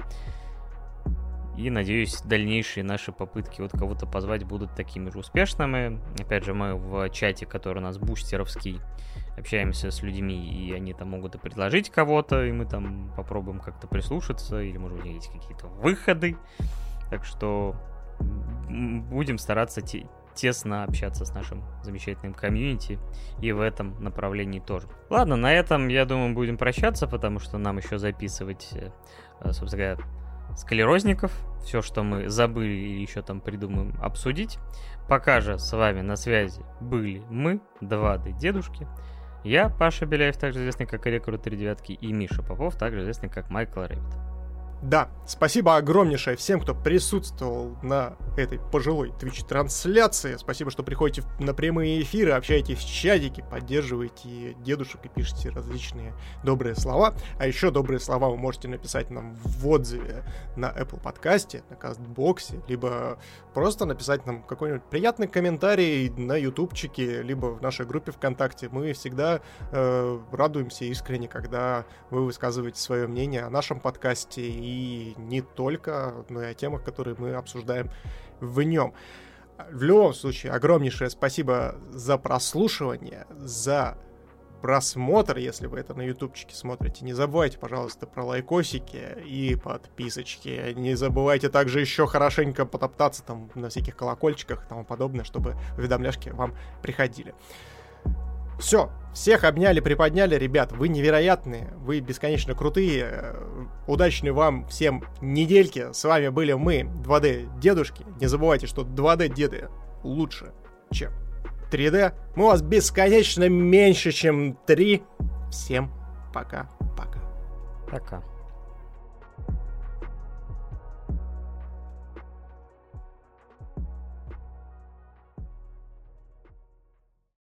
[SPEAKER 1] И, надеюсь, дальнейшие наши попытки вот кого-то позвать будут такими же успешными. Опять же, мы в чате, который у нас бустеровский, общаемся с людьми, и они там могут и предложить кого-то, и мы там попробуем как-то прислушаться, или, может быть, есть какие-то выходы. Так что будем стараться те- тесно общаться с нашим замечательным комьюнити, и в этом направлении тоже. Ладно, на этом, я думаю, будем прощаться, потому что нам еще записывать, собственно говоря, склерозников, все, что мы забыли или еще там придумаем обсудить. Пока же с вами на связи были мы, два дэ-дедушки. Я, Паша Беляев, также известный как Рекру три девятки, и Миша Попов, также известный как Майкл Рэббит.
[SPEAKER 2] Да, спасибо огромнейшее всем, кто присутствовал на этой пожилой Twitch-трансляции. Спасибо, что приходите на прямые эфиры, общаетесь в чатике, поддерживаете дедушек и пишете различные добрые слова. А еще добрые слова вы можете написать нам в отзыве на Apple подкасте, на Кастбоксе, либо просто написать нам какой-нибудь приятный комментарий на ютубчике, либо в нашей группе ВКонтакте. Мы всегда э, радуемся искренне, когда вы высказываете свое мнение о нашем подкасте и И не только, но и о темах, которые мы обсуждаем в нем. В любом случае, огромнейшее спасибо за прослушивание, за просмотр, если вы это на ютубчике смотрите. Не забывайте, пожалуйста, про лайкосики и подписочки. Не забывайте также еще хорошенько потоптаться там на всяких колокольчиках и тому подобное, чтобы уведомляшки вам приходили. Все, всех обняли, приподняли, ребят, вы невероятные, вы бесконечно крутые, удачной вам всем недельки, с вами были мы, два дэ дедушки, не забывайте, что два дэ деды лучше, чем три дэ, мы у вас бесконечно меньше, чем три, всем пока-пока.
[SPEAKER 1] Пока.